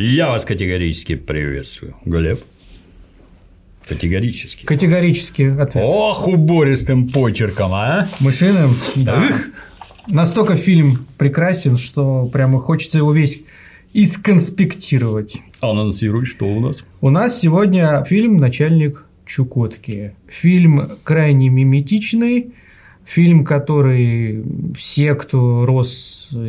Я вас категорически приветствую. Глеб? Категорически. Категорически ответ. Ох, убористым почерком, а? Мышиным? Да. Настолько фильм прекрасен, что прямо хочется его весь исконспектировать. Анонсируй, что у нас? У нас сегодня фильм «Начальник Чукотки». Фильм крайне миметичный, фильм, который все, кто рос в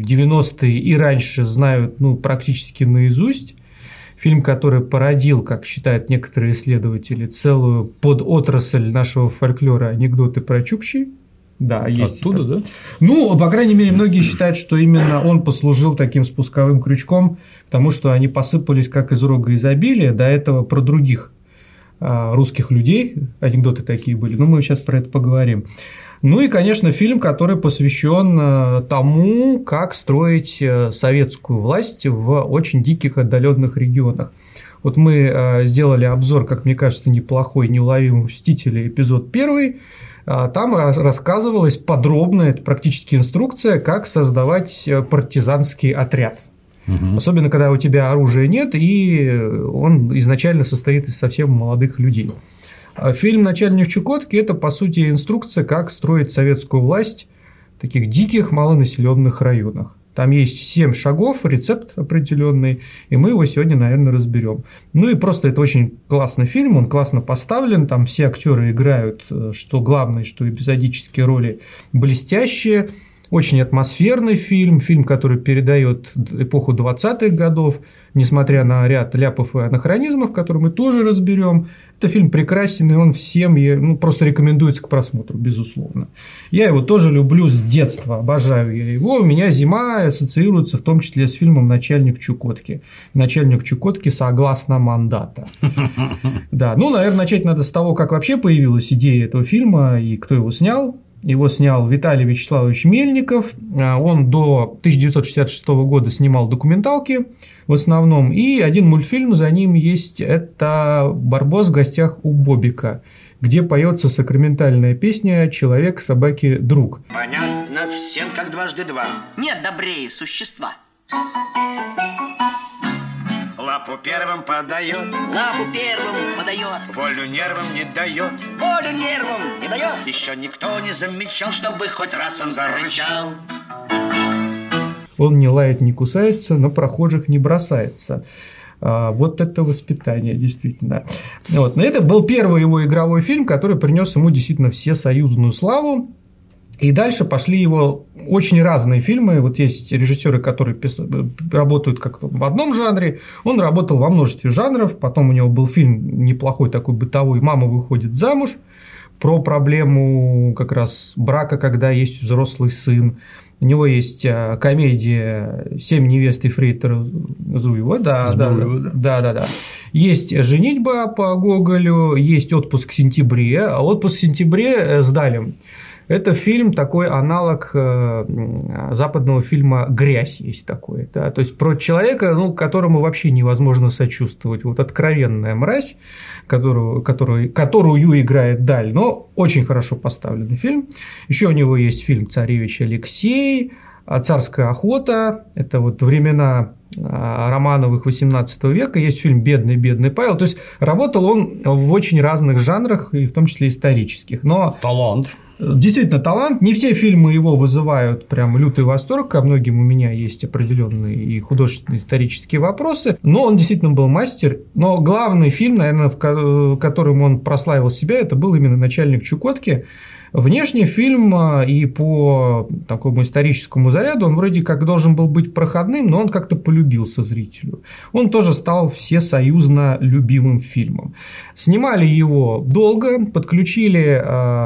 90-е и раньше, знают практически наизусть. Фильм, который породил, как считают некоторые исследователи, целую подотрасль нашего фольклора анекдоты про Чукчи. Да, есть. Оттуда, да? По крайней мере, многие считают, что именно он послужил таким спусковым крючком к тому, что они посыпались как из рога изобилия. До этого про других русских людей анекдоты такие были, но мы сейчас про это поговорим. И, конечно, фильм, который посвящен тому, как строить советскую власть в очень диких отдаленных регионах. Вот мы сделали обзор, как мне кажется, неплохой «Неуловимые мстители», эпизод 1. Там рассказывалась подробно, это практически инструкция, как создавать партизанский отряд. Особенно, когда у тебя оружия нет, и он изначально состоит из совсем молодых людей. Фильм «Начальник Чукотки» – это, по сути, инструкция, как строить советскую власть в таких диких малонаселенных районах. Там есть 7 шагов, рецепт определенный, и мы его сегодня, наверное, разберем. И просто это очень классный фильм, он классно поставлен, там все актеры играют, что главные, что эпизодические роли блестящие. Очень атмосферный фильм, который передает эпоху 20-х годов, несмотря на ряд ляпов и анахронизмов, которые мы тоже разберем. Это фильм прекрасен, и он всем просто рекомендуется к просмотру, безусловно. Я его тоже люблю с детства, обожаю я его. У меня зима ассоциируется в том числе с фильмом «Начальник Чукотки». «Начальник Чукотки» согласно мандата. Да, наверное, начать надо с того, как вообще появилась идея этого фильма и кто его снял. Его снял Виталий Вячеславович Мельников. Он до 1966 года снимал документалки в основном. И один мультфильм за ним есть – это «Барбос в гостях у Бобика», где поется сакраментальная песня «Человек собаки друг». Понятно всем, как дважды два. Нет добрее существа. Лапу первым подает, Лапу первым подает, волю нервам не дает, волю нервам не дает. Еще никто не замечал, чтобы хоть раз он зарычал. Он не лает, не кусается, на прохожих не бросается. Вот это воспитание, действительно. Но это был первый его игровой фильм, который принес ему действительно всесоюзную славу. И дальше пошли его очень разные фильмы. Вот есть режиссеры, которые работают как-то в одном жанре, он работал во множестве жанров. Потом у него был фильм неплохой такой бытовой «Мама выходит замуж», про проблему как раз брака, когда есть взрослый сын. У него есть комедия «Семь невест ефрейтора Зуева». Да. Есть «Женитьба» по Гоголю, есть «Отпуск в сентябре», а «Отпуск в сентябре» с Далем. Это фильм, такой аналог западного фильма «Грязь» есть такой. Да? То есть про человека, которому вообще невозможно сочувствовать. Вот откровенная мразь, которую играет Даль, но очень хорошо поставленный фильм. Еще у него есть фильм «Царевич Алексей», «Царская охота», это вот времена Романовых XVIII века, есть фильм «Бедный Павел». То есть работал он в очень разных жанрах, и в том числе исторических. Но талант. Действительно талант. Не все фильмы его вызывают прям лютый восторг, ко многим у меня есть определенные и художественные исторические вопросы, но он действительно был мастер. Но главный фильм, наверное, в котором он прославил себя, это был именно «Начальник Чукотки». Внешне фильм и по такому историческому заряду он вроде как должен был быть проходным, но он как-то полюбился зрителю. Он тоже стал всесоюзно любимым фильмом. Снимали его долго, подключили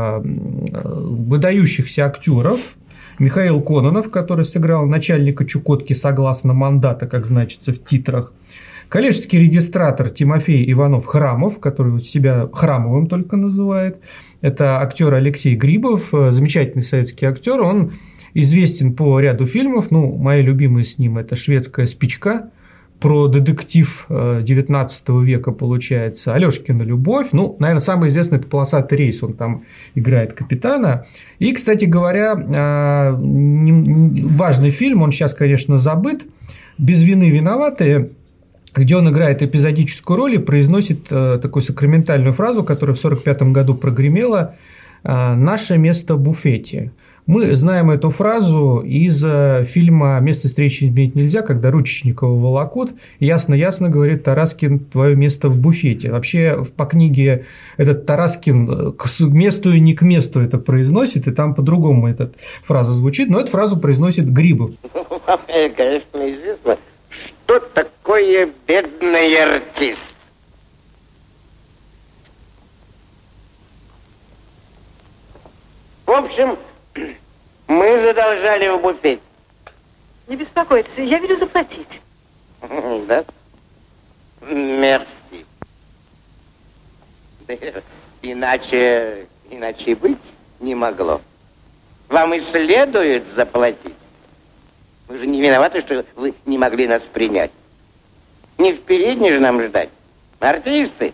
выдающихся актеров. Михаил Кононов, который сыграл начальника Чукотки согласно мандата, как значится в титрах. Коллежский регистратор Тимофей Иванов-Храмов, который себя Храмовым только называет. Это актер Алексей Грибов, замечательный советский актер. Он известен по ряду фильмов. Мои любимые с ним – это «Шведская спичка», про детектив XIX века, получается, «Алёшкина любовь». Наверное, самый известный – это «Полосатый рейс», он там играет капитана. И, кстати говоря, важный фильм, он сейчас, конечно, забыт, «Без вины виноватые». где он играет эпизодическую роль и произносит такую сакраментальную фразу, которая в 1945 году прогремела: «Наше место в буфете». Мы знаем эту фразу из фильма «Место встречи изменить нельзя», когда Ручечникова волокут. Ясно-ясно говорит Тараскин: «Твое место в буфете». Вообще по книге этот Тараскин к месту и не к месту это произносит, и там по-другому эта фраза звучит, но эту фразу произносит Грибов. Конечно, известно, что такое бедный артист. В общем, мы задолжали в буфете. Не беспокойтесь, я велю заплатить. Да? Мерси. Иначе быть не могло. Вам и следует заплатить. Вы же не виноваты, что вы не могли нас принять. Не в передней же нам ждать. Артисты.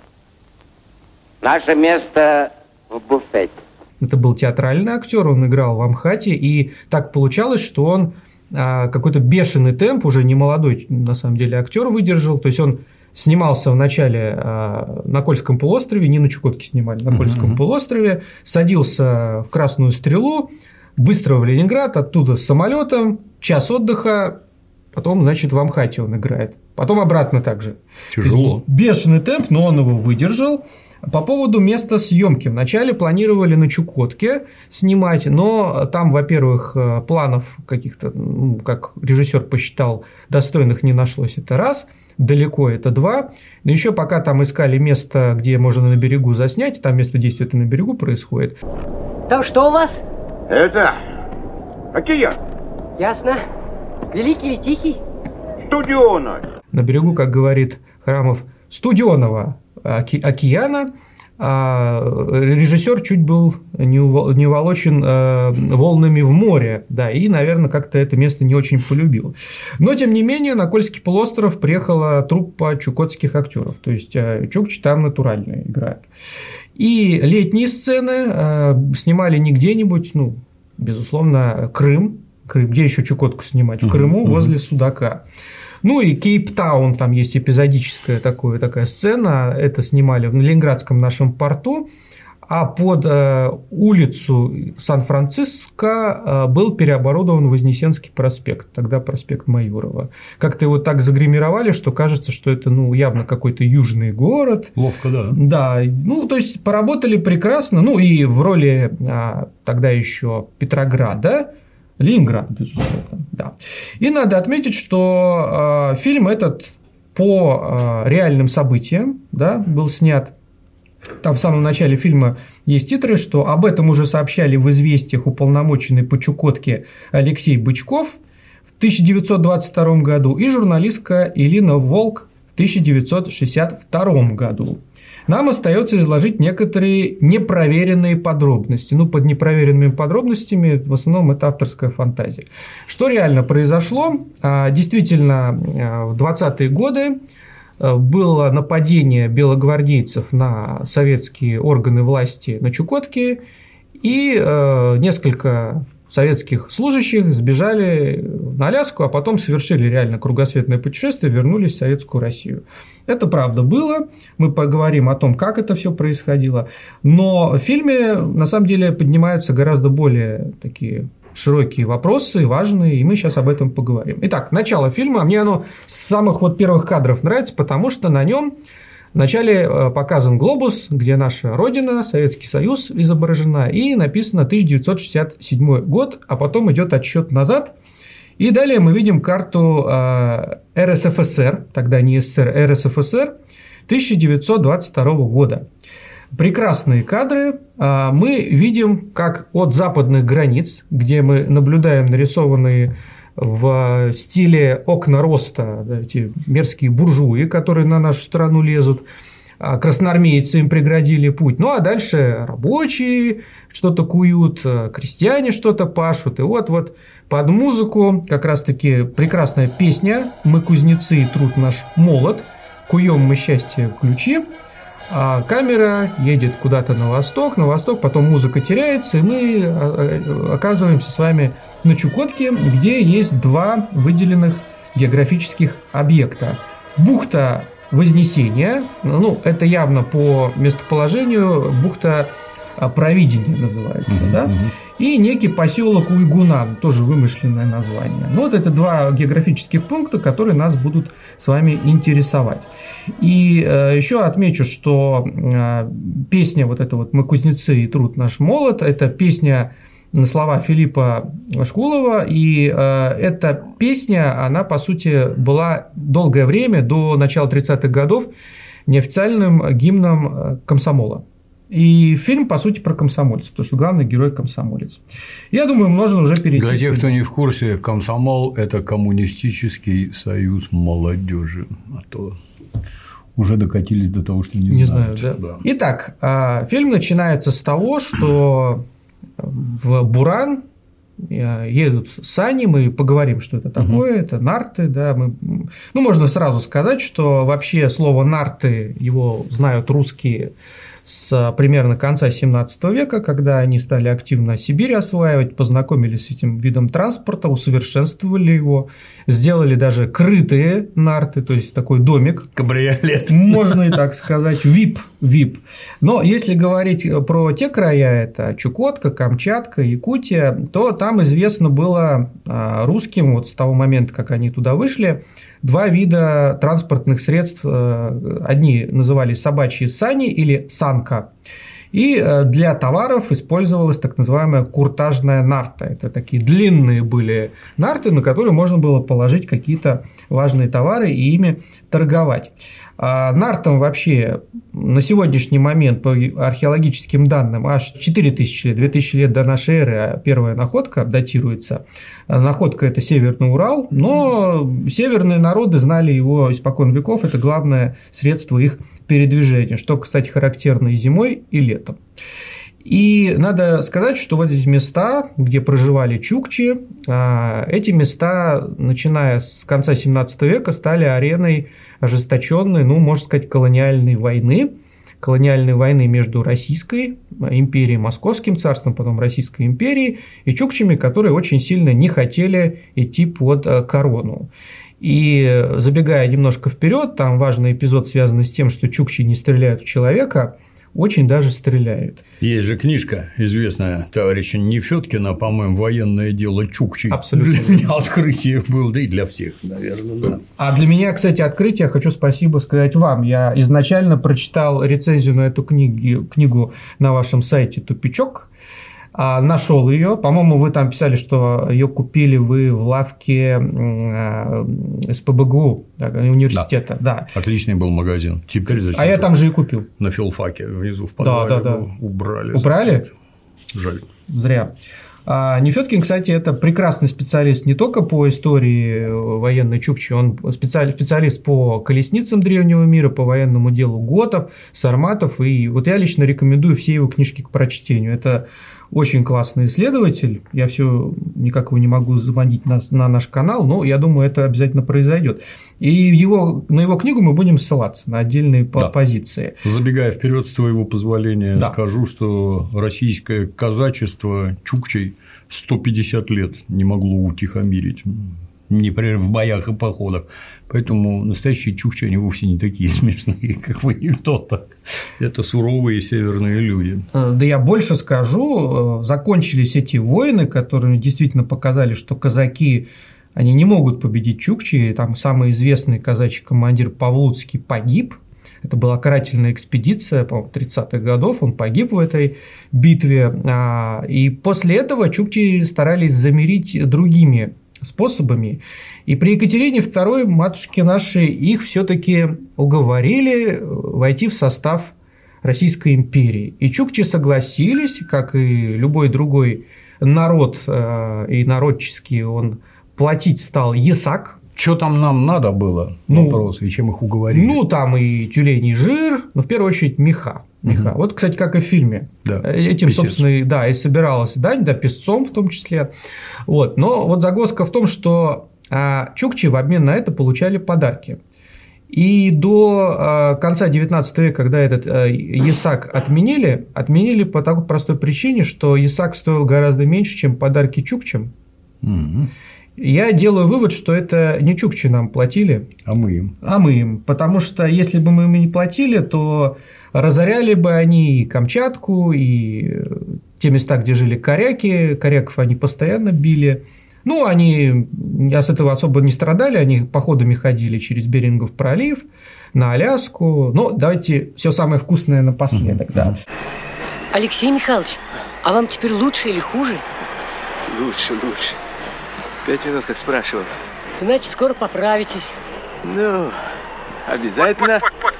Наше место в буфете. Это был театральный актер, он играл в Амхате, и так получалось, что он какой-то бешеный темп, уже не молодой, на самом деле, актер выдержал, то есть он снимался вначале на Кольском полуострове, не на Чукотке снимали, на Кольском полуострове, садился в Красную Стрелу, быстро в Ленинград, оттуда с самолетом, час отдыха, потом, значит, в Амхате он играет, потом обратно также. Тяжело. Бешеный темп, но он его выдержал. По поводу места съемки. Вначале планировали на Чукотке снимать, но там, во-первых, планов каких-то, как режиссер посчитал, достойных не нашлось, это раз, далеко это два, но еще пока там искали место, где можно на берегу заснять, там место действия это на берегу происходит. Там что у вас? Это океан. Ясно. Великий или тихий? Студиона. На берегу, как говорит Храмов, студеного океана, режиссер чуть был не уволочен волнами в море, да, и, наверное, как-то это место не очень полюбил. Но, тем не менее, на Кольский полуостров приехала труппа чукотских актеров, то есть чукчи там натуральные играют. И летние сцены снимали не где-нибудь, безусловно, Крым, где еще Чукотку снимать? В Крыму, возле Судака. Ну и Кейптаун, там есть эпизодическая такая сцена, это снимали в Ленинградском нашем порту, а под улицу Сан-Франциско был переоборудован Вознесенский проспект, тогда проспект Майорова. Как-то его так загримировали, что кажется, что это явно какой-то южный город. Ловко, да. Да, то есть поработали прекрасно, и в роли тогда еще Петрограда, Ленинград, безусловно, да. И надо отметить, что фильм этот по реальным событиям, да, был снят. Там в самом начале фильма есть титры, что об этом уже сообщали в «Известиях» уполномоченный по Чукотке Алексей Бычков в 1922 году и журналистка Элина Волк в 1962 году. Нам остается изложить некоторые непроверенные подробности. Под непроверенными подробностями в основном это авторская фантазия. Что реально произошло? Действительно, в 20-е годы было нападение белогвардейцев на советские органы власти на Чукотке, и несколько советских служащих сбежали на Аляску, а потом совершили реально кругосветное путешествие, вернулись в Советскую Россию. Это правда было, мы поговорим о том, как это все происходило, но в фильме на самом деле поднимаются гораздо более такие широкие вопросы, важные, и мы сейчас об этом поговорим. Итак, начало фильма, мне оно с самых первых кадров нравится, потому что на нем вначале показан глобус, где наша Родина, Советский Союз изображена, и написано 1967 год, а потом идет отсчет назад. И далее мы видим карту РСФСР, тогда не СССР, РСФСР 1922 года. Прекрасные кадры. Мы видим, как от западных границ, где мы наблюдаем нарисованные в стиле окна роста, эти мерзкие буржуи, которые на нашу страну лезут, красноармейцы им преградили путь, а дальше рабочие что-то куют, крестьяне что-то пашут, и вот под музыку как раз-таки прекрасная песня «Мы кузнецы, и труд наш молот, куем мы счастье ключи», а камера едет куда-то на восток, потом музыка теряется, и мы оказываемся с вами на Чукотке, где есть два выделенных географических объекта. бухта Вознесения, ну, это явно по местоположению бухта Провидения называется, да, и некий поселок Уйгунан, тоже вымышленное название. Ну, вот это два географических пункта, которые нас будут с вами интересовать. И еще отмечу, что песня вот эта вот «Мы кузнецы и труд наш молот» – это песня на слова Филиппа Шкулова, и эта песня, она, по сути, была долгое время, до начала 30-х годов, неофициальным гимном комсомола. И фильм, по сути, про комсомольцев, потому что главный герой – комсомолец. Я думаю, можно уже перейти. Для тех, кто не в курсе, комсомол – это коммунистический союз молодежи, а то уже докатились до того, что не знают. Знаю, да. Итак, фильм начинается с того, что в Буран едут сани, мы поговорим, что это такое, это нарты, да, ну, можно сразу сказать, что вообще слово нарты его знают русские с примерно конца 17 века, когда они стали активно Сибирь осваивать, познакомились с этим видом транспорта, усовершенствовали его, сделали даже крытые нарты, то есть такой домик. Кабриолет. Можно и так сказать, VIP. Но если говорить про те края, это Чукотка, Камчатка, Якутия, то там известно было русским, вот с того момента, как они туда вышли, два вида транспортных средств. Одни назывались собачьи сани или санка, и для товаров использовалась так называемая куртажная нарта. Это такие длинные были нарты, на которые можно было положить какие-то важные товары и ими торговать. Нартам вообще на сегодняшний момент, по археологическим данным, аж 4000 лет, 2000 лет до нашей эры первая находка датируется. Находка – это Северный Урал, но северные народы знали его испокон веков, это главное средство их передвижения, что, кстати, характерно и зимой, и летом. И надо сказать, что вот эти места, где проживали чукчи, эти места, начиная с конца 17 века, стали ареной ожесточенной, ну, можно сказать, колониальной войны между Российской империей, Московским царством, потом Российской империей и чукчами, которые очень сильно не хотели идти под корону. И забегая немножко вперед, там важный эпизод, связанный с тем, что чукчи не стреляют в человека, очень даже стреляют. Есть же книжка известная товарища Нефёткина, по-моему, «Военное дело чукчей». Абсолютно. Для меня открытие было, да и для всех, наверное, да. А для меня, кстати, открытие, хочу спасибо сказать вам. Я изначально прочитал рецензию на эту книгу на вашем сайте «Тупичок», нашел ее. По-моему, вы там писали, что ее купили вы в лавке СПбГУ университета. Да. Отличный был магазин. Теперь зачем? А я там же и купил. На филфаке внизу в подвале был. Убрали. Убрали? Жаль. Зря. Нефёткин, кстати, это прекрасный специалист не только по истории военной чукчи, он специалист по колесницам древнего мира, по военному делу готов, сарматов, и вот я лично рекомендую все его книжки к прочтению. Это очень классный исследователь, я все никак его не могу заманить на наш канал, но я думаю, это обязательно произойдет. И на его книгу мы будем ссылаться на отдельные позиции. Забегая вперед, с твоего позволения, скажу, что российское казачество чукчей 150 лет не могло утихомирить, например, в боях и походах. Поэтому настоящие чукчи, они вовсе не такие смешные, как в анекдотах. Это суровые северные люди. Да я больше скажу, закончились эти войны, которые действительно показали, что казаки, они не могут победить чукчи. Там самый известный казачий командир Павлуцкий погиб. Это была карательная экспедиция, по-моему, 30-х годов, он погиб в этой битве. И после этого чукчи старались замирить другими способами. И при Екатерине II, матушке нашей, их все-таки уговорили войти в состав Российской империи. И чукчи согласились, как и любой другой народ, и народческий он платить стал ясак. Что там нам надо было? Вопрос, и чем их уговорили? Ну, там и тюленей жир, но в первую очередь меха. Вот, кстати, как и в фильме. Да. Этим, собственно, и собиралась дань, да, песцом в том числе. Вот. Но вот загвоздка в том, что чукчи в обмен на это получали подарки. И до конца XIX века, когда этот ясак отменили по такой простой причине, что ясак стоил гораздо меньше, чем подарки чукчам. я делаю вывод, что это не чукчи нам платили, а мы им. Потому что если бы мы им не платили, то разоряли бы они и Камчатку, и те места, где жили коряки. Коряков они постоянно били. Ну, они с этого особо не страдали, они походами ходили через Берингов пролив, на Аляску. Но давайте все самое вкусное напоследок, да. Алексей Михайлович, а вам теперь лучше или хуже? Лучше. 5 минут, как спрашивал. Значит, скоро поправитесь. Ну, обязательно.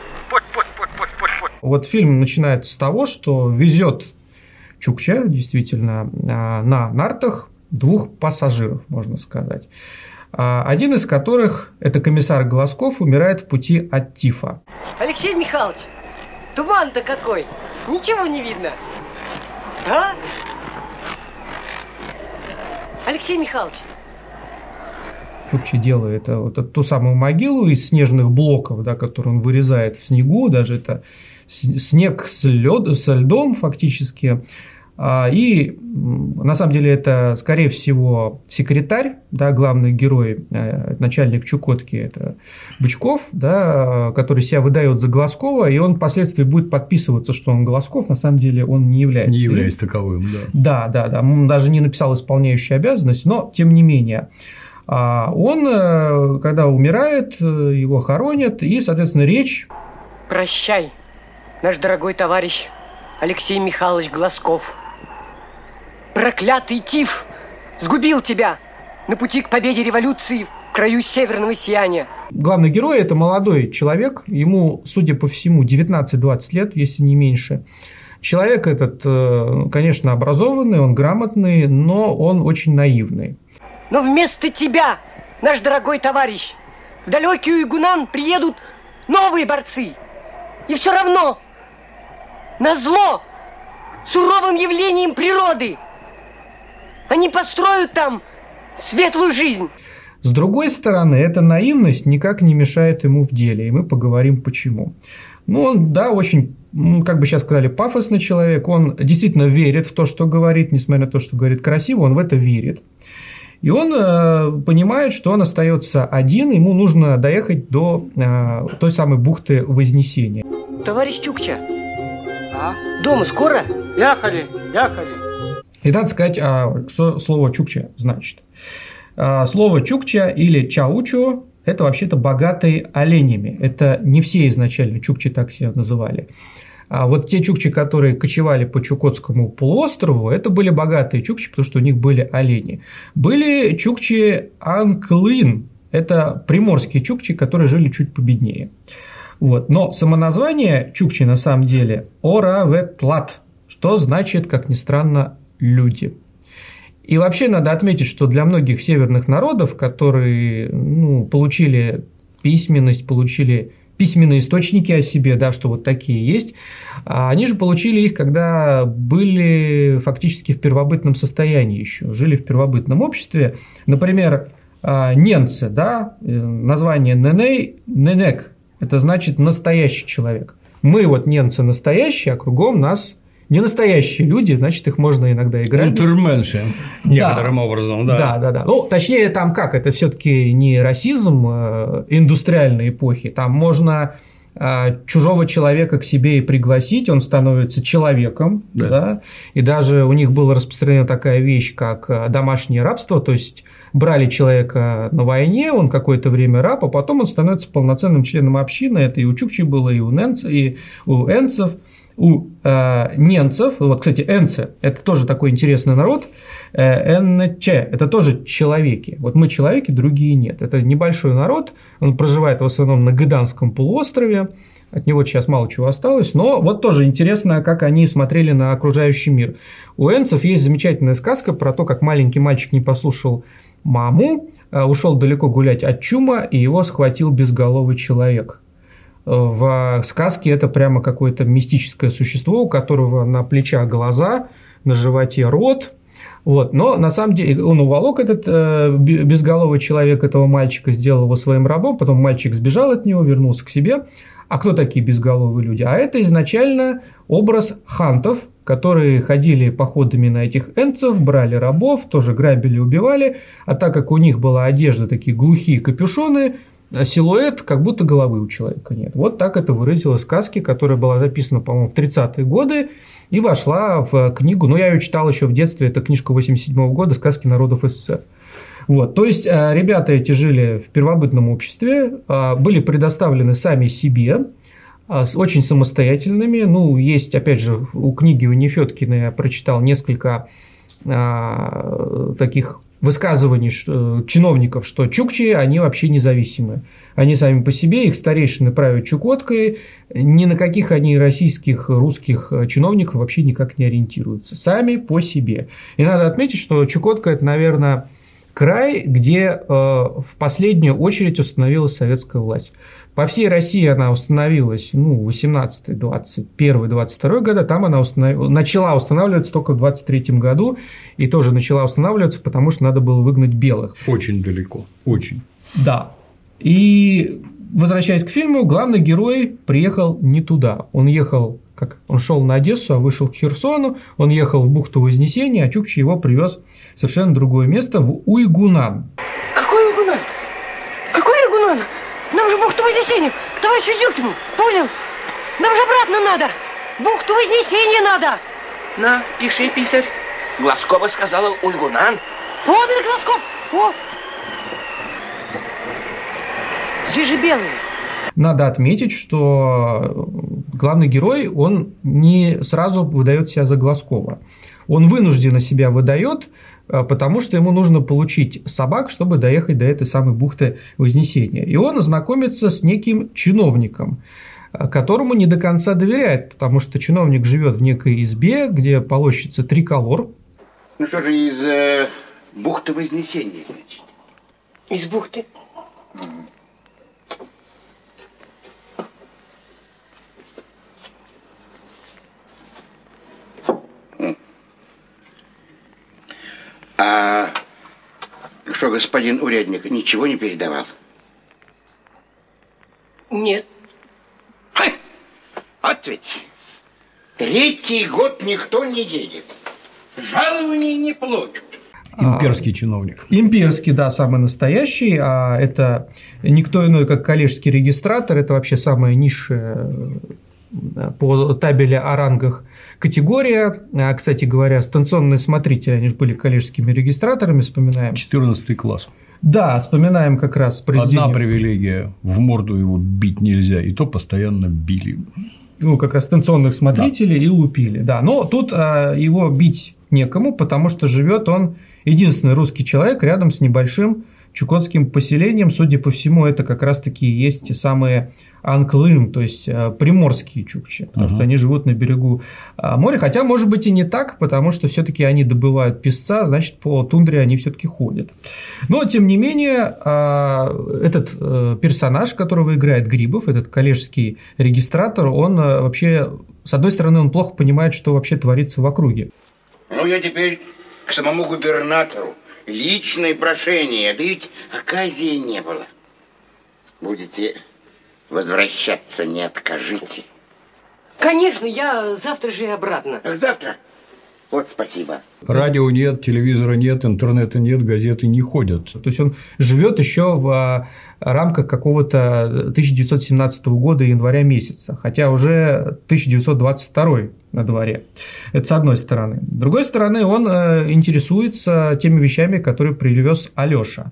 Вот фильм начинается с того, что везет чукча, действительно, на нартах 2 пассажиров, можно сказать. Один из которых, это комиссар Глазков, умирает в пути от тифа. Алексей Михайлович, туман-то какой! Ничего не видно. А? Алексей Михайлович. Чукчи делает вот ту самую могилу из снежных блоков, да, которую он вырезает в снегу, даже это снег со льдом фактически. И на самом деле это, скорее всего, секретарь, да, главный герой, начальник Чукотки, это Бычков, да, который себя выдает за Глазкова, и он впоследствии будет подписываться, что он Глазков, на самом деле он не является. Не является таковым, да. Да, он даже не написал исполняющую обязанность, но тем не менее. Он, когда умирает, его хоронят, и, соответственно, речь... Прощай, наш дорогой товарищ Алексей Михайлович Глазков. Проклятый тиф сгубил тебя на пути к победе революции в краю северного сияния. Главный герой – это молодой человек, ему, судя по всему, 19-20 лет, если не меньше. Человек этот, конечно, образованный, он грамотный, но он очень наивный. Но вместо тебя, наш дорогой товарищ, в далекий Уйгунан приедут новые борцы. И все равно, назло суровым явлением природы, они построят там светлую жизнь. С другой стороны, эта наивность никак не мешает ему в деле, и мы поговорим почему. Ну, он, да, очень, как бы сейчас сказали, пафосный человек, он действительно верит в то, что говорит, несмотря на то, что говорит красиво, он в это верит. И он понимает, что он остается один, ему нужно доехать до той самой бухты Вознесения. Товарищ Чукча, дома скоро? Ехали. И надо сказать, что слово «чукча» значит. Слово «чукча» или «чаучу» – это вообще-то богатые оленями. Это не все изначально чукчи так себя называли. А вот те чукчи, которые кочевали по Чукотскому полуострову, это были богатые чукчи, потому что у них были олени. Были чукчи Анклын, это приморские чукчи, которые жили чуть победнее. Вот. Но самоназвание чукчи на самом деле Ораветлат, что значит, как ни странно, люди. И вообще надо отметить, что для многих северных народов, которые получили письменность, получили письменные источники о себе, да, что вот такие есть, они же получили их, когда были фактически в первобытном состоянии еще, жили в первобытном обществе. Например, ненцы, да, название Неней, Ненек, это значит настоящий человек. Мы вот ненцы настоящие, а кругом нас не настоящие люди, значит, их можно иногда играть. Унтерменши, некоторым образом, да. Да. Ну, точнее, там как, это все-таки не расизм индустриальной эпохи, там можно чужого человека к себе и пригласить, он становится человеком, да. И даже у них была распространена такая вещь, как домашнее рабство, то есть брали человека на войне, он какое-то время раб, а потом он становится полноценным членом общины, это и у чукчи было, и у энцев. У ненцев, вот, кстати, энцы – это тоже такой интересный народ, НЧ – это тоже человеки. Вот мы человеки, другие нет. Это небольшой народ, он проживает в основном на Гыданском полуострове, от него сейчас мало чего осталось, но вот тоже интересно, как они смотрели на окружающий мир. У энцев есть замечательная сказка про то, как маленький мальчик не послушал маму, ушел далеко гулять от чума, и его схватил безголовый человек. В сказке это прямо какое-то мистическое существо, у которого на плечах глаза, на животе рот. Вот. Но на самом деле он уволок этот безголовый человек этого мальчика, сделал его своим рабом, потом мальчик сбежал от него, вернулся к себе. А кто такие безголовые люди? А это изначально образ хантов, которые ходили походами на этих энцев, брали рабов, тоже грабили, убивали, а так как у них была одежда, такие глухие капюшоны, силуэт, как будто головы у человека нет. Вот так это выразилось в сказке, которая была записана, по-моему, в 30-е годы и вошла в книгу. Ну, я ее читал еще в детстве, это книжка 87-го года «Сказки народов СССР». Вот, то есть, ребята эти жили в первобытном обществе, были предоставлены сами себе, очень самостоятельными. Ну, есть, опять же, у книги у Нефёткиной я прочитал несколько таких высказываний чиновников, что чукчи, они вообще независимые. Они сами по себе, их старейшины правят Чукоткой, ни на каких они российских, русских чиновников вообще никак не ориентируются. Сами по себе. И надо отметить, что Чукотка – это, наверное, край, где в последнюю очередь установилась советская власть. По всей России она установилась, 18, 21, 22 года, там она начала устанавливаться только в 23 году, и тоже начала устанавливаться, потому что надо было выгнать белых. Очень далеко, очень. Да. И, возвращаясь к фильму, главный герой приехал не туда. Он шел на Одессу, а вышел к Херсону, он ехал в бухту Вознесения, а Чукчи его привез в совершенно другое место, в Уйгунан. Какой Уйгунан? Какой Уйгунан? Нам же бухту Вознесения, товарищу Зюркину, понял? Нам же обратно надо, бухту Вознесения надо. На, пиши, писарь. Глазкова сказала Уйгунан. Понял, Глазков, о! Здесь же белые. Надо отметить, что главный герой, он не сразу выдает себя за Глазкова. Он вынужденно себя выдает, потому что ему нужно получить собак, чтобы доехать до этой самой бухты Вознесения. И он знакомится с неким чиновником, которому не до конца доверяет, потому что чиновник живет в некой избе, где полощется триколор. Ну что же, из бухты Вознесения, значит? Из бухты? А что, господин урядник ничего не передавал? Нет. Вот ведь 3-й год никто не едет, жалований не платят. Имперский чиновник. Имперский, да, самый настоящий, а это никто иной, как коллежский регистратор, это вообще самая низшая по табели о рангах категория. Кстати говоря, станционные смотрители, они же были коллежскими регистраторами, вспоминаем. 14 класс. Да, вспоминаем как раз произведение. Одна привилегия – в морду его бить нельзя, и то постоянно били. Как раз станционных смотрителей, да. И лупили. Да. Но тут его бить некому, потому что живет он единственный русский человек рядом с небольшим чукотским поселением. Судя по всему, это как раз-таки и есть те самые анклым, то есть приморские чукчи, потому что они живут на берегу моря. Хотя, может быть, и не так, потому что все-таки они добывают песца, значит, по тундре они все-таки ходят. Но, тем не менее, этот персонаж, которого играет Грибов, этот коллежский регистратор, он вообще, с одной стороны, он плохо понимает, что вообще творится в округе. Ну, я теперь к самому губернатору личное прошение, да ведь оказии не было. Будете возвращаться, не откажите. Конечно, я завтра же и обратно. Ах, завтра? Вот спасибо. Радио нет, телевизора нет, интернета нет, газеты не ходят. То есть он живет еще в рамках какого-то 1917 года января месяца, хотя уже 1922 на дворе. Это с одной стороны. С другой стороны, он интересуется теми вещами, которые привез Алёша.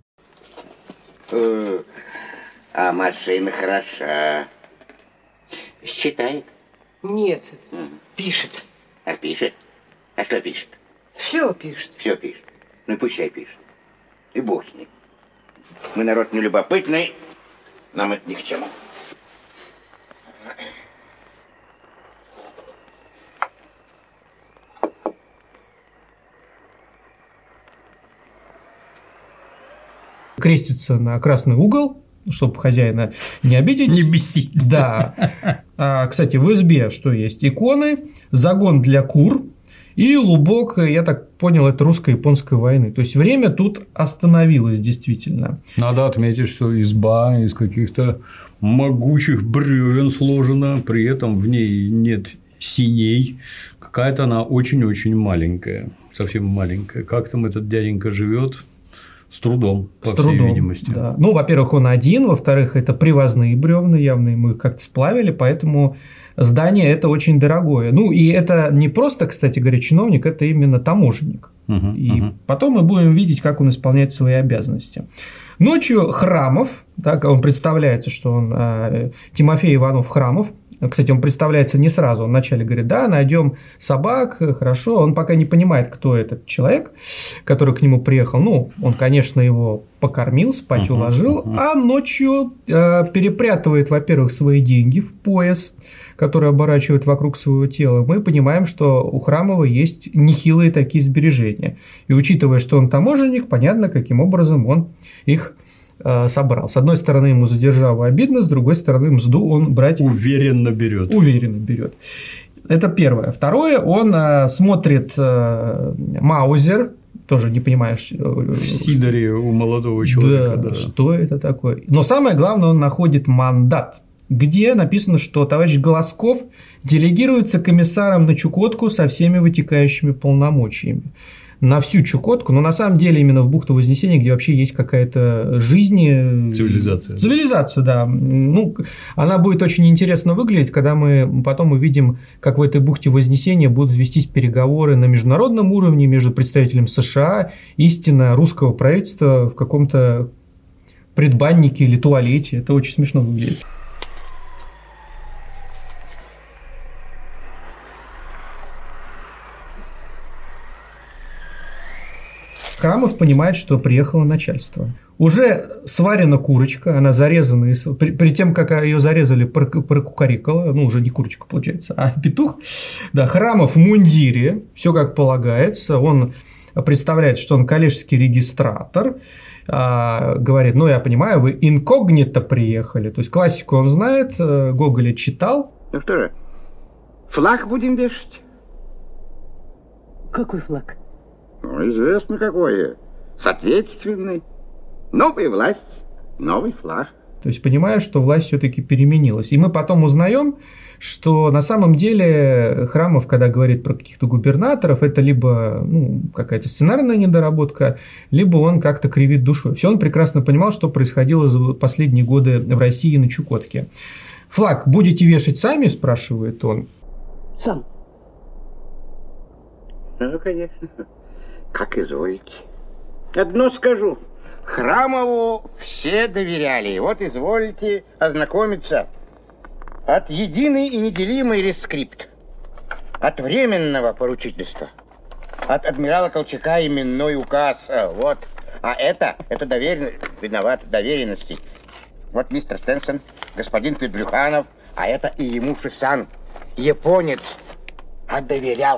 А машина хороша. Считает? Нет, пишет. А пишет? А что пишет? Все пишет. Все пишет. Ну и пущай пишет. И бог с ним. Мы народ нелюбопытный, нам это ни к чему. Крестится на красный угол, чтобы хозяина не обидеть. Не бесить. Да. Кстати, в избе что есть? Иконы, загон для кур и лубок, я так понял, это русско-японской войны. То есть время тут остановилось действительно. Надо отметить, что изба из каких-то могучих бревен сложена, при этом в ней нет синей. Какая-то она очень-очень маленькая, совсем маленькая. Как там этот дяденька живет? С трудом, по всей видимости. Да. Ну, во-первых, он один, во-вторых, это привозные бревна, явно ему их как-то сплавили, поэтому здание это очень дорогое. Ну, и это не просто, кстати говоря, чиновник, это именно таможенник. Потом мы будем видеть, как он исполняет свои обязанности. Ночью Храмов, так, он представляется, что он Тимофей Иванов Храмов. Кстати, он представляется не сразу. Он вначале говорит: да, найдем собак, хорошо. Он пока не понимает, кто этот человек, который к нему приехал. Ну, он, конечно, его покормил, спать уложил, а ночью перепрятывает, во-первых, свои деньги в пояс, который оборачивает вокруг своего тела. Мы понимаем, что у Храмова есть нехилые такие сбережения. И учитывая, что он таможенник, понятно, каким образом он их собрал. С одной стороны, ему за державу обидно, с другой стороны, мзду он брать уверенно берет. Это первое. Второе, он смотрит Маузер, тоже не понимаешь. В Сидоре у молодого человека. Да, что это такое. Но самое главное, он находит мандат, где написано, что товарищ Глазков делегируется комиссаром на Чукотку со всеми вытекающими полномочиями. На всю Чукотку, но на самом деле именно в бухту Вознесения, где вообще есть какая-то жизнь. Цивилизация, да. Ну, она будет очень интересно выглядеть, когда мы потом увидим, как в этой бухте Вознесения будут вестись переговоры на международном уровне между представителем США, истинно русского правительства в каком-то предбаннике или туалете. Это очень смешно выглядит. Храмов понимает, что приехало начальство. Уже сварена курочка, она зарезана, перед тем, как ее зарезали, прокукарекала, ну, уже не курочка получается, а петух. Да, Храмов в мундире, все как полагается, он представляет, что он коллежский регистратор, говорит: ну, я понимаю, вы инкогнито приехали, то есть классику он знает, Гоголя читал. Ну что же, флаг будем вешать? Какой флаг? Ну, известно какое. Соответственный. Новая власть, новый флаг. То есть, понимая, что власть все-таки переменилась. И мы потом узнаем, что на самом деле Храмов, когда говорит про каких-то губернаторов, это либо какая-то сценарная недоработка, либо он как-то кривит душой. Все он прекрасно понимал, что происходило за последние годы в России на Чукотке. Флаг будете вешать сами, спрашивает он. Сам. Ну, конечно. Как изволите. Одно скажу. Храмову все доверяли. Вот извольте ознакомиться. От единый и неделимый рескрипт. От временного поручительства. От адмирала Колчака именной указ. Вот. А это доверенности. Вот мистер Стенсон, господин Петбрюханов, а это и ему Шисан, японец, доверял.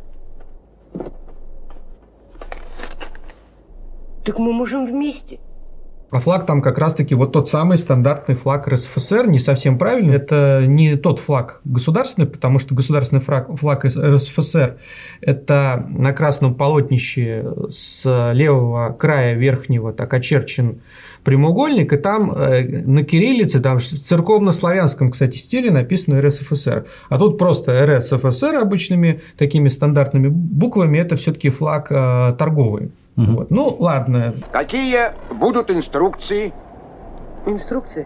Так мы можем вместе. А флаг там как раз-таки вот тот самый стандартный флаг РСФСР, не совсем правильно, это не тот флаг государственный, потому что государственный флаг РСФСР – это на красном полотнище с левого края верхнего так очерчен прямоугольник, и там на кириллице, там в церковно-славянском, кстати, стиле написано РСФСР, а тут просто РСФСР обычными такими стандартными буквами, это все-таки флаг торговый. Вот. Ну, ладно. Какие будут инструкции? Инструкции?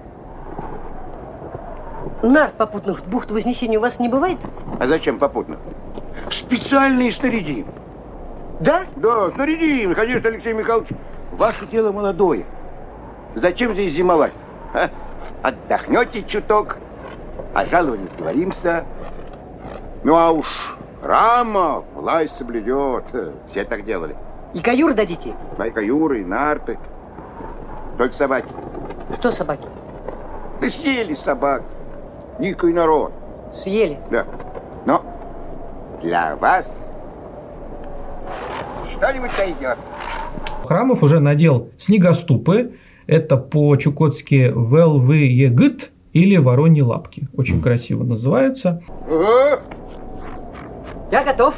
Нарт попутных в бухту Вознесения у вас не бывает? А зачем попутных? Специальные снарядим. Да? Да, снарядим, конечно, Алексей Михайлович. Ваше дело молодое. Зачем здесь зимовать? Отдохнете чуток, о жаловании сговоримся. Ну, а уж Храмов власть соблюдет. Все так делали. И каюр дадите? Да, и каюры, и нарты. Только собаки. Что собаки? Да съели собак. Дикий народ. Съели? Да. Но для вас что-нибудь найдется. Храмов уже надел снегоступы. Это по-чукотски велвыегыт или вороньи лапки. Очень красиво называются. Я готов.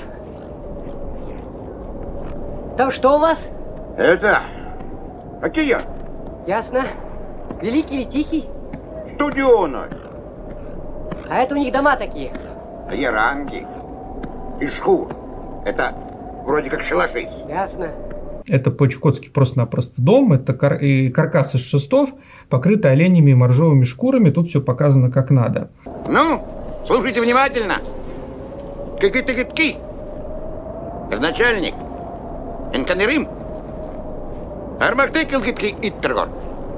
Там что у вас? Это океан. Ясно. Великий или тихий? Студеный. А это у них дома такие. А яранги и шкур. Это вроде как шалаши. Ясно. Это по-чукотски просто-напросто дом, это и каркас из шестов, покрытый оленями и моржовыми шкурами, тут все показано как надо. Ну, слушайте внимательно. Кы-кы-ты-кы-ки. Начальник. Энканерим. Армактыкл-кы-ки Иттргор.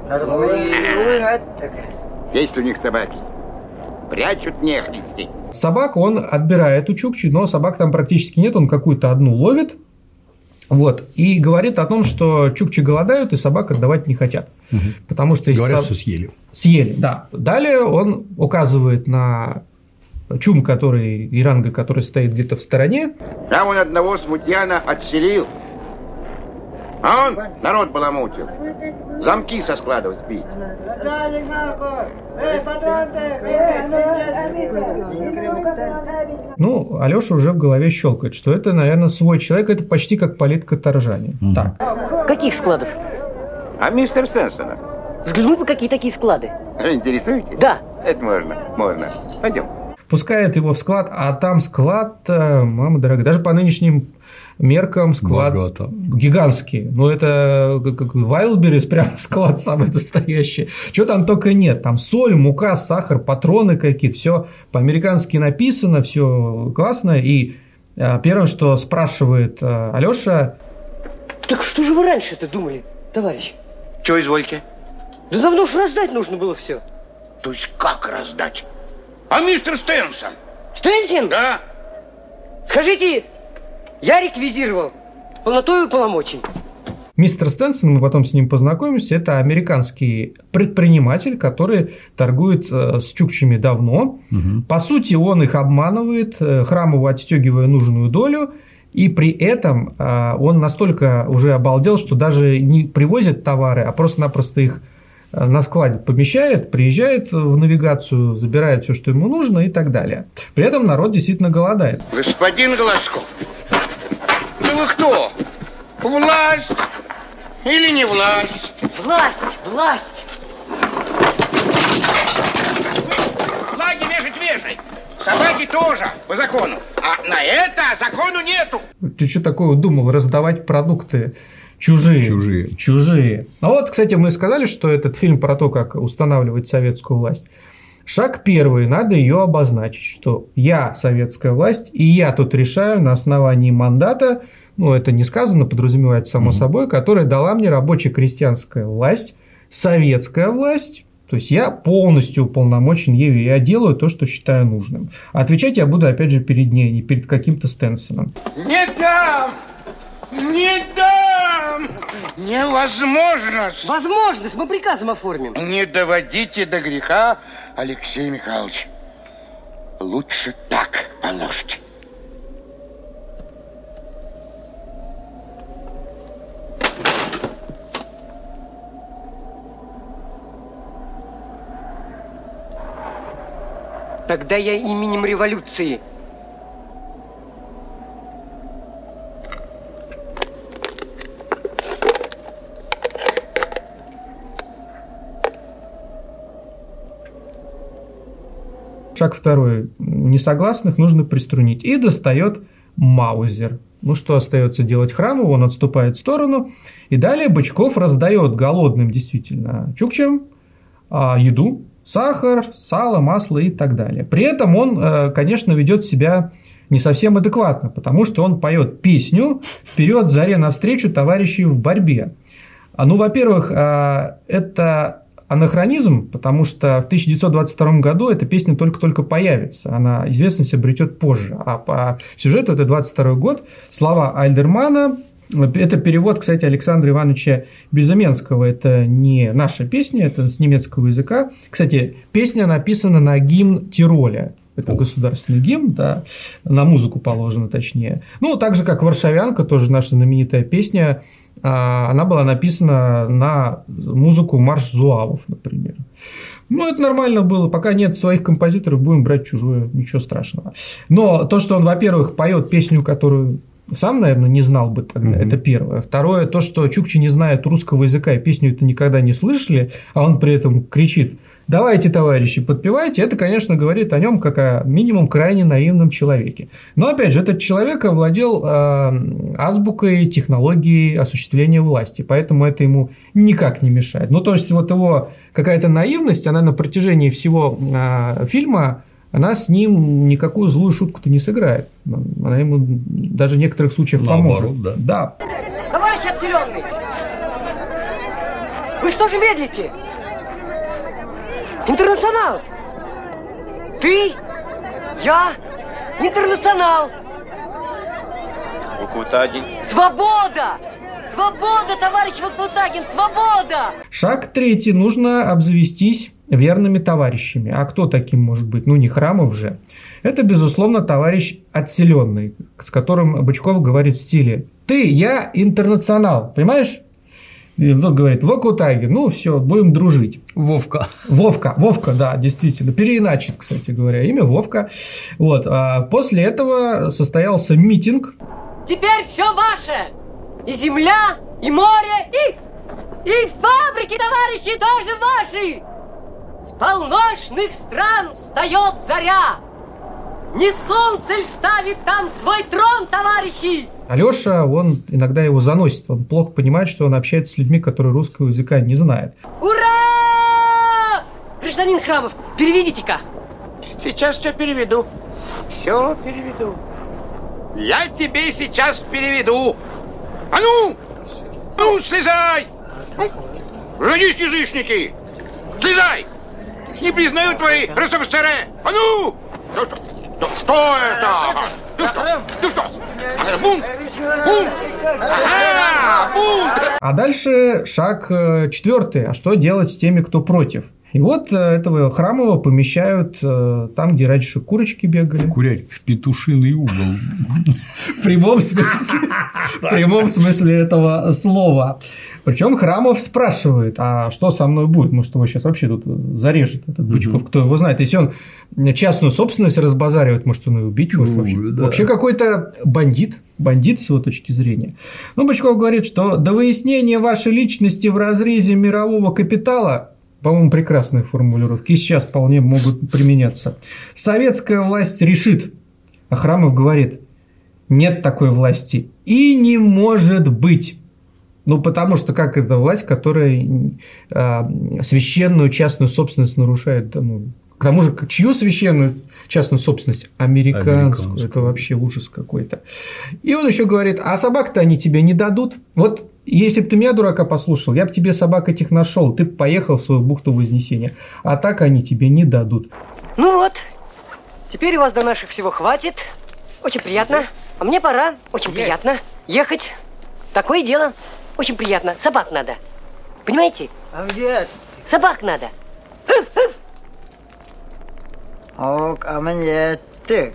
Есть у них собаки. Прячут нехристи. Собак он отбирает у чукчи, но собак там практически нет, он какую-то одну ловит. Вот, и говорит о том, что чукчи голодают и собак отдавать не хотят. Потому что говорят, что съели. Съели, да. Далее он указывает на чум, который, иранга, который стоит где-то в стороне. Там он одного смутьяна отселил. А он народ баламутил. Замки со складов сбить. Ну, Алёша уже в голове щелкает, что это, наверное, свой человек, это почти как политкоторжане. Так. Каких складов? А мистер Стэнсона? Взглянуть бы, какие такие склады. Интересуетесь? Да. Это можно. Пойдем. Пускает его в склад, а там склад, мама дорогая, даже по нынешним меркам склад богато. Гигантский. Ну, это как Wildberries, прям склад самый настоящий. Чего там только нет. Там соль, мука, сахар, патроны какие-то. Все по-американски написано, все классно. И первое, что спрашивает Алёша: Так что же вы раньше-то думали, товарищ? Чего извольте? Да давно ж раздать нужно было все. То есть как раздать? А мистер Стэнсон? Стэнсин? Да. Скажите, я реквизировал. Полнотой уполномочен. Мистер Стэнсон, мы потом с ним познакомимся, это американский предприниматель, который торгует с чукчами давно. По сути, он их обманывает, храмово отстегивая нужную долю, и при этом он настолько уже обалдел, что даже не привозит товары, а просто-напросто их на складе помещает, приезжает в навигацию, забирает все, что ему нужно и так далее. При этом народ действительно голодает. Господин Глазков, да вы кто? Власть или не власть? Власть! Флаги вешать. Собаки тоже по закону. А на это закону нету. Ты что такое думал? Раздавать продукты чужие. А вот, кстати, мы сказали, что этот фильм про то, как устанавливать советскую власть. Шаг первый, надо ее обозначить, что я советская власть, и я тут решаю на основании мандата, ну, это не сказано, подразумевается само собой, которая дала мне рабоче-крестьянская власть, советская власть, то есть я полностью уполномочен ею, я делаю то, что считаю нужным. А отвечать я буду, опять же, перед ней, не перед каким-то Стэнсоном. Не дам! Невозможно! Возможность, мы приказом оформим. Не доводите до греха, Алексей Михайлович. Лучше так положите. Тогда я именем революции. Шаг второй. Несогласных нужно приструнить. И достает маузер. Ну, что остается делать храму? Он отступает в сторону. И далее Бычков раздает голодным действительно чукчам еду, сахар, сало, масло и так далее. При этом он, конечно, ведет себя не совсем адекватно, потому что он поет песню «Вперед, заре навстречу, товарищи в борьбе». Ну, во-первых, это анахронизм, потому что в 1922 году эта песня только-только появится, она известность обретет позже, а по сюжету это 22 год, слова Альдермана, это перевод, кстати, Александра Ивановича Безыменского, это не наша песня, это с немецкого языка. Кстати, песня написана на гимн Тироля, это государственный гимн, да, на музыку положено точнее. Ну, так же, как «Варшавянка», тоже наша знаменитая песня, она была написана на музыку «Марш зуавов», например. Ну, это нормально было. Пока нет своих композиторов, будем брать чужое, ничего страшного. Но то, что он, во-первых, поет песню, которую сам, наверное, не знал бы тогда, это первое. Второе, то, что чукчи не знают русского языка и песню это никогда не слышали, а он при этом кричит: давайте, товарищи, подпевайте, это, конечно, говорит о нем как о минимум крайне наивном человеке. Но, опять же, этот человек овладел азбукой технологии осуществления власти, поэтому это ему никак не мешает. Ну, то есть, вот его какая-то наивность, она на протяжении всего фильма, она с ним никакую злую шутку-то не сыграет. Она ему даже в некоторых случаях поможет. Наоборот, да. Товарищ отселенный! Вы что же медлите? Интернационал! Ты? Я? Интернационал! Вакутагин. Свобода! Свобода, товарищ Вакутагин! Свобода! Шаг третий. Нужно обзавестись верными товарищами. А кто таким может быть? Ну, не Храмов же. Это, безусловно, товарищ отселенный, с которым Бычков говорит в стиле: ты, я, интернационал. Понимаешь? И тот говорит: Вакутагин, ну все, будем дружить. Вовка, да, действительно. Переиначит, кстати говоря, имя Вовка. Вот. А после этого состоялся митинг. Теперь все ваше! И земля, и море, и фабрики, товарищи, тоже ваши! С полночных стран встает заря! Не солнце ль ставит там свой трон, товарищи? Алёша, он иногда его заносит, он плохо понимает, что он общается с людьми, которые русского языка не знают. Ура! Гражданин Храмов, переведите-ка. Сейчас все переведу. Все переведу. Я тебе сейчас переведу. А ну! Ну, слезай! Родись, язычники! Слезай! Не признаю твои рособстере! А ну! Что это? Ты что? Бунт! Бунт! Ага! Бунт! А дальше шаг четвертый. А что делать с теми, кто против? И вот этого Храмова помещают там, где раньше курочки бегали. Курять в петушиный угол. В прямом смысле этого слова. Причем Храмов спрашивает: а что со мной будет? Может, его сейчас вообще тут зарежет этот Бычков, кто его знает. Если он частную собственность разбазаривает, может, он и убить может вообще. Да. Вообще какой-то бандит с его точки зрения. Ну, Бычков говорит, что до выяснения вашей личности в разрезе мирового капитала, по-моему, прекрасные формулировки, и сейчас вполне могут применяться, советская власть решит. А Храмов говорит: нет такой власти и не может быть. Ну, потому что как это власть, которая священную частную собственность нарушает? Ну, к тому же, чью священную частную собственность? Американскую. Это вообще ужас какой-то. И он еще говорит: а собак-то они тебе не дадут. Вот если бы ты меня, дурака, послушал, я бы тебе собак этих нашел, ты бы поехал в свою бухту Вознесения. А так они тебе не дадут. Ну вот, теперь у вас до наших всего хватит. Очень приятно. А мне пора. Очень приятно. Ехать. Такое дело. Очень приятно. Собак надо. Понимаете? А где? Собак надо. Ок, а мне ты.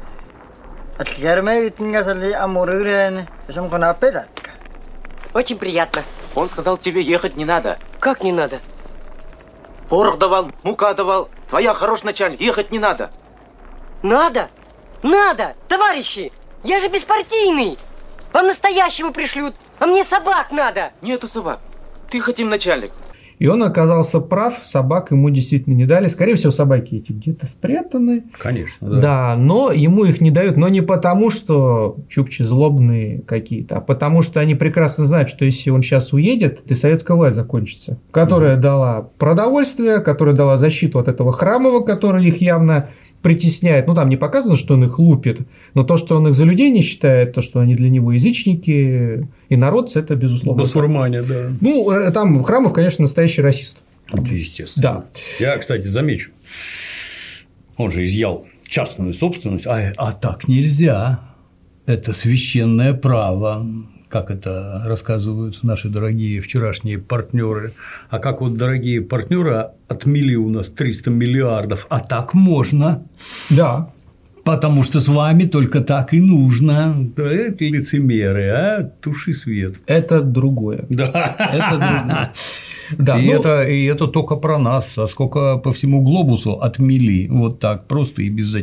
Очень приятно. Он сказал, тебе ехать не надо. Как не надо? Порох давал, мука давал. Твоя хороший начальник, ехать не надо. Надо! Надо! Товарищи! Я же беспартийный! Вам настоящего пришлют, а мне собак надо! Нету собак. Ты хотим начальник. И он оказался прав, собак ему действительно не дали. Скорее всего, собаки эти где-то спрятаны. Конечно, да. Да, но ему их не дают, но не потому, что чукчи злобные какие-то, а потому что они прекрасно знают, что если он сейчас уедет, то советская власть закончится, которая дала продовольствие, которая дала защиту от этого Храмова, который их явно притесняет. Ну, там не показано, что он их лупит, но то, что он их за людей не считает, то, что они для него язычники, инородцы, это безусловно. Басурмане, да. Ну, там Храмов, конечно, настоящий расист. Это естественно. Да. Я, кстати, замечу, он же изъял частную собственность, а так нельзя. Это священное право. Как это рассказывают наши дорогие вчерашние партнеры. А как вот дорогие партнеры отмели у нас 300 миллиардов, а так можно. Да. Потому что с вами только так и нужно. Это лицемеры, а? Туши свет. Это другое. Да. Это другое. Да, и это только про нас, а сколько по всему глобусу отмели. Вот так, просто и без затей.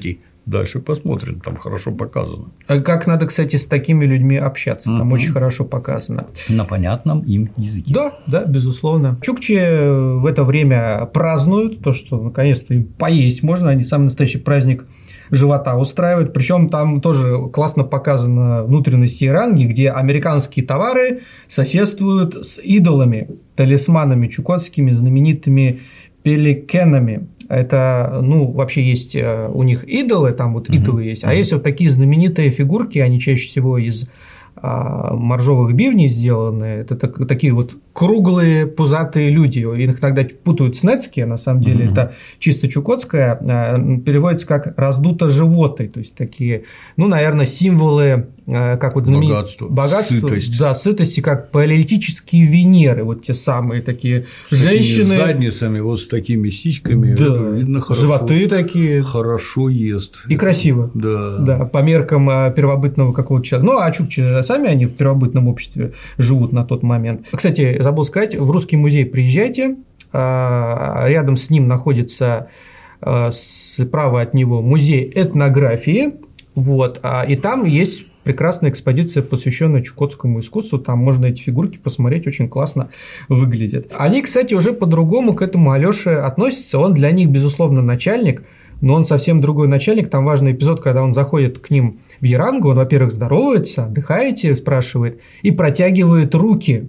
Дальше посмотрим, там хорошо показано. А как надо, кстати, с такими людьми общаться, там очень хорошо показано. На понятном им языке. Да, безусловно. Чукчи в это время празднуют то, что наконец-то им поесть можно, они самый настоящий праздник живота устраивают. Причем там тоже классно показано внутренности Иранги, где американские товары соседствуют с идолами, талисманами чукотскими, знаменитыми пеликенами. Это, вообще есть у них идолы, там вот идолы есть, а есть вот такие знаменитые фигурки, они чаще всего из моржовых бивней сделаны. Это такие вот круглые пузатые люди. Их иногда путают с нецки, на самом деле это чисто чукотское, переводится как раздуто-животый, то есть такие, наверное, символы, как вот богатство, сытость. Да, сытости, как палеолитические Венеры, вот те самые такие с женщины. С задницами, вот с такими сиськами, да, видно хорошо. Животы такие. Хорошо ест. И красиво. Да, по меркам первобытного какого-то человека. А чукчи сами они в первобытном обществе живут на тот момент. Кстати, забыл сказать, в Русский музей приезжайте, рядом с ним находится справа от него музей этнографии, и там есть прекрасная экспозиция, посвященная чукотскому искусству, там можно эти фигурки посмотреть, очень классно выглядят. Они, кстати, уже по-другому к этому Алёше относятся, он для них, безусловно, начальник, но он совсем другой начальник, там важный эпизод, когда он заходит к ним в Ярангу, он, во-первых, здоровается, отдыхаете, спрашивает, и протягивает руки,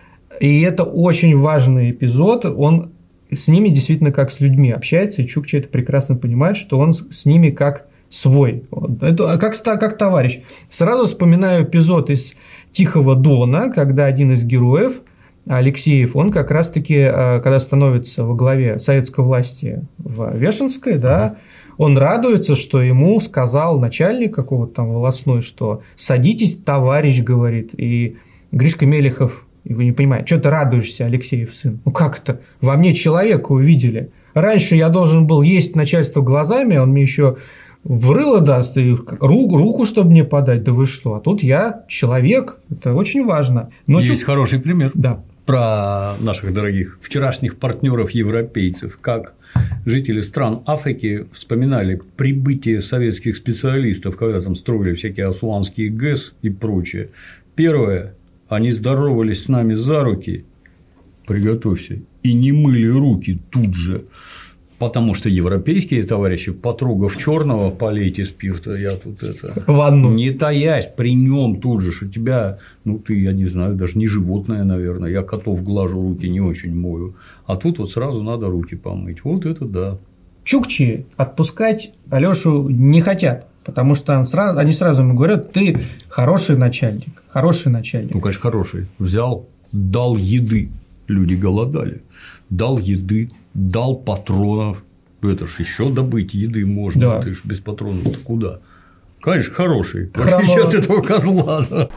и это очень важный эпизод, он с ними действительно как с людьми общается, и чукчи это прекрасно понимает, что он с ними как свой, это как товарищ. Сразу вспоминаю эпизод из «Тихого дона», когда один из героев, Алексеев, он как раз-таки, когда становится во главе советской власти в Вешенской, он радуется, что ему сказал начальник какого-то там волостной, что «садитесь, товарищ», говорит, и Гришка Мелехов, его не понимает, что ты радуешься, Алексеев сын, как это, во мне человека увидели, раньше я должен был есть начальство глазами, он мне еще в рыло даст, и руку, чтобы мне подать, да вы что, а тут я человек, это очень важно. Но есть хороший пример про наших дорогих вчерашних партнеров-европейцев, как жители стран Африки вспоминали прибытие советских специалистов, когда там строили всякие Асуанские ГЭС и прочее. Первое, они здоровались с нами за руки, приготовься, и не мыли руки тут же. Потому что европейские товарищи, потрогав черного, полейте спирта, я тут ванну. Не таясь, при нем тут же, что тебя, ты, я не знаю, даже не животное, наверное, я котов глажу, руки не очень мою, а тут вот сразу надо руки помыть, вот это да. Чукчи отпускать Алёшу не хотят, потому что они сразу ему говорят, ты хороший начальник. Конечно, хороший. Взял, дал еды, люди голодали, дал еды, дал патронов, это ж еще добыть еды можно, ты ж без патронов-то куда? Конечно, хороший, в отличие от этого козла. Да.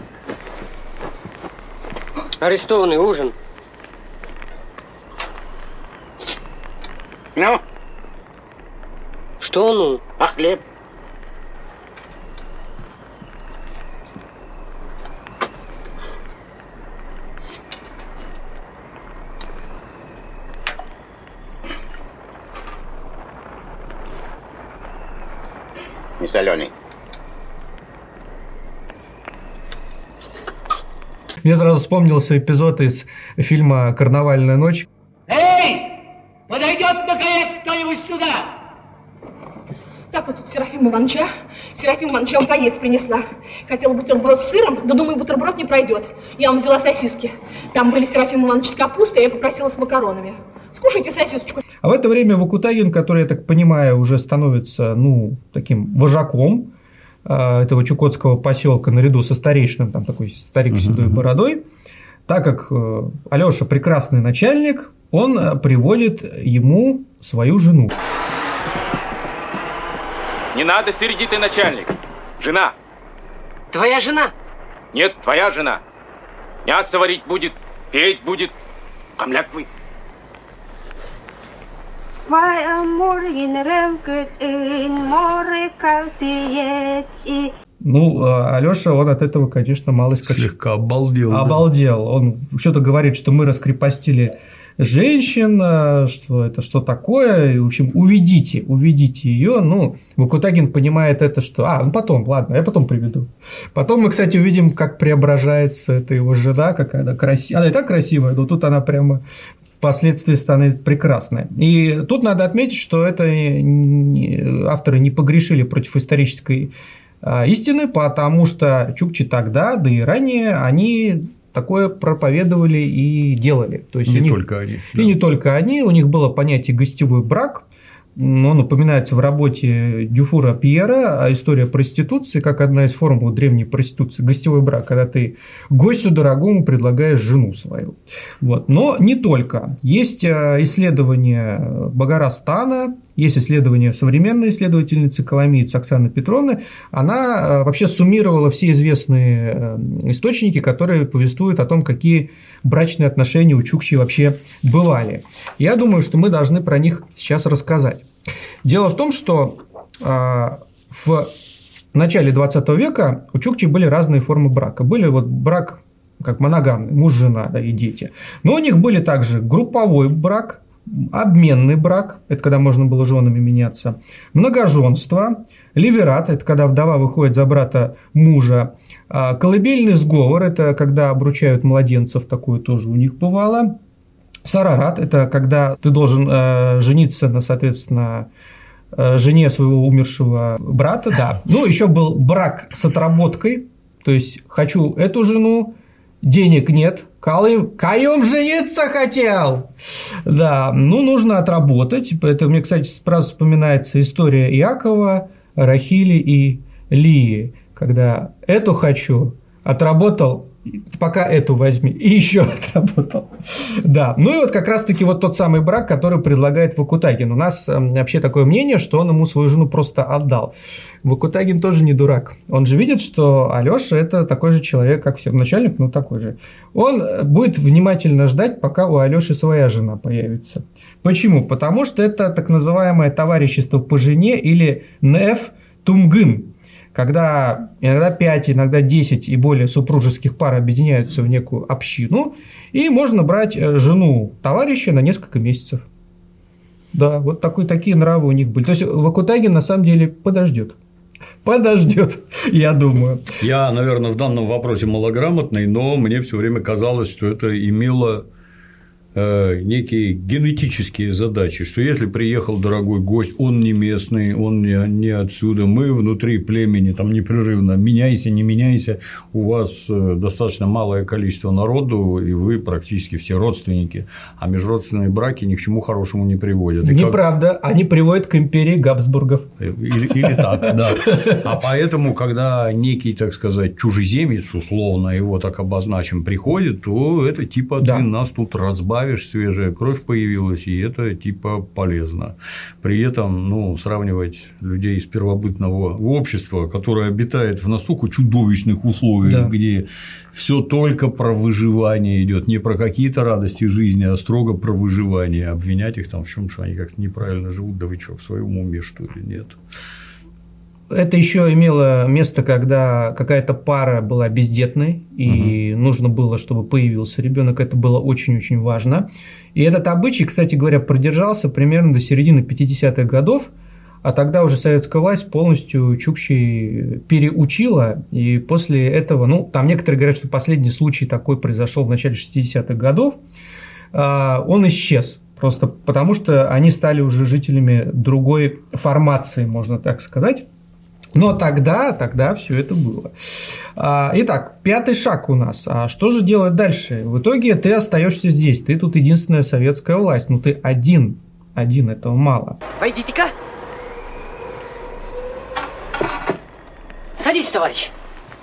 Арестованный ужин. Ну? Что ну? А хлеб? Не соленый. Мне сразу вспомнился эпизод из фильма «Карнавальная ночь». Эй! Подойдет наконец кто-нибудь сюда! Так вот тут Серафима Ивановича вам поесть принесла. Хотела бутерброд с сыром, да думаю, бутерброд не пройдет. Я вам взяла сосиски. Там были Серафима Иванович с капустой, я попросила с макаронами. Скушайте сосисочку. А в это время Вакутагин, который, я так понимаю, уже становится, таким вожаком этого чукотского поселка наряду со старейшином, там такой старик с седой бородой, так как Алёша прекрасный начальник, он приводит ему свою жену. Не надо, сердитый начальник. Жена. Твоя жена? Нет, твоя жена. Мясо варить будет, петь будет. Камляквы. Алёша, он от этого, конечно, малость слегка обалдел. Он что-то говорит, что мы раскрепостили женщин, что это что такое, и, в общем, уведите ее. Ну, Вакутагин понимает это, что… потом, ладно, я потом приведу. Потом мы, кстати, увидим, как преображается эта его жена, какая она красивая. Она и так красивая, но тут она прямо впоследствии становится прекрасной. И тут надо отметить, что это авторы не погрешили против исторической истины, потому что чукчи тогда, да и ранее, они такое проповедовали и делали. То есть только они. И не только они. У них было понятие «гостевой брак». Он упоминается в работе Дюфура Пьера «История проституции», как одна из формул древней проституции. Гостевой брак, когда ты гостю дорогому предлагаешь жену свою. Вот. Но не только. Есть исследования Багарастана, есть исследования современной исследовательницы Коломиец Оксаны Петровны. Она вообще суммировала все известные источники, которые повествуют о том, какие брачные отношения у чукчи вообще бывали. Я думаю, что мы должны про них сейчас рассказать. Дело в том, что в начале 20 века у чукчи были разные формы брака. Были брак как моногамный, муж-жена, да, и дети. Но у них были также групповой брак, обменный брак, это когда можно было женами меняться, многоженство, ливерат, это когда вдова выходит за брата мужа, колыбельный сговор, это когда обручают младенцев, такое тоже у них бывало, сарарат, это когда ты должен жениться на, соответственно, жене своего умершего брата, да. Ну, еще был брак с отработкой, то есть хочу эту жену, денег нет, каем жениться хотел. Да, нужно отработать. Это мне, кстати, сразу вспоминается история Иакова, Рахили и Лии, когда эту хочу, отработал, пока эту возьми, и еще отработал. Да, ну и вот как раз-таки вот тот самый брак, который предлагает Вакутагин. У нас вообще такое мнение, что он ему свою жену просто отдал. Вакутагин тоже не дурак. Он же видит, что Алёша – это такой же человек, как все, начальник, но такой же. Он будет внимательно ждать, пока у Алёши своя жена появится. Почему? Потому что это так называемое товарищество по жене или неф тумгын, когда иногда 5, иногда 10 и более супружеских пар объединяются в некую общину, и можно брать жену товарища на несколько месяцев. Да, вот такие нравы у них были. То есть Вакутагин на самом деле подождет, я думаю. Я, наверное, в данном вопросе малограмотный, но мне все время казалось, что это имело некие генетические задачи, что если приехал дорогой гость, он не местный, он не отсюда, мы внутри племени там непрерывно меняйся, не меняйся, у вас достаточно малое количество народу, и вы практически все родственники, а межродственные браки ни к чему хорошему не приводят. Неправда, они приводят к империи Габсбургов. Или так, да. А поэтому, когда некий, так сказать, чужеземец, условно его так обозначим, приходит, то это типа ты нас тут разбавишь, свежая кровь появилась, и это типа полезно. При этом, сравнивать людей из первобытного общества, которое обитает в настолько чудовищных условиях, где все только про выживание идет, не про какие-то радости жизни, а строго про выживание, обвинять их там в чем, что они как-то неправильно живут, да вы что, в своем уме, что ли, нет. Это еще имело место, когда какая-то пара была бездетной, и нужно было, чтобы появился ребенок. Это было очень-очень важно. И этот обычай, кстати говоря, продержался примерно до середины 50-х годов, а тогда уже советская власть полностью чукчей переучила, и после этого, там некоторые говорят, что последний случай такой произошел в начале 60-х годов, он исчез. Просто потому, что они стали уже жителями другой формации, можно так сказать. Но тогда все это было. Итак, 5-й шаг у нас. А что же делать дальше? В итоге ты остаешься здесь. Ты тут единственная советская власть. Ты один. Этого мало. Войдите-ка. Садись, товарищ.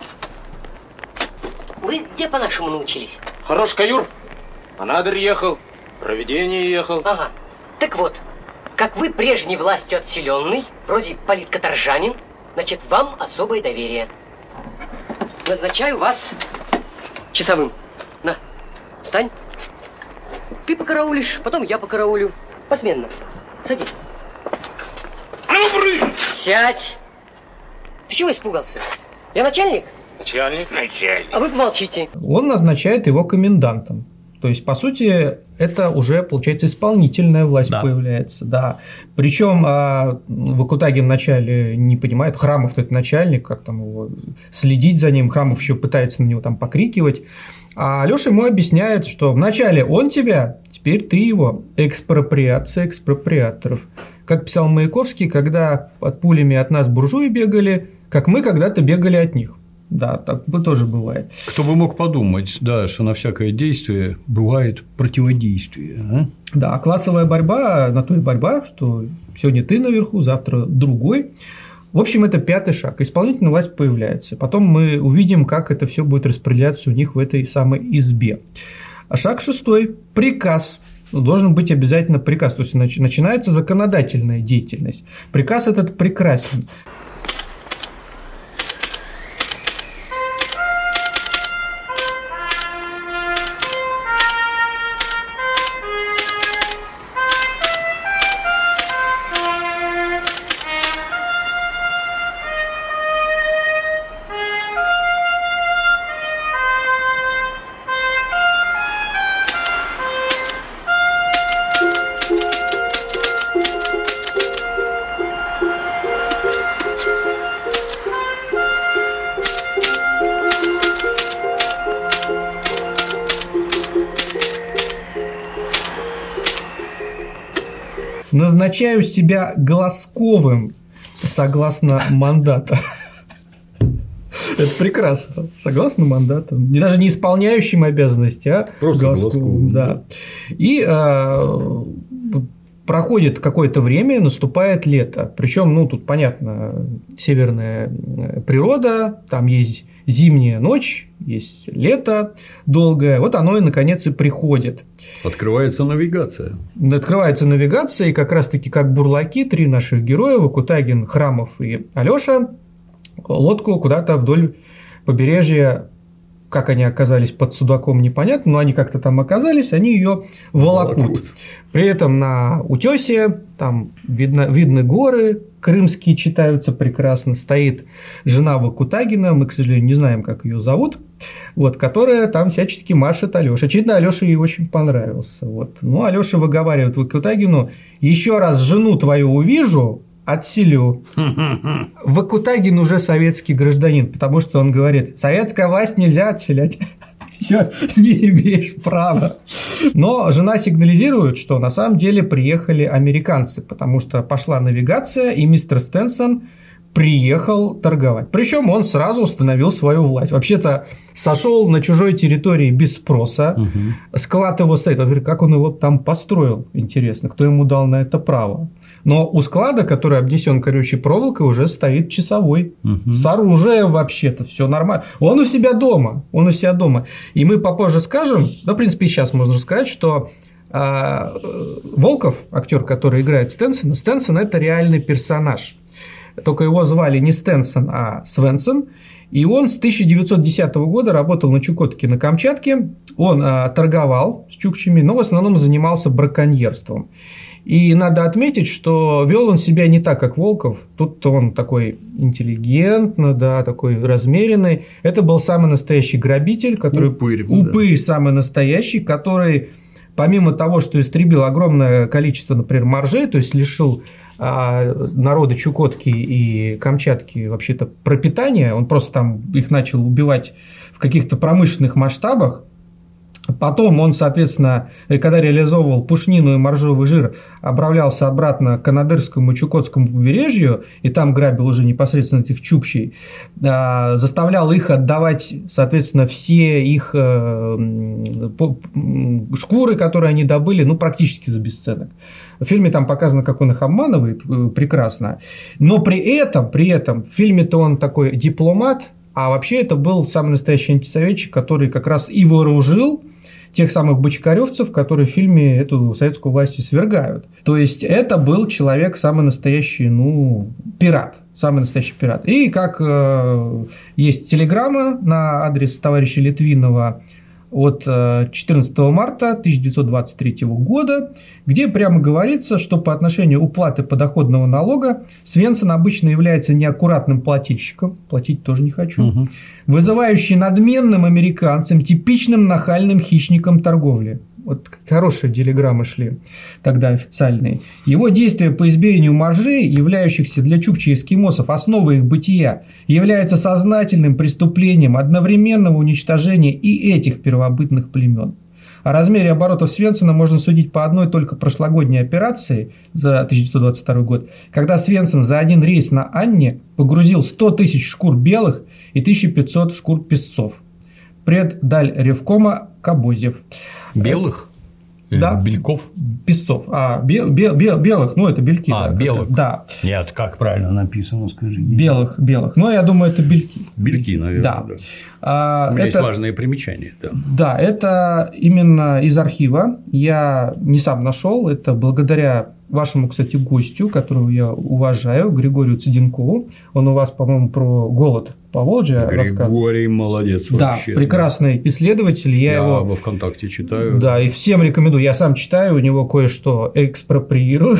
Вы где по-нашему научились? Хорош каюр. Анадырь ехал, провидение ехал. Ага. Так вот, как вы прежней властью отселенный, вроде политкоторжанин, значит, вам особое доверие. Назначаю вас часовым. На, встань. Ты покараулишь, потом я покараулю. Посменно. Садись. А ну, брысь! Сядь. Ты чего испугался? Я начальник? Начальник. А вы помолчите. Он назначает его комендантом. То есть, по сути, это уже, получается, исполнительная власть появляется. Да. Причем Вакутагин вначале не понимает, Храмов это начальник, как там его следить за ним, Храмов еще пытается на него там покрикивать. А Алёша ему объясняет, что вначале он тебя, теперь ты его. Экспроприация экспроприаторов. Как писал Маяковский, когда под пулями от нас буржуи бегали, как мы когда-то бегали от них. Да, так тоже бывает. Кто бы мог подумать, да, что на всякое действие бывает противодействие. А? Да, классовая борьба, на то и борьба, что сегодня ты наверху, завтра другой. В общем, это 5-й шаг. Исполнительная власть появляется. Потом мы увидим, как это все будет распределяться у них в этой самой избе. А шаг 6-й – приказ. Должен быть обязательно приказ. То есть начинается законодательная деятельность. Приказ этот прекрасен. Назначаю себя Глазковым согласно мандата. Это прекрасно. Согласно мандату. Даже не исполняющим обязанности, а просто Глазковым. Да. И проходит какое-то время, наступает лето. Причем, ну, тут понятно, северная природа, там есть зимняя ночь, есть лето долгое. Вот оно и наконец и приходит. Открывается навигация. Открывается навигация, и как раз-таки как бурлаки, 3 наших героя, Вакутагин, Храмов и Алёша, лодку куда-то вдоль побережья, как они оказались под Судаком, непонятно, но они как-то там оказались, они ее волокут. При этом на утёсе там видны горы, крымские читаются прекрасно, стоит жена Вакутагина, мы, к сожалению, не знаем, как ее зовут, вот, которая там всячески машет Алёше. Очевидно, Алёше ей очень понравился. Вот. Ну, Алёша выговаривает Вакутагину: еще раз жену твою увижу, отселю. Вакутагин уже советский гражданин, потому что он говорит: советская власть нельзя отселять. Все, не имеешь права. Но жена сигнализирует, что на самом деле приехали американцы, потому что пошла навигация, и мистер Стенсон приехал торговать. Причем он сразу установил свою власть. Вообще-то сошел на чужой территории без спроса. Склад его стоит. Как он его там построил? Интересно, кто ему дал на это право? Но у склада, который обнесен колючей проволокой, уже стоит часовой. С оружием вообще-то все нормально. Он у себя дома. И мы попозже скажем, да, в принципе, и сейчас можно сказать, что Волков, актер, который играет Стенсона, Стенсон – это реальный персонаж. Только его звали не Стенсон, а Свенсон. И он с 1910 года работал на Чукотке, на Камчатке. Он торговал с чукчами, но в основном занимался браконьерством. И надо отметить, что вел он себя не так, как Волков. Тут он такой интеллигентный, да, такой размеренный. Это был самый настоящий грабитель, который упырь самый настоящий, который помимо того, что истребил огромное количество, например, моржей, то есть лишил народа Чукотки и Камчатки вообще-то пропитания, он просто там их начал убивать в каких-то промышленных масштабах. Потом он, соответственно, когда реализовывал пушнину и моржовый жир, отправлялся обратно к Канадырскому и Чукотскому побережью, и там грабил уже непосредственно этих чукчей, заставлял их отдавать, соответственно, все их шкуры, которые они добыли, ну, практически за бесценок. В фильме там показано, как он их обманывает прекрасно, но при этом в фильме-то он такой дипломат, а вообще это был самый настоящий антисоветчик, который как раз и вооружил тех самых бочкаревцев, которые в фильме эту советскую власть свергают. То есть это был человек самый настоящий, пират. Самый настоящий пират. И как есть телеграмма на адрес товарища Литвинова от 14 марта 1923 года, где прямо говорится, что по отношению уплаты подоходного налога Свенсон обычно является неаккуратным плательщиком, платить тоже не хочу, вызывающий надменным американцам, типичным нахальным хищником торговли. вот хорошие телеграммы шли тогда официальные. Его действия по избиению моржей, являющихся для чукчей и эскимосов основой их бытия, являются сознательным преступлением одновременного уничтожения и этих первобытных племен. О размере оборотов Свенсона можно судить по одной только прошлогодней операции за 1922 год, когда Свенсон за один рейс на Анне погрузил 100 тысяч шкур белых и 1500 шкур песцов. Преддаль Ревкома Кобозев. Белых? Да. Бельков? Песцов. Белых, ну это бельки. Белых. Да. Нет, как правильно написано, скажи. Белых. Ну, я думаю, это бельки. Бельки, наверное, да. У меня есть важные примечания. Да, это именно из архива. Я не сам нашел, это благодаря вашему, кстати, гостю, которого я уважаю, Григорию Цыденкову. Он у вас, по-моему, про голод Поволжья рассказывал. Григорий молодец вообще. Да, прекрасный исследователь. Я его во ВКонтакте читаю. Да, и всем рекомендую. Я сам читаю, у него кое-что экспроприирую.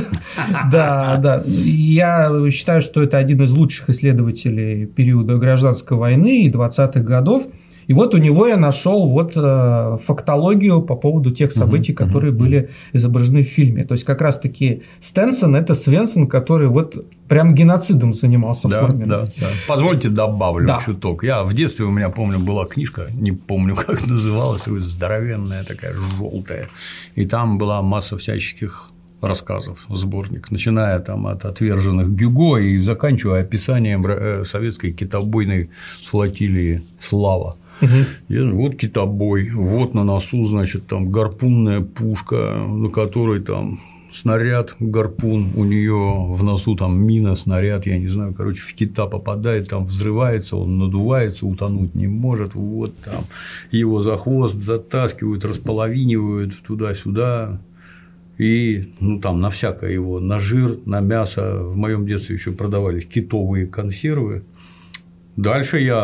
Да. Я считаю, что это один из лучших исследователей периода гражданской войны и 20-х годов. И вот у него я нашел вот фактологию по поводу тех событий, которые были изображены в фильме. То есть, как раз-таки Стенсон – это Свенсон, который вот прям геноцидом занимался в форме. Да. Позвольте добавлю чуток. В детстве у меня, помню, была книжка, не помню, как называлась, здоровенная такая, желтая, и там была масса всяческих рассказов, сборник, начиная там от отверженных Гюго и заканчивая описанием советской китобойной флотилии «Слава». Вот китобой, вот на носу, значит, там гарпунная пушка, на которой там снаряд, гарпун, у нее в носу там мина, снаряд, я не знаю, короче, в кита попадает, там взрывается, он надувается, утонуть не может, вот там его за хвост затаскивают, располовинивают туда-сюда. И там на всякое его, на жир, на мясо. В моем детстве еще продавались китовые консервы. Дальше я,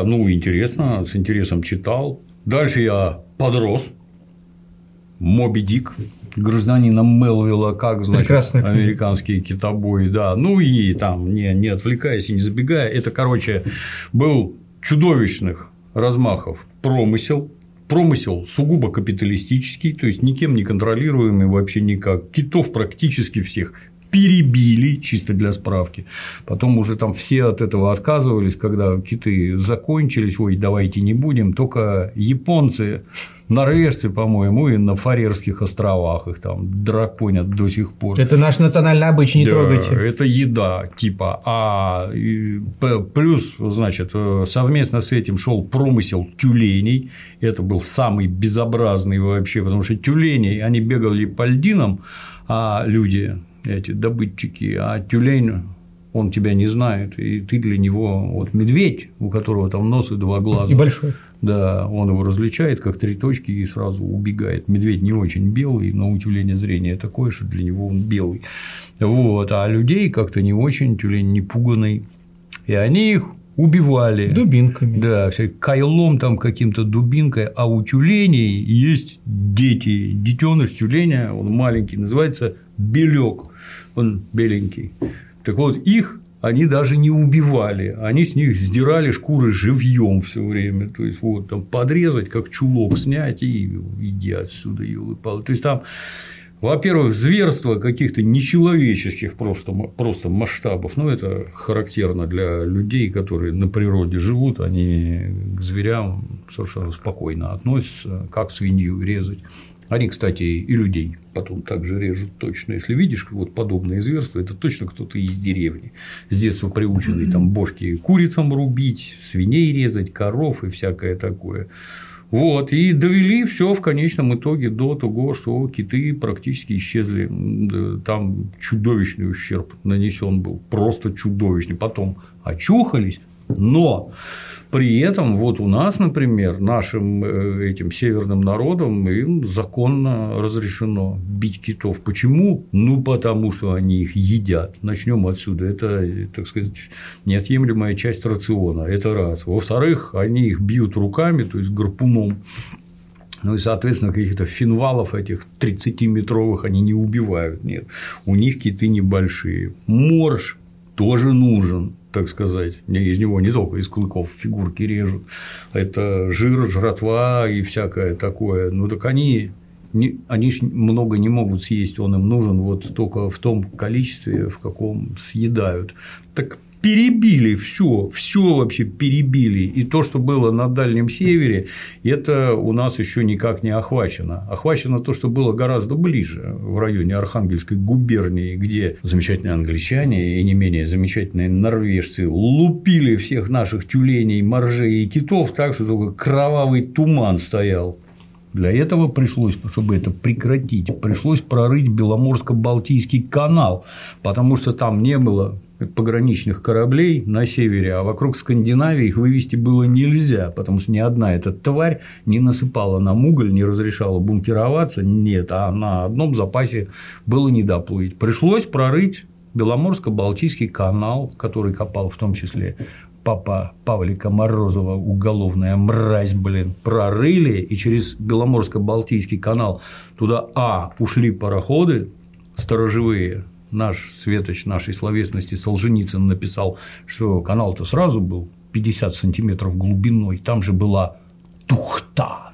с интересом читал. Дальше я подрос. Моби Дик, гражданина Мелвилла, как, значит, американские китобои, да. И там, не отвлекаясь и не забегая, это, короче, был чудовищных размахов промысел сугубо капиталистический, то есть никем не контролируемый вообще никак. Китов практически всех перебили, чисто для справки. Потом уже там все от этого отказывались, когда киты закончились, давайте не будем, только японцы, норвежцы, по-моему, и на Фарерских островах их там драконят до сих пор. Это наш национальный обычай, не трогайте. Это еда, типа. Плюс, значит, совместно с этим шел промысел тюленей. Это был самый безобразный вообще, потому что тюлени, они бегали по льдинам, а люди, эти добытчики, а тюлень, он тебя не знает, и ты для него, медведь, у которого там нос и 2 глаза. И большой. Да, он его различает как 3 точки и сразу убегает. Медведь не очень белый, но у тюленя зрение такое, что для него он белый. А людей как-то не очень, тюлень не пуганый. И они их убивали. Дубинками. Да, кайлом там каким-то, дубинкой. А у тюленей есть дети. Детеныш тюленя, он маленький, называется белек. Он беленький. Так вот, их они даже не убивали, они с них сдирали шкуры живьем все время. То есть, там подрезать, как чулок снять и иди отсюда, ёлы-палы. То есть, там, во-первых, зверства каких-то нечеловеческих просто масштабов. Это характерно для людей, которые на природе живут, они к зверям совершенно спокойно относятся, как свинью резать. Они, кстати, и людей потом также режут точно. Если видишь подобные зверства, это точно кто-то из деревни, с детства приученный там бошки курицам рубить, свиней резать, коров и всякое такое. И довели все в конечном итоге до того, что киты практически исчезли. Там чудовищный ущерб нанесен был, просто чудовищный. Потом очухались, но при этом у нас, например, нашим этим северным народам им законно разрешено бить китов. Почему? Потому что они их едят. Начнем отсюда. Это, так сказать, неотъемлемая часть рациона. Это раз. Во-вторых, они их бьют руками, то есть гарпуном. И, соответственно, каких-то финвалов этих 30-метровых они не убивают. Нет. У них киты небольшие. Морж тоже нужен, так сказать, из него не только из клыков фигурки режут, это жир, жратва и всякое такое. Так они они ж много не могут съесть, он им нужен вот только в том количестве, в каком съедают. Так перебили все вообще перебили. И то, что было на Дальнем Севере, это у нас еще никак не охвачено. Охвачено то, что было гораздо ближе, в районе Архангельской губернии, где замечательные англичане и не менее замечательные норвежцы лупили всех наших тюленей, моржей и китов так, что только кровавый туман стоял. Для этого пришлось, чтобы это прекратить, пришлось прорыть Беломорско-Балтийский канал, потому что там не было пограничных кораблей на севере, а вокруг Скандинавии их вывести было нельзя, потому что ни одна эта тварь не насыпала нам уголь, не разрешала бункероваться, нет, а на одном запасе было не доплыть. Пришлось прорыть Беломорско-Балтийский канал, который копал в том числе папа Павлика Морозова, уголовная мразь, прорыли, и через Беломорско-Балтийский канал туда ушли пароходы сторожевые. Наш светоч нашей словесности Солженицын написал, что канал-то сразу был 50 сантиметров глубиной, там же была тухта,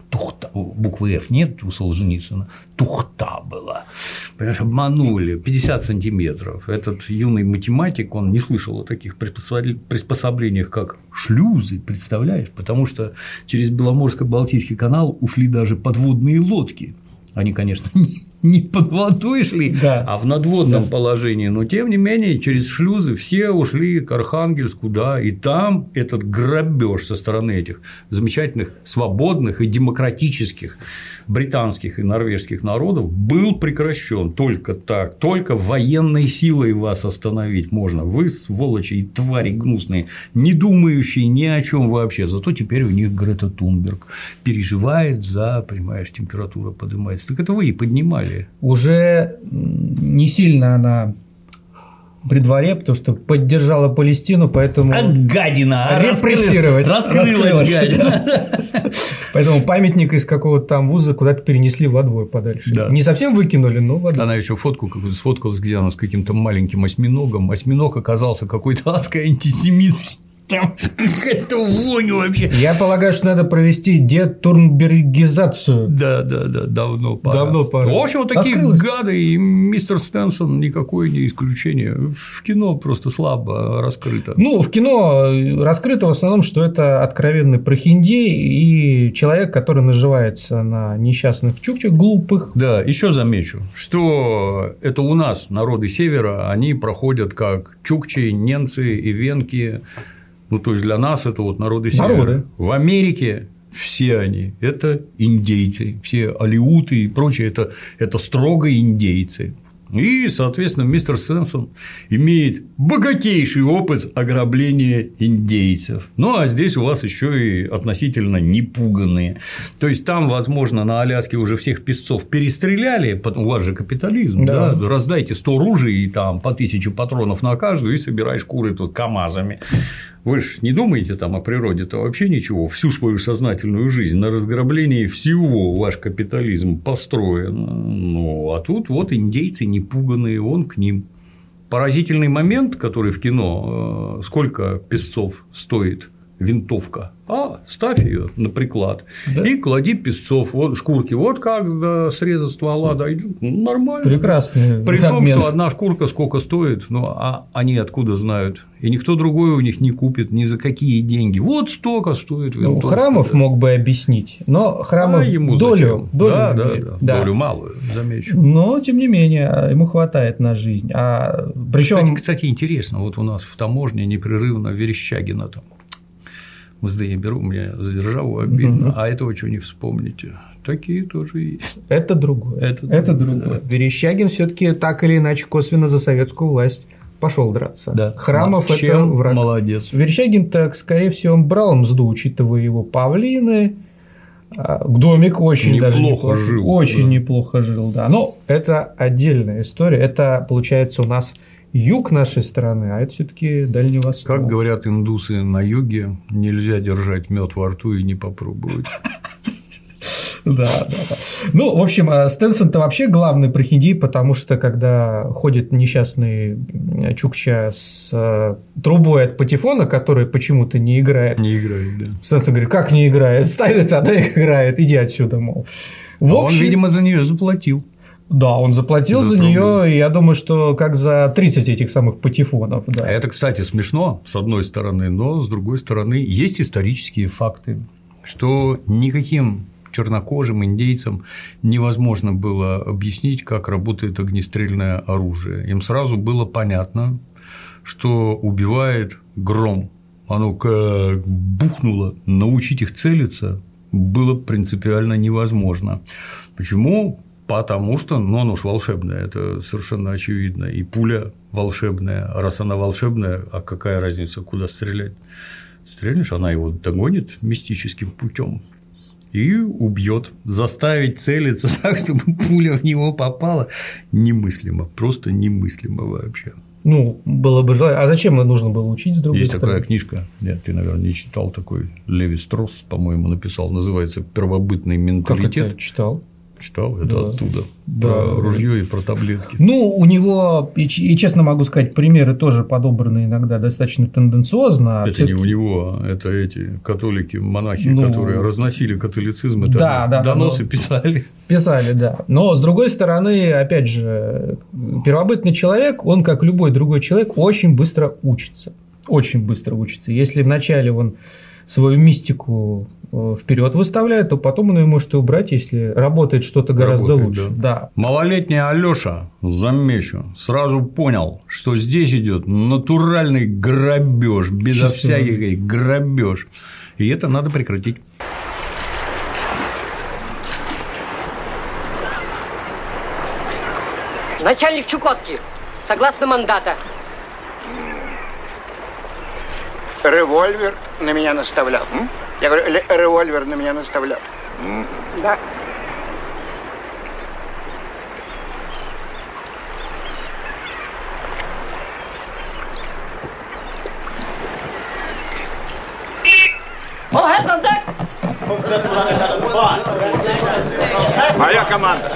буквы F нет у Солженицына, тухта была, понимаешь, обманули, 50 сантиметров. Этот юный математик, он не слышал о таких приспособлениях, как шлюзы, представляешь, потому что через Беломорско-Балтийский канал ушли даже подводные лодки. Они, конечно, не под водой шли, да, а в надводном положении, но тем не менее через шлюзы все ушли к Архангельску, да, и там этот грабеж со стороны этих замечательных свободных и демократических британских и норвежских народов был прекращен. Только так, только военной силой вас остановить можно. Вы, сволочи и твари гнусные, не думающие ни о чем вообще. Зато теперь у них Грета Тунберг переживает за, понимаешь, температура поднимается. Так это вы и поднимали. Уже не сильно она при дворе, потому что поддержала Палестину, поэтому гадина! Репрессировать. Раскрылась гадина. Поэтому памятник из какого-то там вуза куда-то перенесли во двор подальше. Да. Не совсем выкинули, но во двор. Она еще фотку какую-то сфоткалась, где она с каким-то маленьким осьминогом. Осьминог оказался какой-то адской антисемитский. Там какая-то вонь вообще. Я полагаю, что надо провести детурнбергизацию. Да, давно пора. В общем, вот такие гады, и мистер Стенсон никакое не исключение. В кино просто слабо раскрыто. Ну, в кино раскрыто в основном, что это откровенный прохиндей и человек, который наживается на несчастных чукчах глупых. Да, еще замечу, что это у нас народы Севера, они проходят как чукчи, немцы и венки. Ну, то есть для нас это вот народы Севера. В Америке все они – это индейцы, все алиуты и прочее – это строго индейцы. И, соответственно, мистер Стенсон имеет богатейший опыт ограбления индейцев. Ну, а здесь у вас еще и относительно непуганные. То есть там, возможно, на Аляске уже всех песцов перестреляли, у вас же капитализм, да. Раздайте 100 ружей и там по 1000 патронов на каждую и собирай шкуры тут КАМАЗами. Вы же не думаете там о природе-то вообще ничего, всю свою сознательную жизнь на разграблении всего ваш капитализм построен. Ну, а тут вот индейцы непуганные, он к ним. Поразительный момент, который в кино, сколько песцов стоит винтовка, ставь ее на приклад, да, и клади песцов, вот шкурки, вот как до среза ствола дойдет, нормально. Прекрасный При том, что одна шкурка сколько стоит, ну, а они откуда знают, и никто другой у них не купит ни за какие деньги. Вот столько стоит винтовка. Ну, Храмов мог бы объяснить, но Храмов ему долю долю малую, замечу. Но тем не менее ему хватает на жизнь. Причем, кстати, интересно, вот у нас в таможне непрерывно Верещагина там. Мзды я беру, мне за державу обидно, а этого чего не вспомните. Такие тоже есть. Это другое. Это другое. Да. Верещагин все-таки так или иначе косвенно за советскую власть пошел драться. Да. Храмов – это враг. Молодец. Верещагин-то, скорее всего, он брал мзду, учитывая его павлины. Домик очень неплохо жил. Очень неплохо жил, да. Но это отдельная история. Это, получается, у нас юг нашей страны, а это все-таки Дальний Восток. Как говорят индусы на юге, нельзя держать мед во рту и не попробовать. Да. Ну, в общем, Стенсон-то вообще главный прохиндей, потому что когда ходит несчастный чукча с трубой от патефона, который почему-то не играет. Не играет, да. Стенсон говорит, как не играет? Ставит, она играет, иди отсюда, мол. Он, видимо, за нее заплатил. Да, он заплатил за нее, и я думаю, что как за 30 этих самых патефонов. Да. Это, кстати, смешно, с одной стороны, но с другой стороны, есть исторические факты, что никаким чернокожим индейцам невозможно было объяснить, как работает огнестрельное оружие. Им сразу было понятно, что убивает гром. Оно как бухнуло, научить их целиться было принципиально невозможно. Почему? Потому что, оно уж волшебное, это совершенно очевидно, и пуля волшебная, а раз она волшебная, а какая разница, куда стрелять? Стрельнешь, она его догонит мистическим путем и убьет. Заставить целиться так, чтобы пуля в него попала, немыслимо, просто немыслимо вообще. Ну, было бы желание. А зачем нужно было учить с другой Есть стороны? такая книжка, нет, ты, наверное, не читал, такой Леви Стросс, по-моему, написал, называется «Первобытный менталитет». Как это читал? Читал, это оттуда. Про ружье и про таблетки. Ну, у него, и честно могу сказать, примеры тоже подобраны иногда достаточно тенденциозно. Это не у него, это эти католики, монахи, которые разносили католицизм, это доносы писали. Писали, да. Но, с другой стороны, опять же, первобытный человек, он, как любой другой человек, очень быстро учится. Очень быстро учится. Если вначале он свою мистику вперед выставляет, то потом он ее может и убрать, если работает что-то гораздо лучше. Да. Малолетний Алёша, замечу, сразу понял, что здесь идет натуральный грабеж, безо всякой грабеж. И это надо прекратить. Начальник Чукотки, согласно мандата. Револьвер на меня наставлял. Я говорю, револьвер на меня наставлял. Да. Моя команда.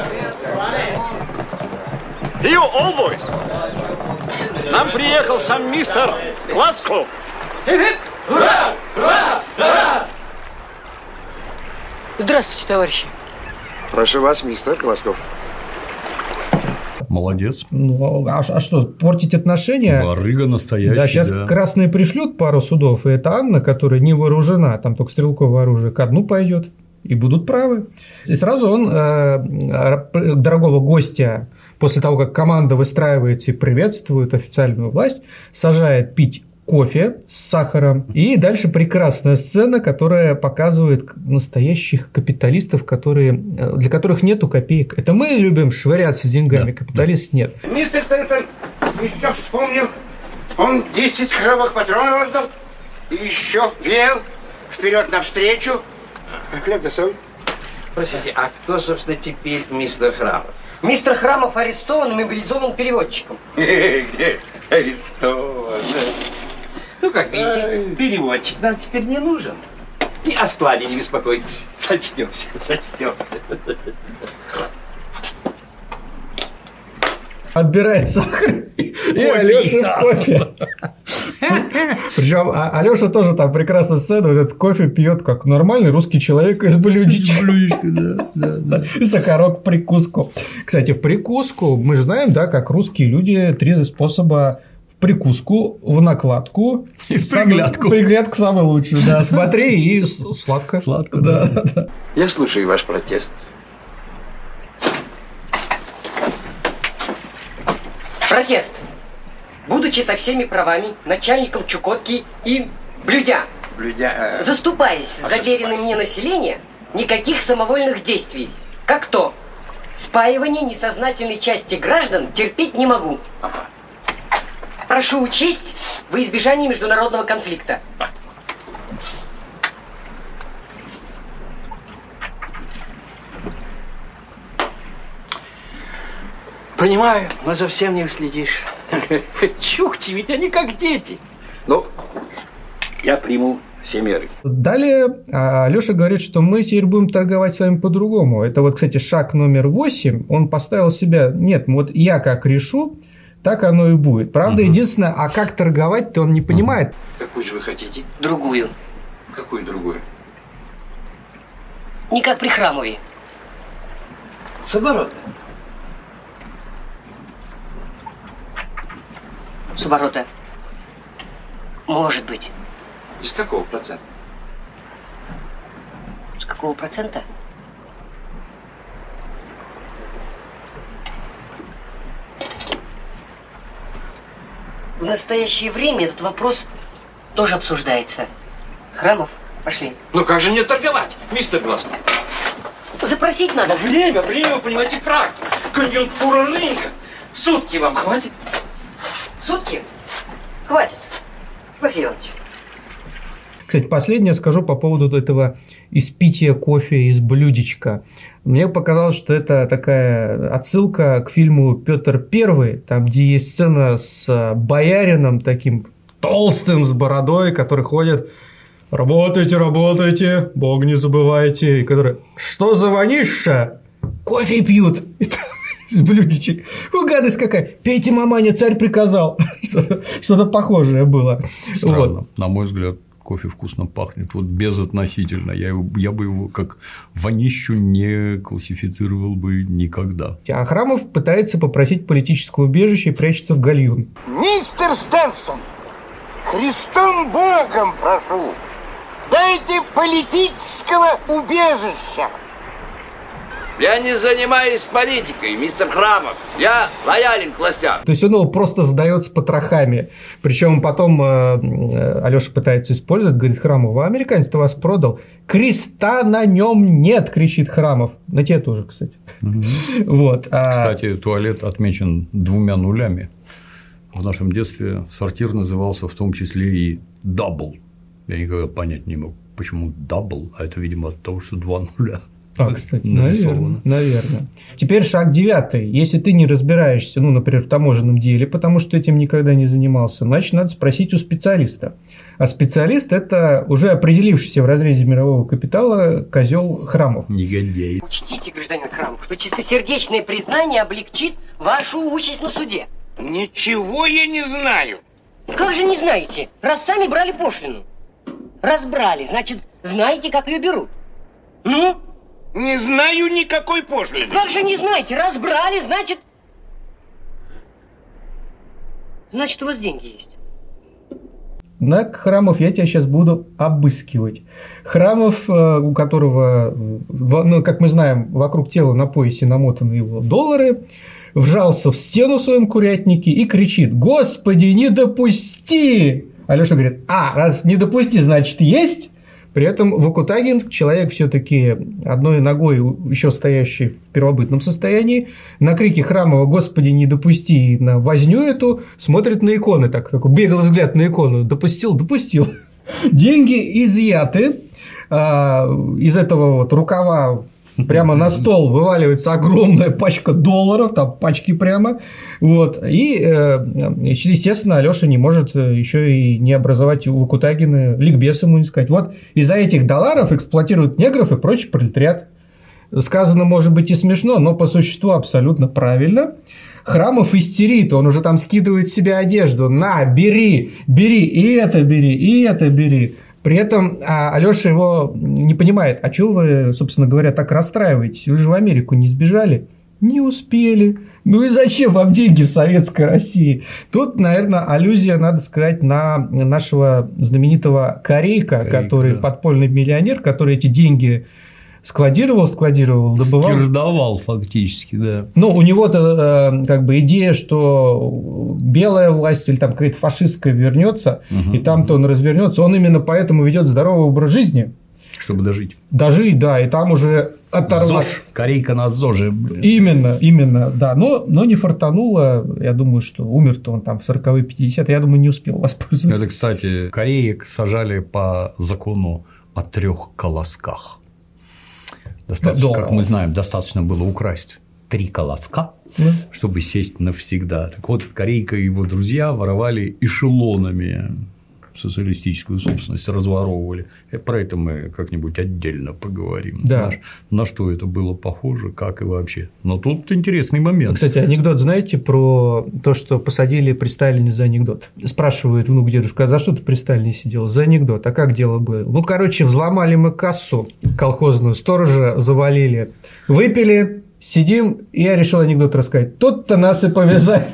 You, all boys. Нам приехал сам мистер Глазков. Ура! Ура! Ура! Здравствуйте, товарищи. Прошу вас, мистер Глазков. Молодец. Ну, а что, портить отношения? Барыга настоящий. Да, сейчас красные пришлют пару судов, и это Анна, которая не вооружена, там только стрелковое оружие, ко дну пойдет, и будут правы. И сразу он дорогого гостя, после того, как команда выстраивается и приветствует официальную власть, сажает пить кофе с сахаром. И дальше прекрасная сцена, которая показывает настоящих капиталистов, для которых нету копеек. Это мы любим швыряться деньгами, капиталистов нет. Мистер Стенсон еще вспомнил, он 10 хлебок патронов раздал, и еще вел вперед навстречу. Хлеб да соль. Простите, а кто, собственно, теперь мистер Храмов? Мистер Храмов арестован и мобилизован переводчиком. Где арестован? Ну, как видите, переводчик нам теперь не нужен. И о складе не беспокойтесь. Сочтемся. Отбирает сахар и Алёша в кофе. Причем Алёша тоже там прекрасная сцена, этот кофе пьет как нормальный русский человек из блюдечка. Да. И сахарок в прикуску. Кстати, в прикуску мы же знаем, да, как русские люди 3 способа: в прикуску, в накладку и в приглядку. Приглядку самый лучший. Да, смотри, и сладко. Сладко, да. Я слушаю ваш протест. Протест. Будучи со всеми правами начальником Чукотки и блюдя, заступаясь за веренное мне население, никаких самовольных действий, как то спаивание несознательной части граждан терпеть не могу. Прошу учесть во избежание международного конфликта. Понимаю, но за всем не уследишь. Чукчи, ведь они как дети. Ну, я приму все меры. Далее Алёша говорит, что мы теперь будем торговать с вами по-другому. Это вот, кстати, шаг номер 8. Он поставил себя, нет, вот я как решу, так оно и будет. Правда, единственное, а как торговать-то он не понимает. Какую же вы хотите? Другую. Какую другую? Не как при Храмове. С оборота. С оборота. Может быть. С какого процента? С какого процента? В настоящее время этот вопрос тоже обсуждается. Храмов, пошли. Ну как же мне торговать, мистер Глазко? Запросить надо. Время, вы понимаете, практика. Конъюнктура рынка. Сутки вам хватит? Сутки? Хватит. Кофе Иванович. Кстати, последнее скажу по поводу этого из пития кофе из блюдечка. Мне показалось, что это такая отсылка к фильму «Петр I», там, где есть сцена с боярином таким толстым, с бородой, который ходит: «Работайте, работайте, Бог не забывайте», и который: «Что за вонище? Кофе пьют». Из блюдечек. Ну, гадость какая. «Пейте, маманя, царь приказал». Что-то похожее было. Странно. Вот. На мой взгляд, кофе вкусно пахнет. Вот безотносительно. Я бы его как вонищу не классифицировал бы никогда. А Храмов пытается попросить политическое убежище и прячется в гальюн. Мистер Стэнсон, Христом Богом прошу, дайте политического убежища. Я не занимаюсь политикой, мистер Храмов. Я лоялен к властям. То есть он его просто сдает с потрохами. Причем потом Алёша пытается использовать, говорит Храмов: «А американец-то вас продал. Креста на нем нет», кричит Храмов. На тебе тоже, кстати. Вот. Кстати, туалет отмечен 2 нулями. В нашем детстве сортир назывался в том числе и «дабл». Я никогда понять не мог, почему «дабл», а это, видимо, от того, что 2 нуля. Кстати, наверное. Теперь шаг 9. Если ты не разбираешься, ну, например, в таможенном деле, потому что этим никогда не занимался, значит, надо спросить у специалиста. А специалист – это уже определившийся в разрезе мирового капитала козел Храмов. Негодяй. Учтите, гражданин Храмов, что чистосердечное признание облегчит вашу участь на суде. Ничего я не знаю. Как же не знаете, раз сами брали пошлину? Раз брали, значит, знаете, как ее берут. Ну? Не знаю никакой пошлины. Как же не знаете? Раз брали, значит... Значит, у вас деньги есть. Так, Храмов, я тебя сейчас буду обыскивать. Храмов, у которого, ну, как мы знаем, вокруг тела на поясе намотаны его доллары, вжался в стену в своем курятнике и кричит: «Господи, не допусти!» Алёша говорит: раз не допусти, значит, есть. При этом Вакутагин, человек все-таки одной ногой еще стоящий в первобытном состоянии, на крики Храмова «Господи, не допусти!» на возню эту смотрит на иконы, такой беглый взгляд на икону: допустил. Деньги изъяты, из этого вот рукава прямо на стол вываливается огромная пачка долларов, там пачки прямо, вот, и, естественно, Алёша не может еще и не образовать у Вакутагина ликбез ему не сказать: вот из-за этих долларов эксплуатируют негров и прочий пролетариат. Сказано, может быть, и смешно, но по существу абсолютно правильно. Храмов истерит, он уже там скидывает с себя одежду: на, бери, и это бери. При этом Алёша его не понимает: а чего вы, собственно говоря, так расстраиваетесь? Вы же в Америку не сбежали? Не успели. Ну и зачем вам деньги в советской России? Тут, наверное, аллюзия, надо сказать, на нашего знаменитого Корейка, который подпольный миллионер, который эти деньги складировал, добывал. Скирдовал фактически, да. Ну, у него-то как бы идея, что белая власть или там какая-то фашистская вернется, и там-то он развернется. Он именно поэтому ведет здоровый образ жизни. Чтобы дожить. Дожить, да, и там уже оторвался. ЗОЖ, Корейка на ЗОЖе. Именно, да. Но не фартануло. Я думаю, что умер-то он там в 40-е, 50-е. Я думаю, не успел воспользоваться. Это, кстати, кореек сажали по закону о 3 колосках. Достаточно, как мы знаем, достаточно было украсть 3 колоска, чтобы сесть навсегда. Так вот, Корейка и его друзья воровали эшелонами социалистическую собственность разворовывали. И про это мы как-нибудь отдельно поговорим. Да. На что это было похоже, как и вообще. Но тут интересный момент. Кстати, анекдот знаете про то, что посадили при Сталине за анекдот? Спрашивает внук дедушка: а за что ты при Сталине сидел? За анекдот. А как дело было? Ну, короче, взломали мы кассу колхозную, сторожа завалили, выпили, сидим, и я решил анекдот рассказать. Тут-то нас и повязали.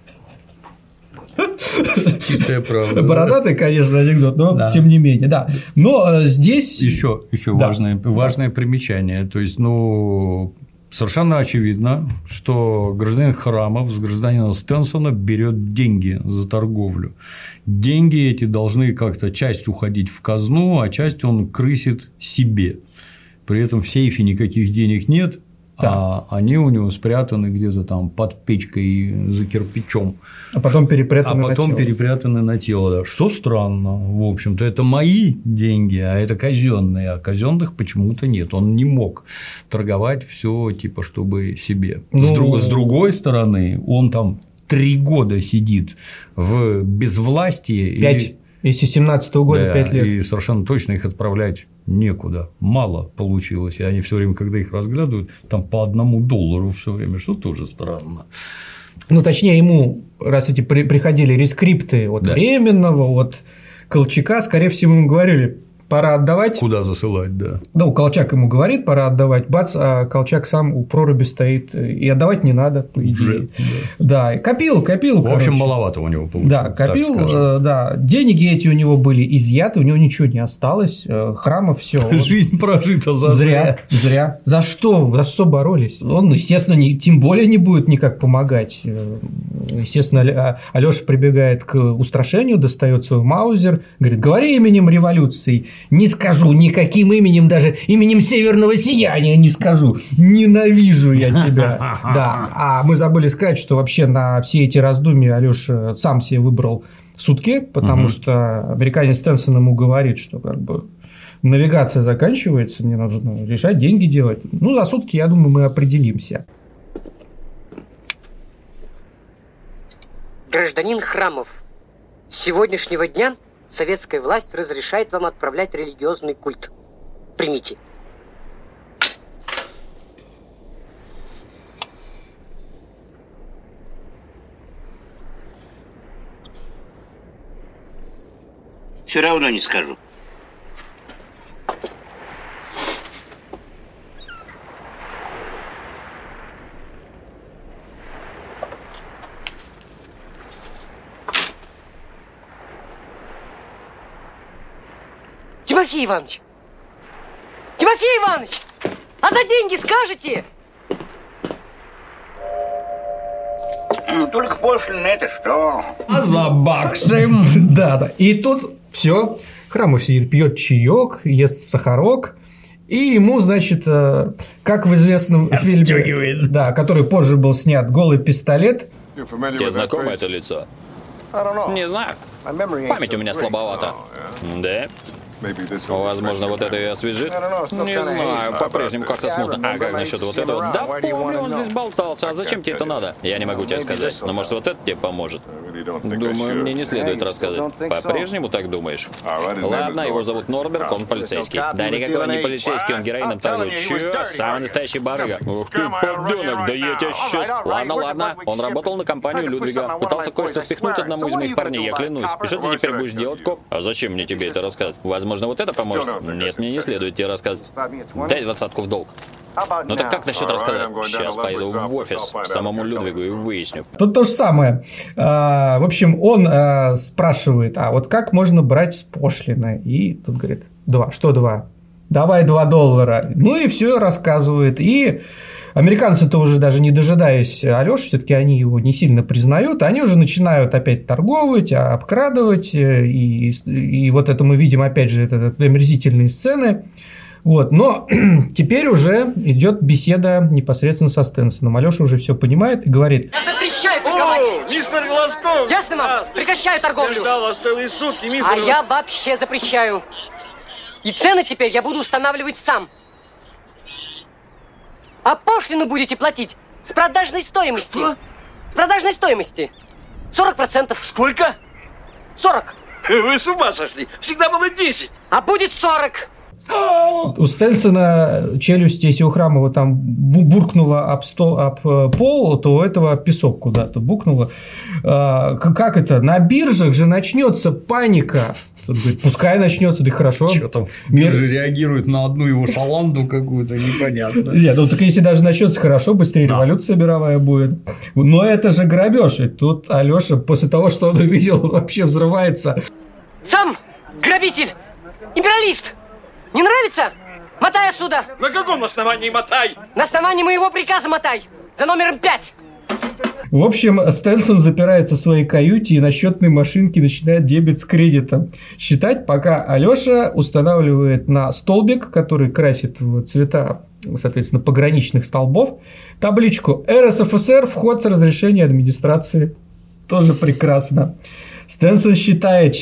Чистая правда. Бородатый, конечно, анекдот, но тем не менее, да. Но здесь… Еще важное примечание. То есть, совершенно очевидно, что гражданин Храмов с гражданина Стенсона берет деньги за торговлю. Деньги эти должны как-то часть уходить в казну, а часть он крысит себе. При этом в сейфе никаких денег нет, а они у него спрятаны где-то там под печкой за кирпичом. А потом перепрятаны на тело. Да. Что странно, в общем-то, это мои деньги, а это казенные, а казенных почему-то нет. Он не мог торговать все типа чтобы себе. С другой стороны, он там 3 года сидит в безвластии. 5. Если с 17-го года 5 лет. И совершенно точно их отправлять некуда. Мало получилось. И они все время, когда их разглядывают, там по $1 все время, что тоже странно. Ну, точнее, ему, раз эти приходили рескрипты от Временного, от Колчака, скорее всего, ему говорили: пора отдавать. Куда засылать, да. Ну, Колчак ему говорит, пора отдавать, бац, а Колчак сам у проруби стоит, и отдавать не надо, по идее. Уже, да, копил. В общем, маловато у него получилось. Да, копил, да. Деньги эти у него были изъяты, у него ничего не осталось, Храмов все. Жизнь прожита зря. За что? За что боролись? Он, естественно, тем более не будет никак помогать. Естественно, Алёша прибегает к устрашению, достает свой маузер, говорит: говори именем революции. Не скажу никаким именем, даже именем Северного сияния не скажу. Ненавижу я тебя. Да. А мы забыли сказать, что вообще на все эти раздумья Алёша сам себе выбрал сутки, потому что американец Стенсон ему говорит, что как бы навигация заканчивается, мне нужно решать, деньги делать. Ну, за сутки, я думаю, мы определимся. Гражданин Храмов, с сегодняшнего дня советская власть разрешает вам отправлять религиозный культ. Примите. Все равно не скажу. Тимофей Иванович! Тимофей Иванович! А за деньги скажете? Ну, только пошлина это что? А за баксы? Да. И тут все. Храмов сидит, пьет чаек, ест сахарок. И ему, значит, как в известном фильме, да, который позже был снят, «Голый пистолет». Тебе знакомо это лицо? Не знаю. Память у меня слабовата. Да? Возможно, вот это и освежит? Не знаю, по-прежнему как-то смутно. А как насчет вот этого? Да, помню, он здесь болтался. А зачем тебе это надо? Я не могу тебе сказать. Но может, вот это тебе поможет? Думаю, мне не следует рассказывать. По-прежнему так думаешь? Ладно, его зовут Норберг, он полицейский. Да никакой он не полицейский, он героином торгует. Чё? Самый настоящий барыга. Ух ты, подонок, да я тебя сейчас... Ладно. Он работал на компанию Людвига. Пытался кое-что спихнуть одному из моих парней, я клянусь. И что ты теперь будешь делать, коп? А зачем мне тебе это рассказывать? Возможно, вот это поможет? Нет, мне не следует тебе рассказывать. Дай 20-ку в долг. Ну так как насчет рассказать? Сейчас поеду в офис к самому Людвигу и выясню. Тут то же самое. В общем, он спрашивает: а вот как можно брать с пошлины? И тут говорит: 2. Что 2? Давай $2. Ну и все рассказывает. И американцы-то уже даже не дожидаясь Алёши, все-таки они его не сильно признают, они уже начинают опять торговать, обкрадывать, и вот это мы видим опять же это омерзительные сцены. Вот. Но теперь уже идет беседа непосредственно со Стенсоном. Алёша уже все понимает и говорит: я запрещаю торговать! О, мистер Глазков! Ясно вам? Прекращаю торговлю! Я ждал вас целые сутки, мистер... А я вообще запрещаю. И цены теперь я буду устанавливать сам. А пошлину будете платить с продажной стоимости. Что? С продажной стоимости. 40%. Сколько? 40. Вы с ума сошли. Всегда было 10. А будет 40. У Стенсона челюсть, если у Храмова там буркнула об пол, то у этого песок куда-то букнуло. Как это? На биржах же начнется паника. Тут говорит, пускай начнется, да и хорошо. Что там? Биржи реагируют на одну его шаланду какую-то, непонятно. Нет, ну так если даже начнется хорошо, быстрее революция мировая будет. Но это же грабеж. И тут Алёша после того, что он увидел, вообще взрывается. Сам грабитель, империалист. Не нравится? Мотай отсюда! На каком основании мотай? На основании моего приказа мотай! За номером 5! В общем, Стенсон запирается в своей каюте и на счетной машинке начинает дебет с кредитом считать, пока Алёша устанавливает на столбик, который красит в цвета, соответственно, пограничных столбов, табличку «РСФСР, вход с разрешения администрации». Тоже прекрасно. Стенсон считает.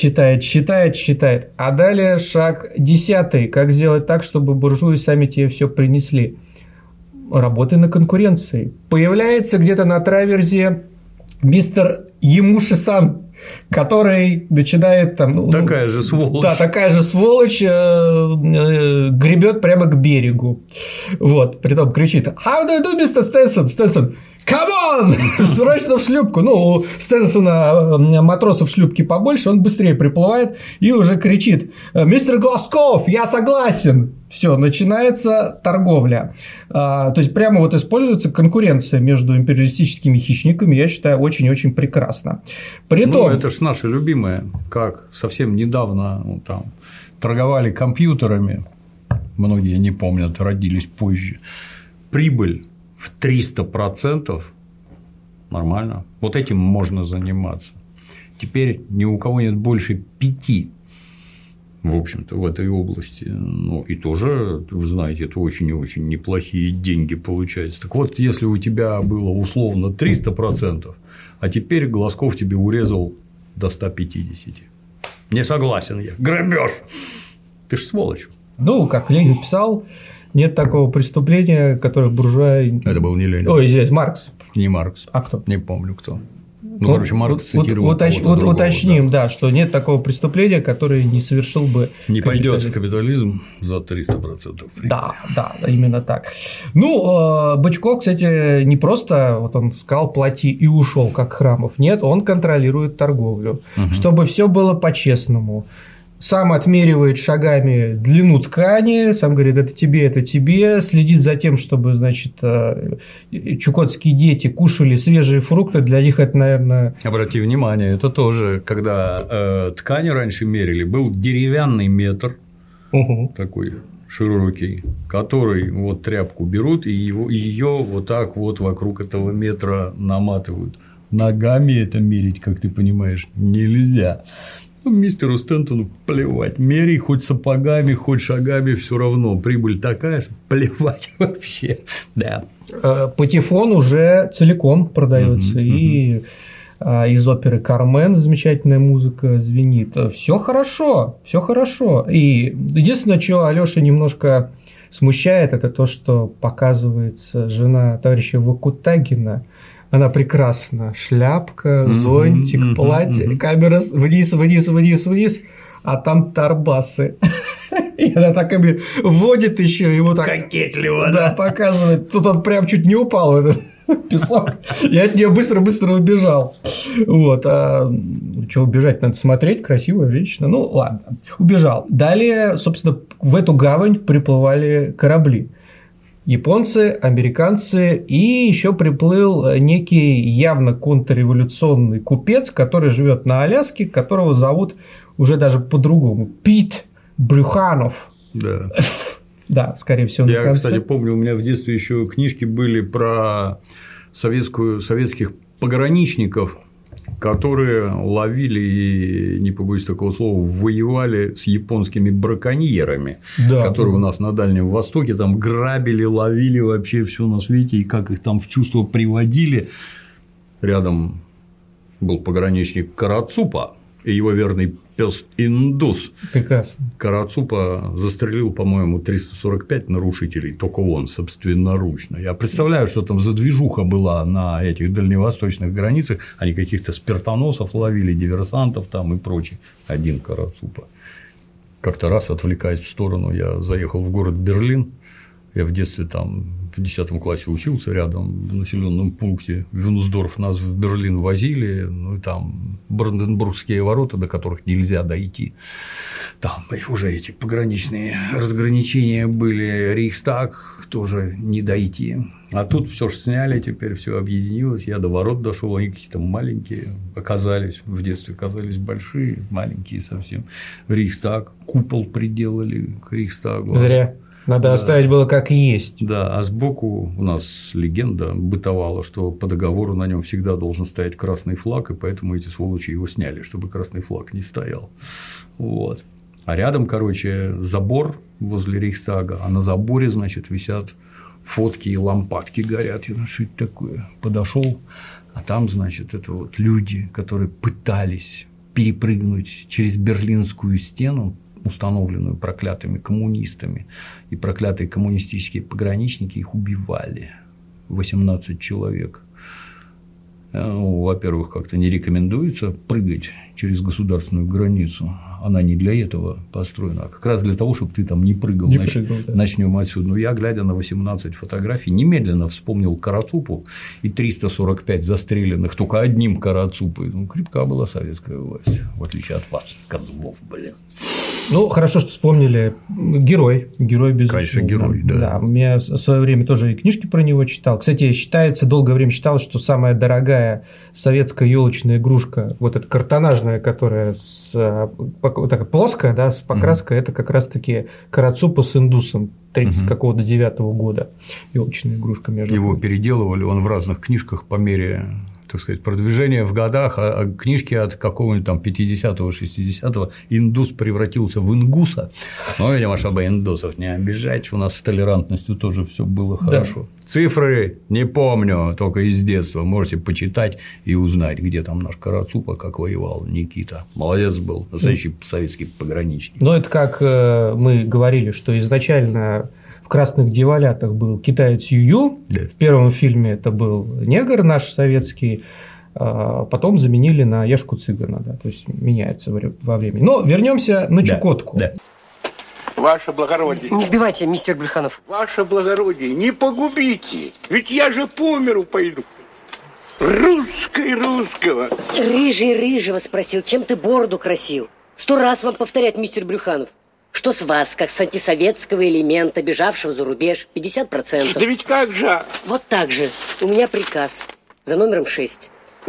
А далее шаг 10. Как сделать так, чтобы буржуи сами тебе все принесли? Работай на конкуренции. Появляется где-то на траверзе мистер Ямуши-сан, который начинает там... Такая же сволочь. Да, такая же сволочь гребет прямо к берегу. Вот, притом кричит: «How do you do, мистер Стенсон?» Стенсон: «Come on!» Срочно в шлюпку. Ну, у Стенсона матросов шлюпки побольше, он быстрее приплывает и уже кричит: «Мистер Глазков, я согласен!» Все, начинается торговля. То есть, прямо вот используется конкуренция между империалистическими хищниками, я считаю, очень-очень прекрасно. Притом... это ж наше любимое, как совсем недавно там торговали компьютерами, многие не помнят, родились позже, прибыль в 300%, нормально. Вот этим можно заниматься. Теперь ни у кого нет больше 5, в общем-то, в этой области. Ну, и тоже, вы знаете, это очень и очень неплохие деньги получаются. Так вот, если у тебя было условно 300%, а теперь Глазков тебе урезал до 150. Не согласен я. Грабеж. Ты ж сволочь. Ну, как Ленин писал, нет такого преступления, которое буржуа... Это был не Ленин. Ой, здесь Маркс. Не Маркс. А кто? Не помню, кто. Ну, короче, Маркс цитировал уточним, да, что нет такого преступления, которое не совершил бы... Не пойдет капитализм за 300%. Да, именно так. Ну, Бычков, кстати, не просто вот он сказал плати и ушел, как Храмов. Нет, он контролирует торговлю, чтобы все было по-честному. Сам отмеривает шагами длину ткани, сам говорит: это тебе, следит за тем, чтобы, значит, чукотские дети кушали свежие фрукты, для них это, наверное… Обрати внимание, это тоже, когда ткани раньше мерили, был деревянный метр, такой широкий, который вот тряпку берут и ее вот так вот вокруг этого метра наматывают. Ногами это мерить, как ты понимаешь, нельзя. Мистеру Стентону плевать. Меряй хоть сапогами, хоть шагами, все равно. Прибыль такая, что плевать вообще. Да. Патефон уже целиком продается. И из оперы «Кармен» замечательная музыка звенит. Все хорошо. И единственное, что Алёша немножко смущает, это то, что показывается жена товарища Вакутагина. Она прекрасна. Шляпка, зонтик, платье, камера вниз, а там торбасы. И она так ими водит еще, ему так кокетливо, да, показывает. Тут он прям чуть не упал в этот песок. Я от нее быстро-быстро убежал. Вот. Чего убежать? Надо смотреть, красивая женщина. Ну, ладно, убежал. Далее, собственно, в эту гавань приплывали корабли. Японцы, американцы, и еще приплыл некий явно контрреволюционный купец, который живет на Аляске, которого зовут уже даже по-другому – Пит Брюханов. Да. Да, скорее всего, на конце. Я, кстати, помню, у меня в детстве еще книжки были про советских пограничников, которые ловили и, не побоюсь такого слова, воевали с японскими браконьерами, которые у нас на Дальнем Востоке там грабили, ловили вообще все на свете, и как их там в чувство приводили. Рядом был пограничник Карацупа, и его верный пес Индус. Прекрасно. Карацупа застрелил, по-моему, 345 нарушителей, только он собственноручно. Я представляю, что там за движуха была на этих дальневосточных границах, они каких-то спиртоносов ловили, диверсантов там и прочее. Один Карацупа. Как-то раз, отвлекаясь в сторону, я заехал в город Берлин. Я в детстве там в 10 классе учился рядом в населенном пункте Вюнсдорф, нас в Берлин возили, ну и там Бранденбургские ворота, до которых нельзя дойти. Там уже эти пограничные разграничения были, Рейхстаг тоже не дойти. А тут все же сняли, теперь все объединилось. Я до ворот дошел, они какие-то маленькие оказались, в детстве казались большие, маленькие совсем. Рейхстаг, купол приделали к Рейхстагу. Зря. Надо оставить было как есть. Да, а сбоку у нас легенда бытовала, что по договору на нем всегда должен стоять красный флаг, и поэтому эти сволочи его сняли, чтобы красный флаг не стоял. Вот. А рядом, короче, забор возле Рейхстага, а на заборе, значит, висят фотки и лампадки горят. Я думаю, что это такое? Подошел, а там, значит, это вот люди, которые пытались перепрыгнуть через Берлинскую стену, установленную проклятыми коммунистами, и проклятые коммунистические пограничники их убивали. 18 человек. Ну, во-первых, как-то не рекомендуется прыгать через государственную границу. Она не для этого построена, а как раз для того, чтобы ты там не прыгал. Да. Начнем отсюда. Но я, глядя на 18 фотографий, немедленно вспомнил Карацупу и 345 застреленных только одним Карацупой. Ну, крепка была советская власть, в отличие от вас, козлов, блин. Ну, хорошо, что вспомнили. Герой, безусловно. Конечно, герой, да. Да. Я в свое время тоже и книжки про него читал. Кстати, считается, долгое время считалось, что самая дорогая советская елочная игрушка, вот эта картонажная, которая такая плоская, да, с покраской, это как раз-таки Карацупа с Индусом 39-го года. Елочная игрушка между его переделывали, он в разных книжках по мере, так сказать, продвижения в годах, а книжки от какого-нибудь там 50-го, 60-го Индус превратился в Ингуса. Но, видимо, чтобы индусов не обижать, у нас с толерантностью тоже все было хорошо. Да. Цифры не помню, только из детства. Можете почитать и узнать, где там наш Карацупа, как воевал Никита. Молодец был, настоящий советский пограничник. Но это как мы говорили, что изначально в «Красных дьяволятах» был китаец Юю, да. В первом фильме это был негр наш советский, потом заменили на Яшку Цыгана, да, то есть меняется во времени. Но вернемся на Чукотку. Да. Ваше благородие. Не сбивайте, мистер Брюханов. Ваше благородие, не погубите, ведь я же по миру пойду. Русского. Рыжий рыжего спросил, чем ты бороду красил? 100 раз вам повторять, мистер Брюханов. Что с вас, как с антисоветского элемента, бежавшего за рубеж, 50%? Да ведь как же? Вот так же. У меня приказ. За номером 6.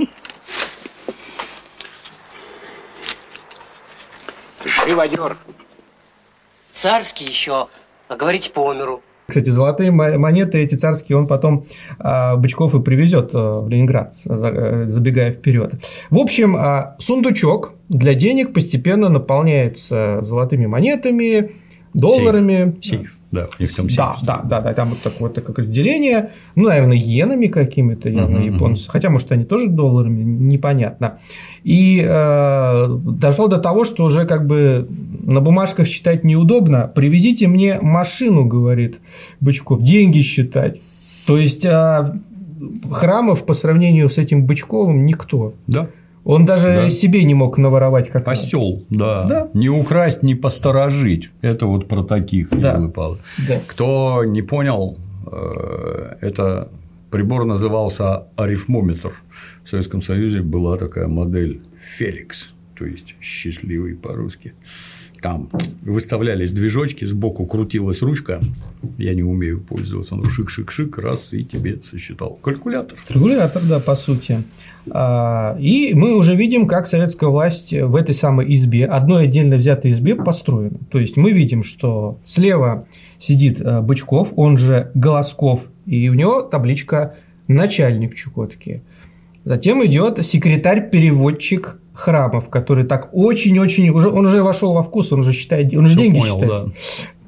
Живодер. Царский еще, а говорить по миру. Кстати, золотые монеты эти царские он потом Бычков и привезет в Ленинград, забегая вперед. В общем, сундучок для денег постепенно наполняется золотыми монетами, долларами. Сейф. Да, у них там сейф. Да, там вот такое деление, ну, наверное, иенами какими-то, явно японцы, хотя, может, они тоже долларами, непонятно. И дошло до того, что уже как бы на бумажках считать неудобно. Привезите мне машину, говорит Бычков, деньги считать. То есть Храмов по сравнению с этим Бычковым никто. Да. Он даже себе не мог наворовать как осел, да. Не украсть, не посторожить. Это вот про таких выпало. Да. Кто не понял, это прибор назывался арифмометр. В Советском Союзе была такая модель Феликс, то есть счастливый по-русски. Там выставлялись движочки, сбоку крутилась ручка. Я не умею пользоваться. Ну, шик-шик-шик, раз, и тебе сосчитал. Калькулятор. Калькулятор, да, по сути. И мы уже видим, как советская власть в этой самой избе, одной отдельно взятой избе, построена. То есть мы видим, что слева сидит Бычков, он же Голосков, и у него табличка «Начальник Чукотки». Затем идет секретарь-переводчик Храмов, который так очень-очень он уже вошел во вкус, он уже считает, он же деньги считает.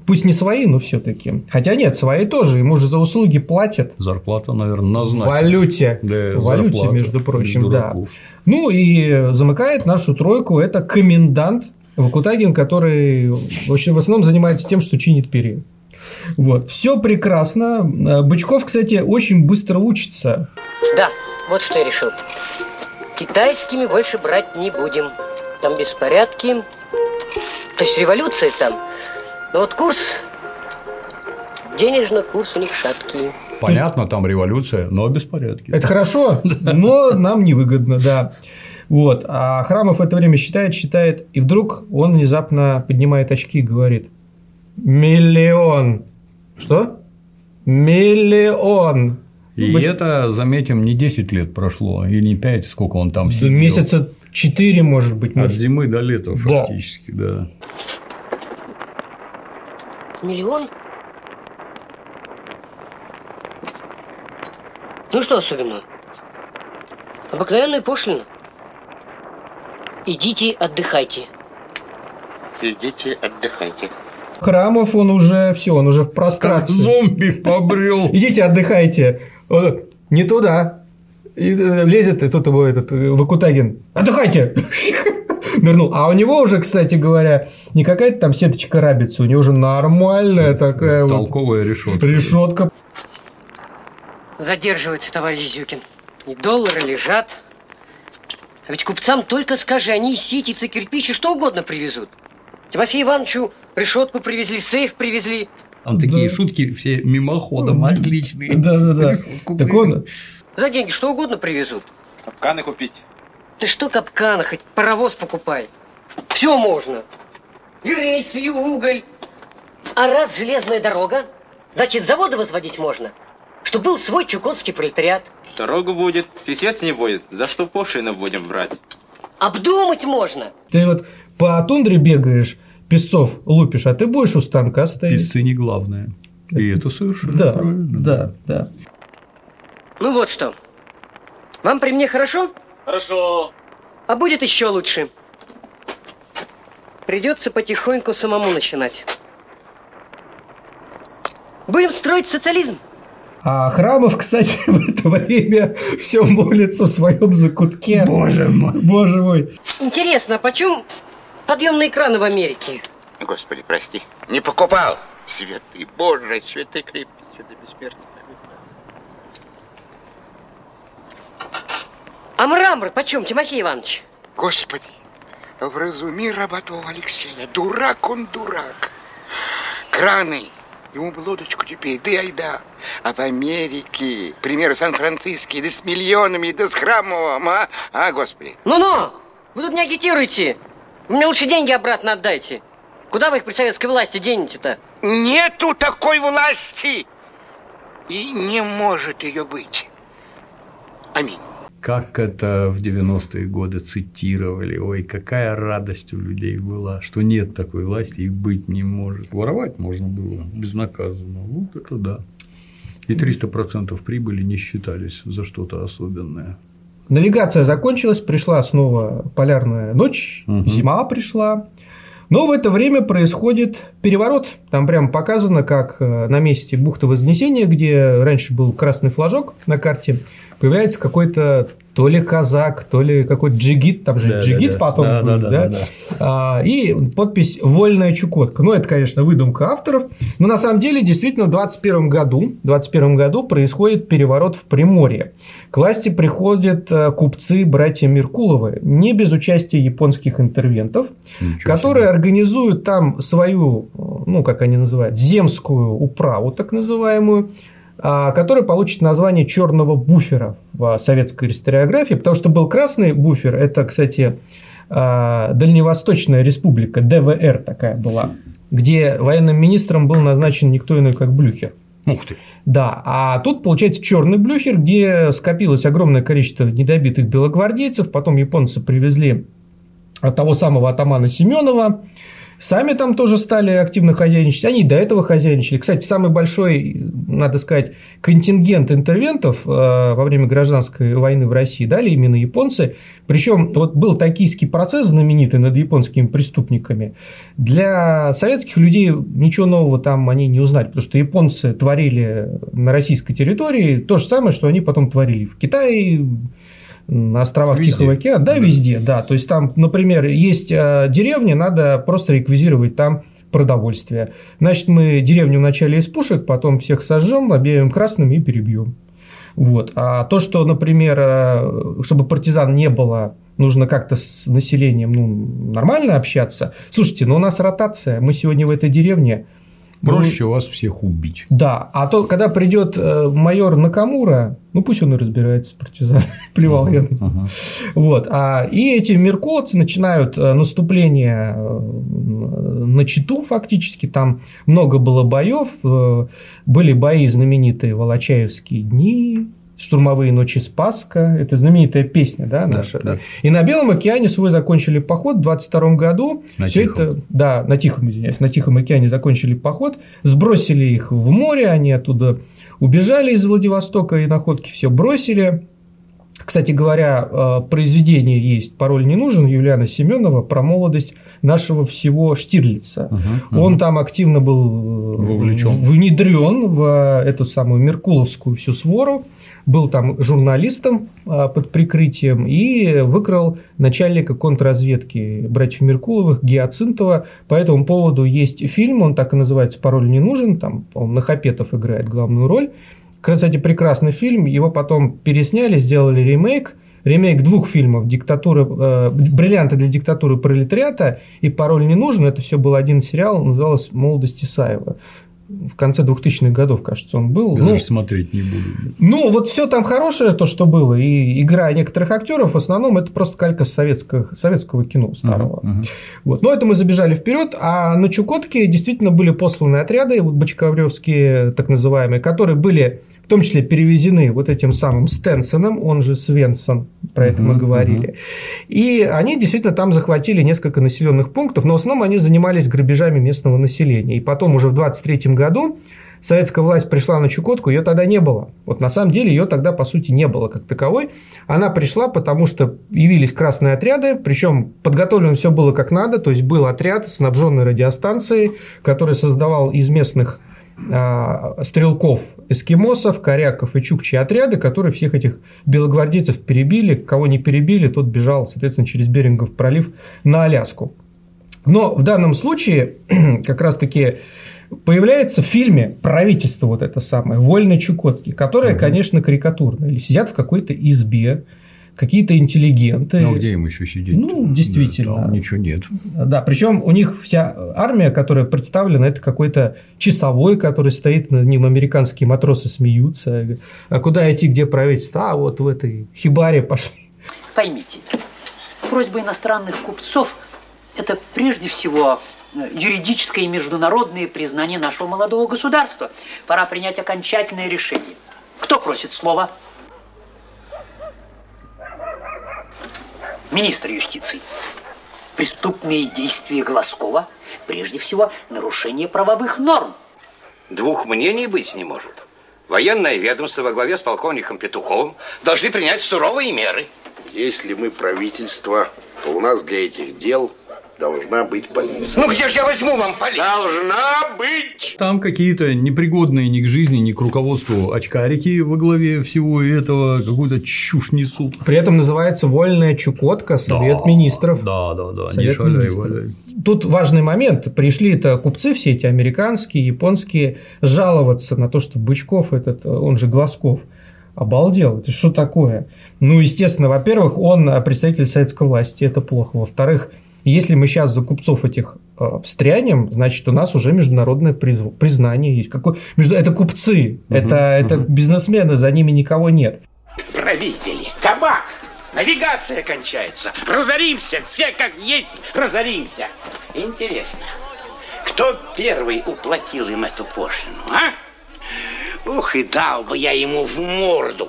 Пусть не свои, но все-таки. Хотя нет, свои тоже. Ему же за услуги платят. Зарплата, наверное, назначена. В валюте. Да, в валюте, между прочим, да. Ну и замыкает нашу тройку это комендант Вакутагин, который в основном занимается тем, что чинит перья. Вот. Все прекрасно. Бычков, кстати, очень быстро учится. Да, вот что я решил. Китайскими больше брать не будем. Там беспорядки. То есть революция там. Но вот курс, денежный курс у них шаткий. Понятно, там революция, но беспорядки. Это хорошо, но нам невыгодно, да. Вот. А Храмов в это время считает, и вдруг он внезапно поднимает очки и говорит: 1 000 000. Что? 1 000 000. И это, заметим, не 10 лет прошло, и не 5, сколько он там сидел. Месяца 4, может быть. От зимы до лета, фактически, да. 1 000 000? Ну что особенного? Обыкновенная пошлина. Идите отдыхайте. Идите отдыхайте. Храмов, он уже в прострации. Как зомби побрел. Идите отдыхайте. Не туда. И лезет, и тут его Вакутагин. Отдыхайте. Нырнул. А у него уже, кстати говоря, не какая-то там сеточка рабица, у него уже нормальная такая толковая решетка. Решетка. Задерживается товарищ Зюкин. И доллары лежат. А ведь купцам только скажи, они и ситицы, кирпичи, что угодно привезут. Тимофею Ивановичу решетку привезли, сейф привезли. Он такие шутки все мимоходом отличные. Да. Так он... За деньги что угодно привезут. Капканы купить. Ты что капканы, хоть паровоз покупай. Все можно. И рельсы, и уголь. А раз железная дорога, значит заводы возводить можно. Чтобы был свой чукотский пролетариат. Дорога будет, писец не будет. За что пошлину будем брать? Обдумать можно. Ты вот по тундре бегаешь, песцов лупишь, а ты будешь у станка стоять. Песцы не главное. И это совершенно правильно. Да. Ну вот что. Вам при мне хорошо? Хорошо. А будет еще лучше. Придется потихоньку самому начинать. Будем строить социализм. А Храмов, кстати, в это время все молится в своем закутке. Боже мой. Интересно, а почем подъемные краны в Америке? Господи, прости. Не покупал. Святый Боже, святый крепкий, святый бессмертный. А мрамор почем, Тимофей Иванович? Господи, вразуми работу Алексея. Дурак он, дурак. Краны. Ему бы лодочку теперь, да и айда. А в Америке, к примеру, Сан-Франциско, да с миллионами, да с Храмовым, а, Господи. Ну-ну, вы тут не агитируйте. Вы мне лучше деньги обратно отдайте. Куда вы их при советской власти денете-то? Нету такой власти. И не может ее быть. Аминь. Как это в 90-е годы цитировали. Ой, какая радость у людей была, что нет такой власти и быть не может. Воровать можно было безнаказанно. Вот это да. И 300% прибыли не считались за что-то особенное. Навигация закончилась, пришла снова полярная ночь, зима пришла. Но в это время происходит переворот. Там прямо показано, как на месте бухты Вознесения, где раньше был красный флажок на карте, появляется какой-то то ли казак, то ли какой-то джигит, там же джигит потом был, да? И подпись «Вольная Чукотка». Ну, это, конечно, выдумка авторов, но на самом деле действительно в 21 году происходит переворот в Приморье. К власти приходят купцы, братья Меркуловы, не без участия японских интервентов, которые организуют там свою, ну, как они называют, земскую управу, так называемую, который получит название черного буфера в советской историографии, потому что был красный буфер, это, кстати, Дальневосточная республика, ДВР такая была, где военным министром был назначен никто иной, как Блюхер. Ух ты. Да, а тут получается черный Блюхер, где скопилось огромное количество недобитых белогвардейцев, потом японцы привезли того самого атамана Семенова, Сами там тоже стали активно хозяйничать, они и до этого хозяйничали. Кстати, самый большой, надо сказать, контингент интервентов во время гражданской войны в России дали именно японцы. Причем вот был токийский процесс знаменитый над японскими преступниками. Для советских людей ничего нового там они не узнали, потому что японцы творили на российской территории то же самое, что они потом творили в Китае, на островах везде. Тихого океана, да, везде, да. То есть там, например, есть деревни, надо просто реквизировать там продовольствие. Значит, мы деревню вначале из пушек, потом всех сожжем, объявим красными и перебьем. Вот. А то, что, например, чтобы партизан не было, нужно как-то с населением нормально общаться. Слушайте, у нас ротация, мы сегодня в этой деревне. Проще вас всех убить. Да, а то, когда придет майор Накамура, пусть он и разбирается с партизанами, плевал я. Вот, и эти меркуловцы начинают наступление на Читу фактически, там много было боев, были бои знаменитые «Волочаевские дни», «Штурмовые ночи Спасска», это знаменитая песня, да, наша. Да. И на Белом океане свой закончили поход в 22 году. На Тихом океане закончили поход, сбросили их в море, они оттуда убежали из Владивостока, и находки все бросили. Кстати говоря, произведение есть «Пароль не нужен» Юлиана Семенова про молодость нашего всего Штирлица. Он там активно был внедрен в эту самую меркуловскую всю свору, был там журналистом под прикрытием и выкрал начальника контрразведки братьев Меркуловых Гиацинтова. По этому поводу есть фильм, он так и называется «Пароль не нужен», там, по-моему, Нахапетов играет главную роль. Кстати, прекрасный фильм, его потом пересняли, сделали ремейк 2 фильмов «Бриллианты для диктатуры пролетариата» и «Пароль не нужен». Это все был один сериал, назывался «Молодость Исаева». В конце 2000-х годов, кажется, он был. Я даже смотреть не буду. Вот все там хорошее, то, что было, и игра некоторых актеров, в основном это просто калька советского кино старого. Вот. Но это мы забежали вперед, а на Чукотке действительно были посланы отряды, бочковрёвские так называемые, которые были в том числе перевезены вот этим самым Стенсоном, он же Свенсон, про это мы говорили. И они действительно там захватили несколько населенных пунктов, но в основном они занимались грабежами местного населения. И потом уже в 23 году советская власть пришла на Чукотку, ее тогда не было. Вот на самом деле ее тогда по сути не было как таковой. Она пришла, потому что явились красные отряды, причем подготовлено все было как надо, то есть был отряд, снабженный радиостанцией, который создавал из местных стрелков, эскимосов, коряков и чукчи отряды, которые всех этих белогвардейцев перебили. Кого не перебили, тот бежал, соответственно, через Берингов пролив на Аляску. Но в данном случае как раз-таки появляется в фильме правительство вот это самое, «Вольной Чукотки», которое, конечно, карикатурное. Или сидят в какой-то избе какие-то интеллигенты. Ну, где им еще сидеть? Действительно. Да, там ничего нет. Да, причем у них вся армия, которая представлена, это какой-то часовой, который стоит над ним, американские матросы смеются. А куда идти, где правительство? А вот в этой хибаре пошли. Поймите, просьба иностранных купцов – это прежде всего юридическое и международное признание нашего молодого государства. Пора принять окончательное решение. Кто просит слова? Министр юстиции. Преступные действия Глазкова прежде всего нарушение правовых норм. Двух мнений быть не может. Военное ведомство во главе с полковником Петуховым должны принять суровые меры. Если мы правительство, то у нас для этих дел должна быть полиция. Ну где же я возьму вам полицию? Должна быть! Там какие-то непригодные ни к жизни, ни к руководству очкарики во главе всего этого, какую-то чушь несут. При этом называется «Вольная Чукотка», Совет министров. Да, не шаляй, валяй. Тут важный момент. Пришли-то купцы все эти американские, японские, жаловаться на то, что Бычков этот, он же Глазков, обалдел. Это что такое? Естественно, во-первых, он представитель советской власти, это плохо. Во-вторых, если мы сейчас за купцов этих встрянем, значит, у нас уже международное признание есть. Это купцы, это бизнесмены, за ними никого нет. Правители, кабак, навигация кончается. Разоримся, все как есть разоримся. Интересно, кто первый уплатил им эту пошлину, а? Ух, и дал бы я ему в морду.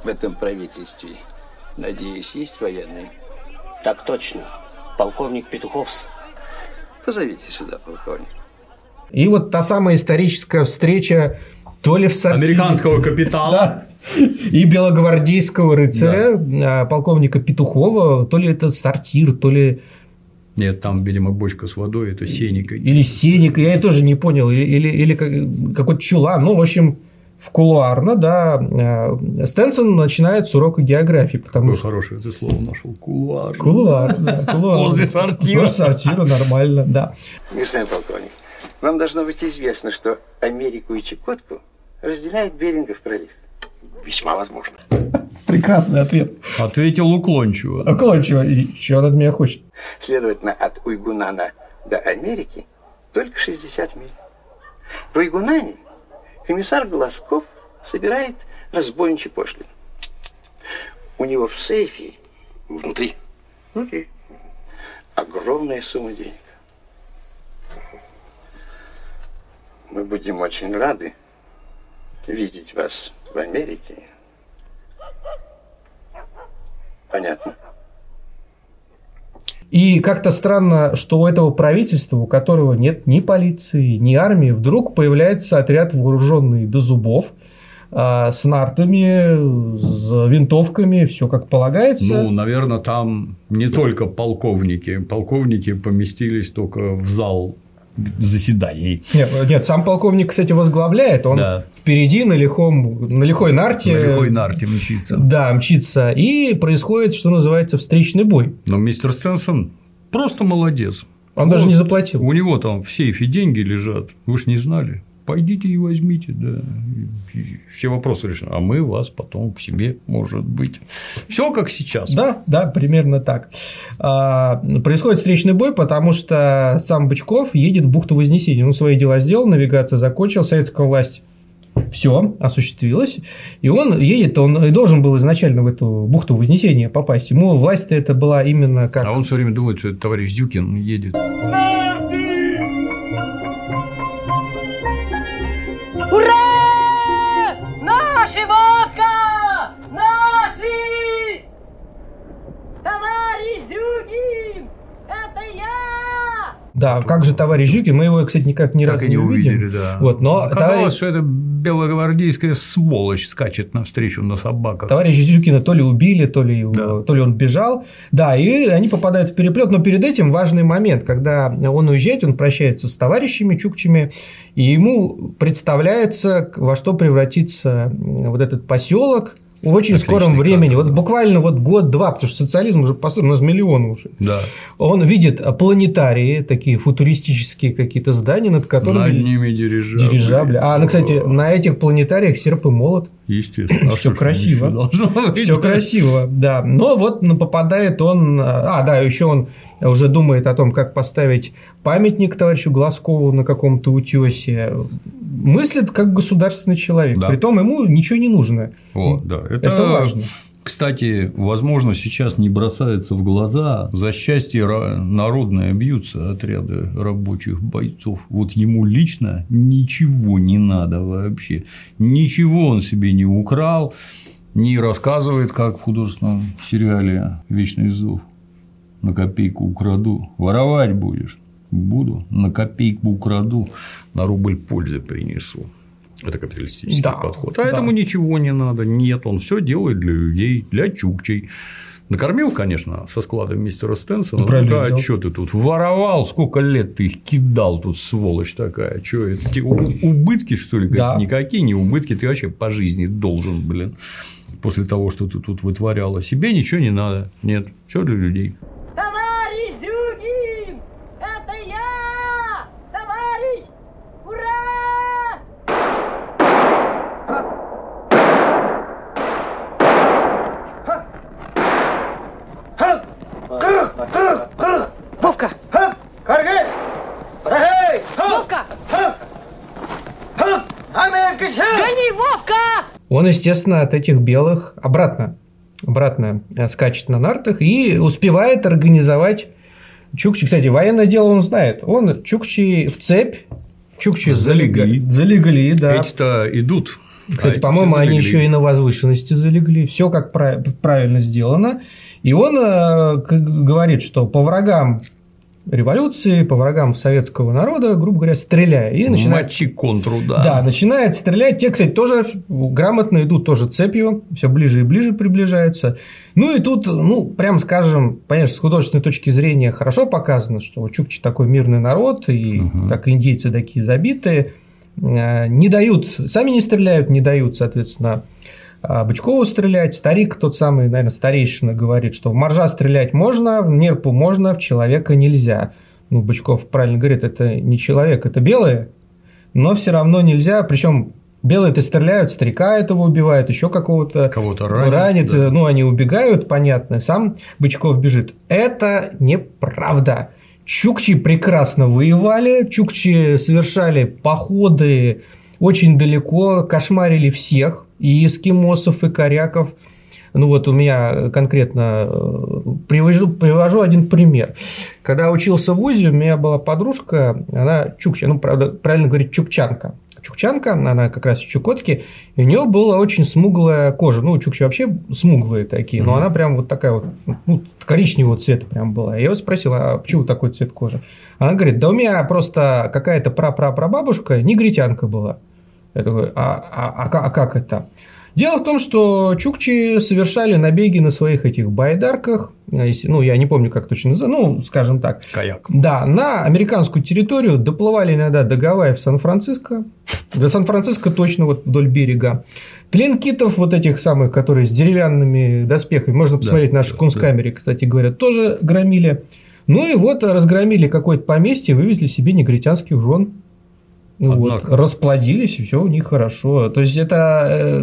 этом правительстве, надеюсь, есть военные? Так точно. Полковник Петуховс. Позовите сюда, полковник. И вот та самая историческая встреча то ли в сортире американского капитана и белогвардейского рыцаря, полковника Петухова, то ли это сортир, то ли… Нет, там, видимо, бочка с водой, это сеника. Или сеника, я тоже не понял, или какой-то чулан, ну, в общем… В кулуарно, да, Стенсон начинает с урока географии. Потому что… хорошее ты слово нашел. Кулуар. Кулуар, да. Возле сортира. Возле сортира, нормально, да. Господин полковник, вам должно быть известно, что Америку и Чукотку разделяет Берингов пролив. Весьма возможно. Прекрасный ответ. Ответил уклончиво. Уклончиво. И чего он от меня хочет? Следовательно, от Уйгунана до Америки только 60 миль. В Уйгунане комиссар Глазков собирает разбойничий пошлин. У него в сейфе внутри огромная сумма денег. Мы будем очень рады видеть вас в Америке. Понятно. И как-то странно, что у этого правительства, у которого нет ни полиции, ни армии, вдруг появляется отряд, вооруженный до зубов, с нартами, с винтовками, все как полагается. Ну, наверное, там не только полковники. Полковники поместились только в зал заседаний. Нет, сам полковник, кстати, возглавляет, он впереди на лихой нарте. На лихой нарте мчится. Да, мчится. И происходит, что называется, встречный бой. Но мистер Стенсон просто молодец. Он даже не заплатил. У него там в сейфе деньги лежат. Вы ж не знали. Пойдите и возьмите, да. Все вопросы решены. А мы вас потом к себе, может быть. Все как сейчас. Да, примерно так. Происходит встречный бой, потому что сам Бычков едет в бухту Вознесения. Он свои дела сделал, навигация закончил, советская власть все осуществилось, и он едет, он и должен был изначально в эту бухту Вознесения попасть. Ему власть-то это была именно как… А он все время думает, что это товарищ Зюкин едет. Ура! Наши, Вовка! Наши! Товарищ Зюгин! Это я! Да, как же товарищ Зюкин, мы его, кстати, никак ни разу не увидели. Да. Вот, но оказалось, что это белогвардейская сволочь скачет навстречу на собаках. Товарища Зюкина то ли убили, то ли он бежал. Да, и они попадают в переплет. Но перед этим важный момент, когда он уезжает, он прощается с товарищами чукчами, и ему представляется, во что превратится вот этот поселок. В очень скором времени, вот буквально год-два, потому что социализм уже построен, у нас миллион уже. Да. Он видит планетарии, такие футуристические какие-то здания, над которыми… Над ними дирижабли. Кстати, на этих планетариях серп и молот. Естественно. Все красиво. Все красиво, да. Но вот попадает он… еще он уже думает о том, как поставить памятник товарищу Глазкову на каком-то утесе. Мыслит как государственный человек. Да. Притом ему ничего не нужно. Это важно. Кстати, возможно, сейчас не бросается в глаза. За счастье народное бьются отряды рабочих бойцов. Вот ему лично ничего не надо вообще. Ничего он себе не украл, не рассказывает, как в художественном сериале «Вечный зов». На копейку украду, воровать будешь. Буду, на копейку украду, на рубль пользы принесу. Это капиталистический подход. А этому ничего не надо. Нет, он все делает для людей, для чукчей. Накормил, конечно, со склада мистера Стенсона. А что ты тут воровал? Сколько лет ты их кидал тут, сволочь такая? Что это? Убытки, что ли? Да. Никакие не убытки. Ты вообще по жизни должен, после того, что ты тут вытворяла. Себе ничего не надо. Нет, все для людей. Товарищ Зюгин! Это я! Товарищ! Ура! Вовка! Вовка! Гони, Вовка! Он, естественно, от этих белых обратно скачет на нартах и успевает организовать чукчи. Кстати, военное дело он знает. Он чукчи в цепь, чукчи залегли, да. Эти-то идут Кстати, по-моему, они еще и на возвышенности залегли. Все как правильно сделано. И он говорит, что по врагам революции, по врагам советского народа, грубо говоря, стреляя. И начинает... Мочи контрудар. Да, начинает стрелять. Те, кстати, тоже грамотно идут тоже цепью, все ближе и ближе приближаются. Ну и тут, прям скажем, понятно, с художественной точки зрения хорошо показано, что чукчи такой мирный народ, и как индейцы такие забитые, не дают, сами не стреляют, не дают, соответственно, Бычкову стрелять. Старик, тот самый, наверное, старейшина, говорит, что в моржа стрелять можно, в нерпу можно, в человека нельзя. Бычков правильно говорит, это не человек, это белые, но все равно нельзя. Причем белые-то стреляют, старика этого убивают, еще кого-то ранит, да. Они убегают, понятно, сам Бычков бежит. Это неправда. Чукчи прекрасно воевали, чукчи совершали походы очень далеко, кошмарили всех, и эскимосов, и коряков. У меня конкретно привожу один пример. Когда учился в ВУЗе, у меня была подружка, она чукча, правда, правильно говорить, чукчанка. Чукчанка, она как раз из Чукотки, и у нее была очень смуглая кожа. Чукчи вообще смуглые такие, но она прям вот такая вот, коричневого цвета прям была. Я ее спросила, а почему такой цвет кожи? Она говорит, да у меня просто какая-то прапрапрабабушка негритянка была. Я такой, а как это? Дело в том, что чукчи совершали набеги на своих этих байдарках, я не помню, как точно называется, скажем так. Каяк. Да, на американскую территорию, доплывали иногда до Гавайев, Сан-Франциско, до Сан-Франциско точно вот вдоль берега. Тлинкитов вот этих самых, которые с деревянными доспехами, можно посмотреть в нашей Кунсткамере, кстати говоря, тоже громили. И вот разгромили какое-то поместье, вывезли себе негритянских жен. Расплодились, и все у них хорошо. То есть это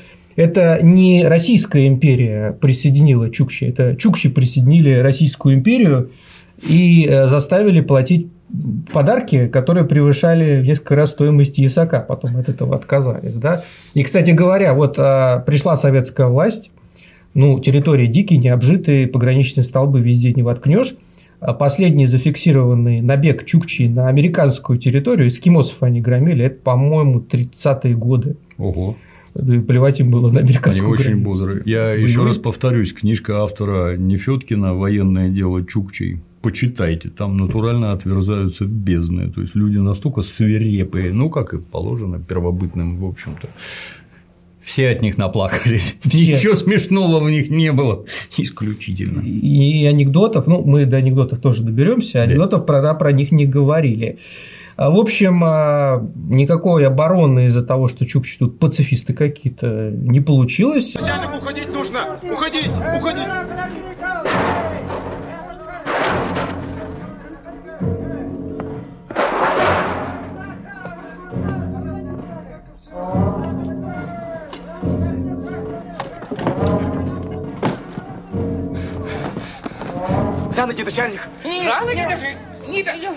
это не Российская империя присоединила чукчи, это чукчи присоединили Российскую империю и заставили платить подарки, которые превышали в несколько раз стоимость ясака, потом от этого отказались. Да? И, кстати говоря, пришла советская власть, территории дикие, необжитые, пограничные столбы везде не воткнешь. Последний зафиксированный набег чукчи на американскую территорию, эскимосов они громили, это, по-моему, 30-е годы. Ого. Да и плевать им было на американскую границу. Они очень бодрые. Я еще раз повторюсь, книжка автора Нефёткина «Военное дело чукчей». Почитайте, там натурально отверзаются бездны. То есть люди настолько свирепые, как и положено первобытным, в общем-то. Все от них наплакались. Все. Ничего смешного в них не было. Исключительно. И анекдотов, мы до анекдотов тоже доберемся, анекдотов про них не говорили. В общем, никакой обороны из-за того, что чукчи тут пацифисты какие-то, не получилось. Начальник, уходить нужно! Уходить! Уходить! За ноги, начальник! За ноги держи! Не даю!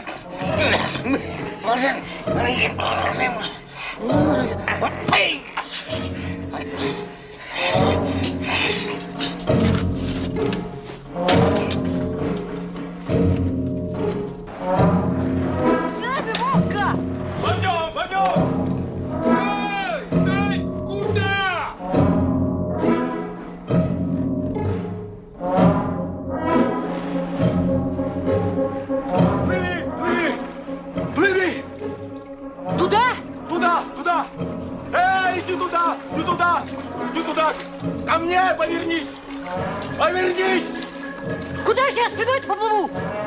Ко мне повернись! Повернись! Куда же я спиной-то поплыву?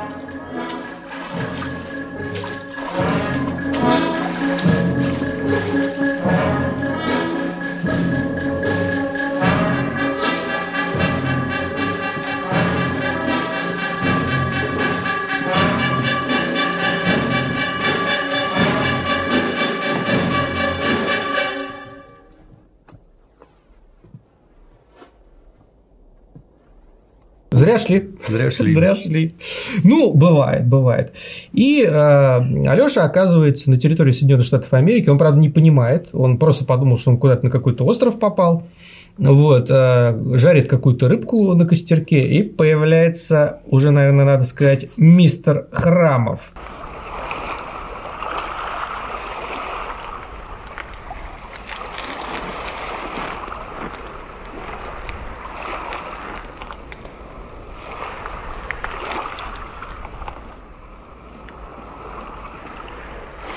Зря шли. Бывает. И Алёша оказывается на территории Соединенных Штатов Америки. Он, правда, не понимает. Он просто подумал, что он куда-то на какой-то остров попал. Жарит какую-то рыбку на костерке. И появляется, уже, наверное, надо сказать, мистер Храмов.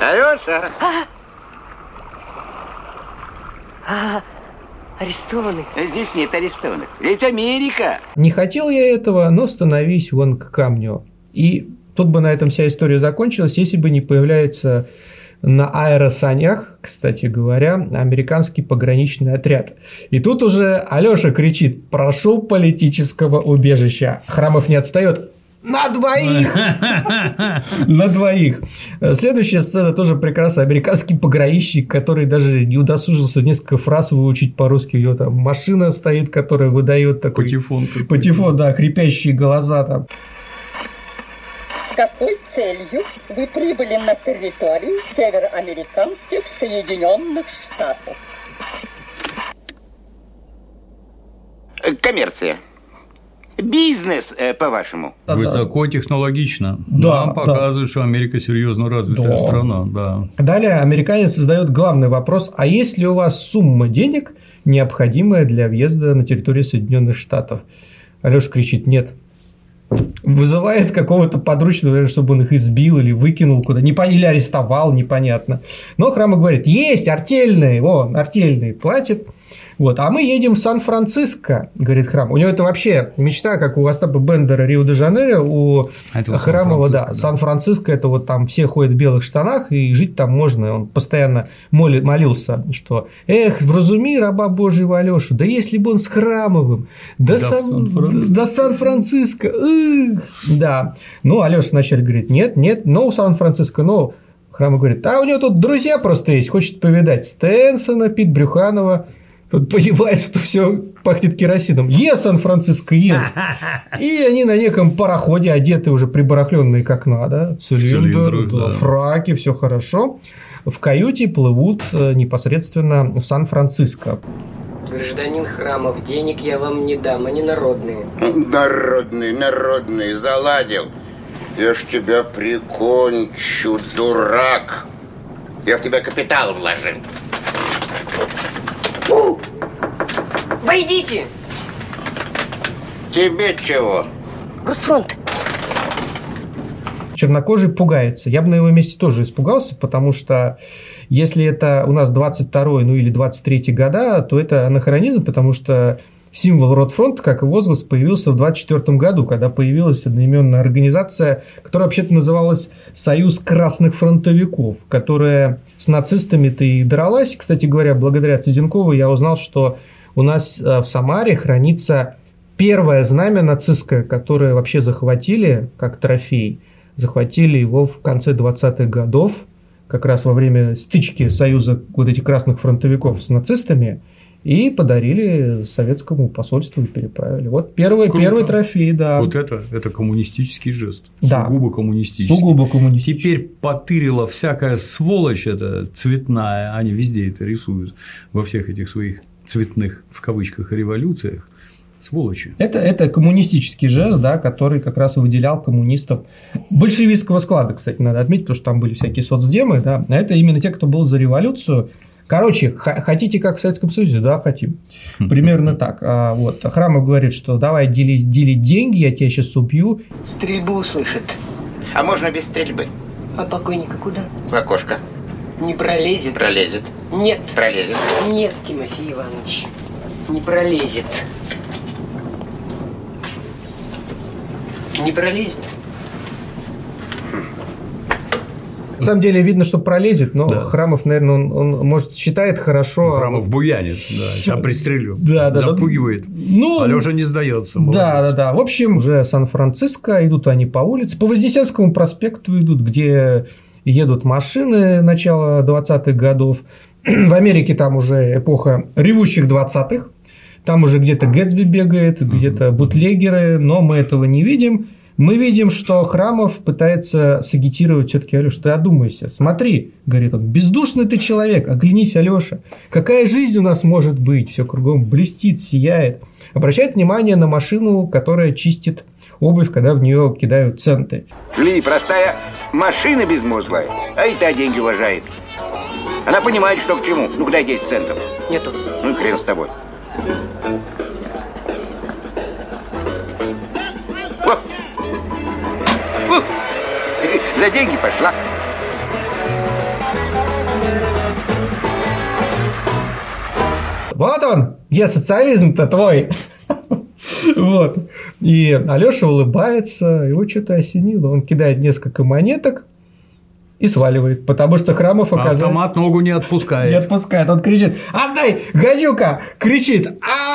Алеша! Арестованный. Здесь нет арестованных. Здесь Америка. Не хотел я этого, но становись вон к камню. И тут бы на этом вся история закончилась, если бы не появляется на аэросанях, кстати говоря, американский пограничный отряд. И тут уже Алёша кричит: прошу политического убежища. Храмов не отстает. На двоих! На двоих. Следующая сцена тоже прекрасная. Американский пограничник, который даже не удосужился несколько фраз выучить по-русски. У него там машина стоит, которая выдает такой... Патефон, да, хрипящие глаза там. С какой целью вы прибыли на территорию североамериканских Соединенных Штатов? Коммерция. Бизнес, по-вашему. Высокотехнологично. Да, нам показывают, что Америка серьезно развитая страна. Да. Далее американец задает главный вопрос: а есть ли у вас сумма денег, необходимая для въезда на территорию Соединенных Штатов? Алёша кричит: нет. Вызывает какого-то подручного, чтобы он их избил или выкинул куда, или арестовал, непонятно. Но Храмов говорит: есть артельные, артельные платит. Вот, а мы едем в Сан-Франциско, говорит Храмов. У него это вообще мечта, как у Остапа Бендера Рио-де-Жанейро, у Храмова, да. Сан-Франциско – это вот там все ходят в белых штанах, и жить там можно. Он постоянно молился, что «Эх, вразуми раба Божьего Алёшу, да если бы он с Храмовым, до Сан-Франциско, да». Ну, Алёша вначале говорит: нет, no Сан-Франциско, no. Храмов говорит: а у него тут друзья просто есть, хочет повидать Стенсона, Пит Брюханова. Тут понимает, что все пахнет керосином. Сан-Франциско, И они на неком пароходе, одеты уже прибарахленные как надо, цилиндр, фраки, все хорошо. В каюте плывут непосредственно в Сан-Франциско. Гражданин Храмов, денег я вам не дам, они народные. Народные, заладил. Я ж тебя прикончу, дурак. Я в тебя капитал вложил. Войдите! Тебе чего? Ротфронт. Чернокожий пугается. Я бы на его месте тоже испугался, потому что если это у нас 22-й, или 23-й года, то это анахронизм, потому что символ Ротфронта, как и возглас, появился в 24 году, когда появилась одноименная организация, которая вообще-то называлась Союз Красных Фронтовиков, которая с нацистами-то и дралась. Кстати говоря, благодаря Цыденкову я узнал, что у нас в Самаре хранится первое знамя нацистское, которое вообще захватили как трофей. Захватили его в конце 20-х годов, как раз во время стычки Союза вот этих красных фронтовиков с нацистами, и подарили советскому посольству и переправили. Вот первый трофей, да. Вот это коммунистический жест. Да. Сугубо коммунистический. Теперь потырила всякая сволочь эта цветная, они везде это рисуют, во всех этих своих цветных, в кавычках, революциях. Сволочи. Это коммунистический жест, да, который как раз выделял коммунистов большевистского склада, кстати, надо отметить, потому что там были всякие соцдемы, да, а это именно те, кто был за революцию. Короче, хотите как в Советском Союзе? Да, хотим. Примерно так. Вот. Храмов говорит, что давай делить деньги, я тебя сейчас убью. Стрельбу услышит. А можно без стрельбы? А покойника куда? В окошко. Не пролезет. Пролезет. Нет. Пролезет. Нет, Тимофей Иванович. Не пролезет. Не пролезет. На самом деле видно, что пролезет, но да. Храмов, наверное, он может, считает хорошо. Храмов буянит, да, сейчас пристрелю. Да, запугивает. Ну, Алёша не сдается. Да. В общем, уже Сан-Франциско, идут они по улице, по Вознесенскому проспекту идут, где едут машины начала 20-х годов. В Америке там уже эпоха ревущих 20-х. Там уже где-то Гэтсби бегает, где-то бутлегеры, но мы этого не видим. Мы видим, что Храмов пытается сагитировать все-таки: Алёша, ты одумайся. Смотри, говорит он, бездушный ты человек, оглянись, Алёша. Какая жизнь у нас может быть? Все кругом блестит, сияет. Обращает внимание на машину, которая чистит обувь, когда в нее кидают центы. Простая машина безмозглая, а и та деньги уважает. Она понимает, что к чему. Ну, куда 10 центов? Нету. Ну, и хрен с тобой. За деньги пошла. вот он, где социализм-то твой. Вот. И Алеша улыбается, его что-то осенило. Он кидает несколько монеток и сваливает, потому что Храмов оказывается... Автомат ногу не отпускает. Не отпускает, он кричит: отдай, гадюка! Кричит: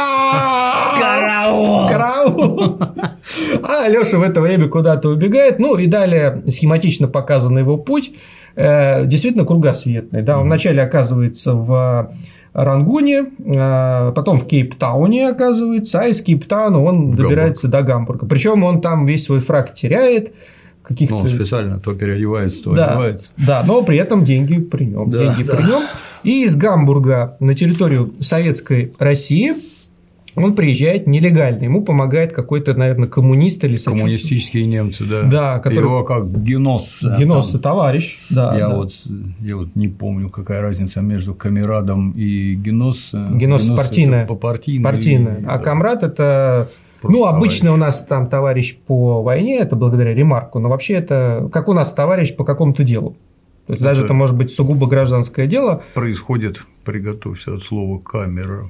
караул! Караул! А Алёша в это время куда-то убегает. Ну и далее схематично показан его путь. Действительно кругосветный. Да, он вначале оказывается в Рангуне, потом в Кейптауне оказывается, а из Кейптауна он добирается до Гамбурга. Причем он там весь свой фрак теряет. Каких-то... Он специально то переодевается, то одевается. Да, но при этом деньги при нем. Да, деньги при нем. И из Гамбурга на территорию Советской России он приезжает нелегально. Ему помогает какой-то, наверное, коммунист или коммунистические немцы, да. Да, который... Его как Геносса. Геносса товарищ. Да, я вот не помню, какая разница между камерадом и Геносса. Геносса партийная. Партийная. А комрад – это… Ну, обычно у нас там товарищ по войне, это благодаря ремарку, но вообще это как у нас товарищ по какому-то делу. То есть даже это может быть сугубо гражданское дело. Происходит, приготовься от слова камера.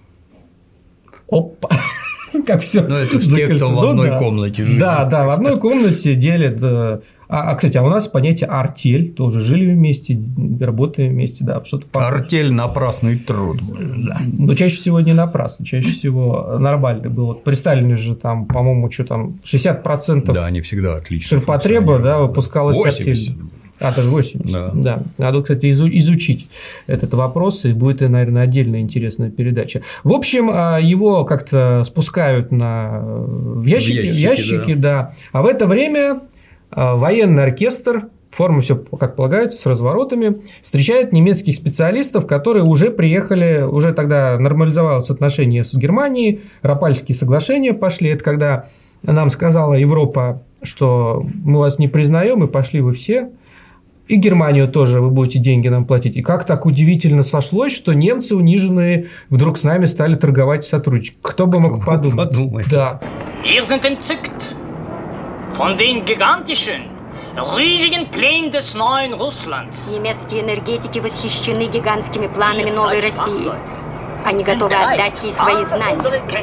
Опа! Как все. Ну, это те, кто в одной комнате живет. Да, в одной комнате делят. Кстати, у нас понятие артель, тоже жили вместе, работаем вместе, да, что-то похоже. Артель – напрасный труд. Да. Но чаще всего не напрасно, чаще всего нормально было. Вот при Сталине же там, по-моему, что там 60% да, они всегда отлично ширпотреба, да, выпускалась артель. Даже 80. Да. Надо, кстати, изучить этот вопрос, и будет, наверное, отдельная интересная передача. В общем, его как-то спускают в ящики, да. А в это время военный оркестр, форма все как полагается, с разворотами, встречает немецких специалистов, которые уже приехали, уже тогда нормализовалось отношение с Германией, Рапальские соглашения пошли. Это когда нам сказала Европа, что мы вас не признаем, и пошли вы все. И Германию тоже вы будете деньги нам платить. И как так удивительно сошлось, что немцы униженные вдруг с нами стали торговать и сотрудничать. Кто бы мог подумать? Да. Wir sind entzückt von den gigantischen, riesigen Plänen des neuen Russlands. Немецкие энергетики восхищены гигантскими планами новой России. Они готовы отдать ей свои знания.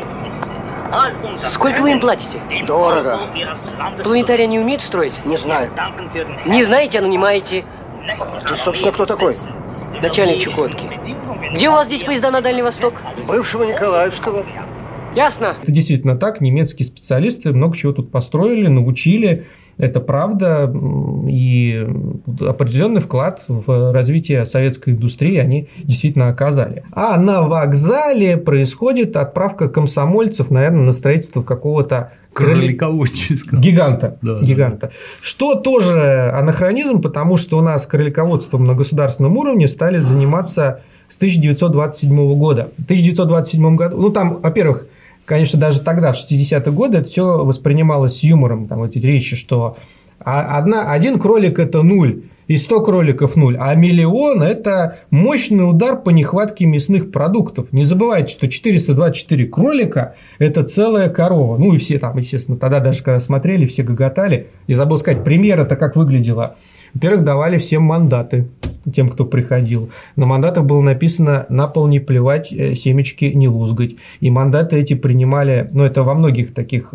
Сколько вы им платите? Дорого. Планетария не умеет строить? Не знаю. Не знаете, а нанимаете? Ты, собственно, кто такой? Начальник Чукотки. Где у вас здесь поезда на Дальний Восток? Бывшего Николаевского. Ясно. Это действительно так. Немецкие специалисты много чего тут построили, научили. Это правда. И определенный вклад в развитие советской индустрии они действительно оказали. А на вокзале происходит отправка комсомольцев, наверное, на строительство какого-то кролиководческого гиганта. Да. Что тоже анахронизм, потому что у нас кролиководством на государственном уровне стали заниматься с 1927 года. В 1927 году, ну там, во-первых, конечно, даже тогда, в 60-е годы, это все воспринималось с юмором, там эти речи, что один кролик – это 0, и 100 кроликов – 0, а миллион – это мощный удар по нехватке мясных продуктов. Не забывайте, что 424 кролика – это целая корова. Ну, и все там, естественно, тогда даже когда смотрели, все гоготали. И забыл сказать, пример это как выглядело. Во-первых, давали всем мандаты, тем, кто приходил. На мандатах было написано «на пол не плевать, семечки не лузгать». И мандаты эти принимали, ну, это во многих таких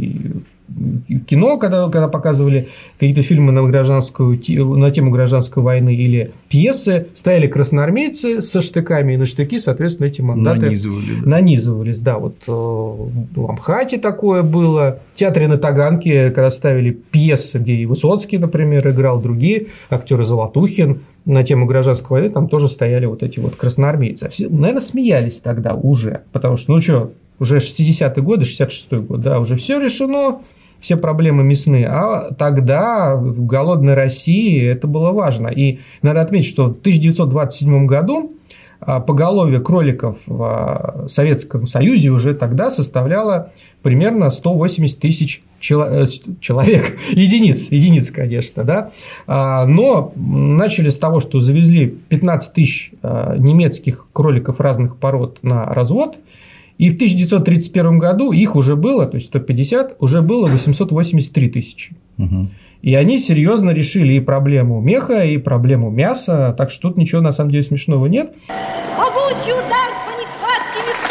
кино, когда показывали какие-то фильмы на тему гражданской войны или пьесы, стояли красноармейцы со штыками, и на штыки, соответственно, эти мандаты нанизывались. Да, вот в Амхате такое было. В театре на Таганке, когда ставили пьесы, где и Высоцкий, например, играл, другие актеры, Золотухин, на тему гражданской войны, там тоже стояли вот эти вот красноармейцы. Все, наверное, смеялись тогда уже, потому что, уже 60-е годы, 66-й год, да, уже все решено, все проблемы мясные. А тогда в голодной России это было важно. И надо отметить, что в 1927 году поголовье кроликов в Советском Союзе уже тогда составляло примерно 180 тысяч человек, единиц, конечно, да, но начали с того, что завезли 15 тысяч немецких кроликов разных пород на развод, и в 1931 году их уже было, то есть 150, уже было 883 тысячи. И они серьезно решили и проблему меха, и проблему мяса, так что тут ничего на самом деле смешного нет. Могучий удар по нехватке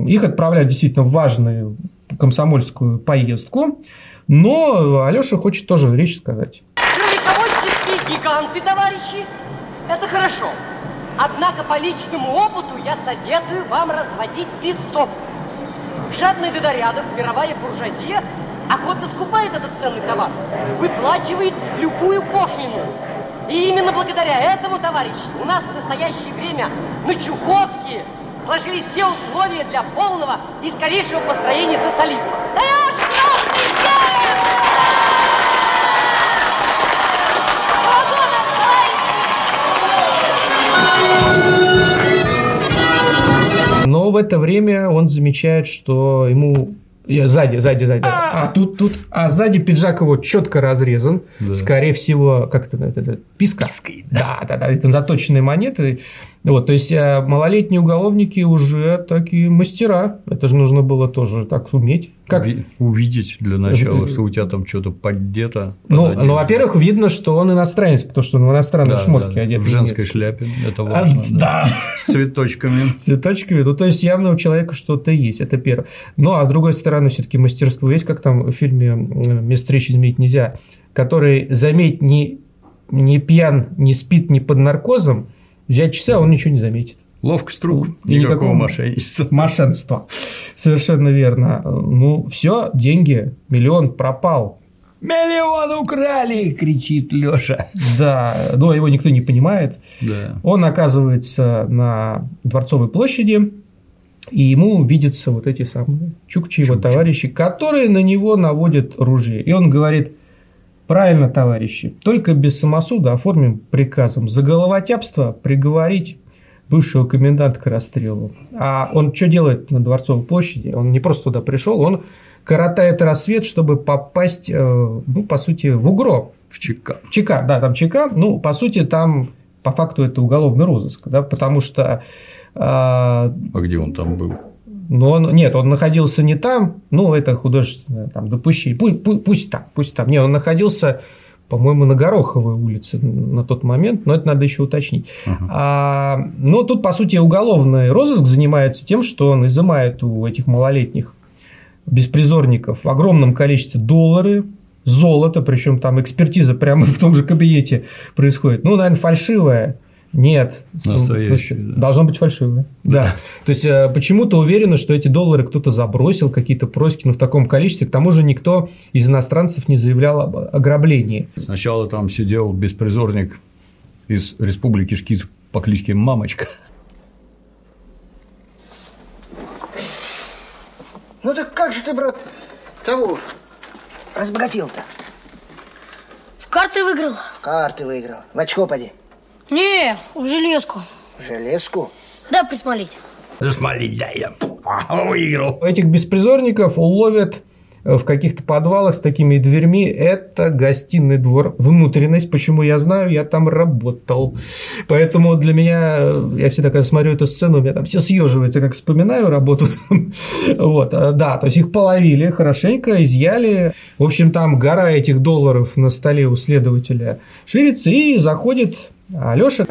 их отправляют действительно в важную комсомольскую поездку, но Алеша хочет тоже речь сказать. Мелководческие гиганты, товарищи, это хорошо. Однако по личному опыту я советую вам разводить песцов. Жадный до нарядов мировая буржуазия охотно скупает этот ценный товар, выплачивает любую пошлину. И именно благодаря этому, товарищи, у нас в настоящее время на Чукотке сложились все условия для полного и скорейшего построения социализма. Даешь красный свет! Но в это время он замечает, что ему сзади. Сзади пиджак его четко разрезан. Да. Скорее всего, как-то писка. Да, это заточенные монеты. Вот, то есть малолетние уголовники уже такие мастера. Это же нужно было тоже так суметь. Как? Увидеть для начала, что у тебя там что-то поддето. Ну, во-первых, видно, что он иностранец, потому что он в иностранной шмотке одет. В женской шляпе. Это важно. Да. С цветочками. С цветочками. Ну, то есть явно у человека что-то есть. Это первое. Ну, а с другой стороны, все-таки мастерство есть, как там в фильме «Место встречи изменить нельзя», который, заметь, не пьян, не спит, не под наркозом, взять часы, а он ничего не заметит. Ловкость рук, никакого мошенничества. Мошенничества. Совершенно верно. Ну, все, деньги, миллион пропал. «Миллион украли!» – кричит Лёша. Да, но его никто не понимает. Да. Он оказывается на Дворцовой площади, и ему видятся вот эти самые чукчи, его товарищи, которые на него наводят ружье. И он говорит: правильно, товарищи, только без самосуда оформим приказом за головотяпство приговорить бывшего коменданта к расстрелу. А он что делает на Дворцовой площади? Он не просто туда пришел, он коротает рассвет, чтобы попасть, ну, по сути, в УГРО. В ЧК. В ЧК, да, там ЧК. Ну, по сути, там по факту это уголовный розыск, да, потому что… А где он там был? Ну, он находился не там, ну, это художественное там допущение. Пусть там. Не, он находился, по-моему, на Гороховой улице на тот момент, но это надо еще уточнить. Но тут, по сути, уголовный розыск занимается тем, что он изымает у этих малолетних беспризорников в огромном количестве доллары, золото, причем там экспертиза прямо в том же кабинете происходит. Ну, наверное, фальшивая. Нет. Настоящее. Да. Должно быть фальшивое. Да. То есть почему-то уверены, что эти доллары кто-то забросил, какие-то проски, но в таком количестве. К тому же никто из иностранцев не заявлял об ограблении. Сначала там сидел беспризорник из республики Шкит по кличке Мамочка. Ну так как же ты, брат, того разбогател-то? В карты выиграл. В карты выиграл. В очко поди. Не, в железку. В железку? Да, присмолить. Засмолить, да, я выиграл. Этих беспризорников ловят в каких-то подвалах с такими дверьми. Это гостиный двор, внутренность. Почему я знаю? Я там работал. Поэтому для меня, я всегда, когда смотрю эту сцену, у меня там все съеживается, как вспоминаю работу. Вот, да, то есть их половили хорошенько, изъяли. В общем, там гора этих долларов на столе у следователя ширится, и заходит Алёша.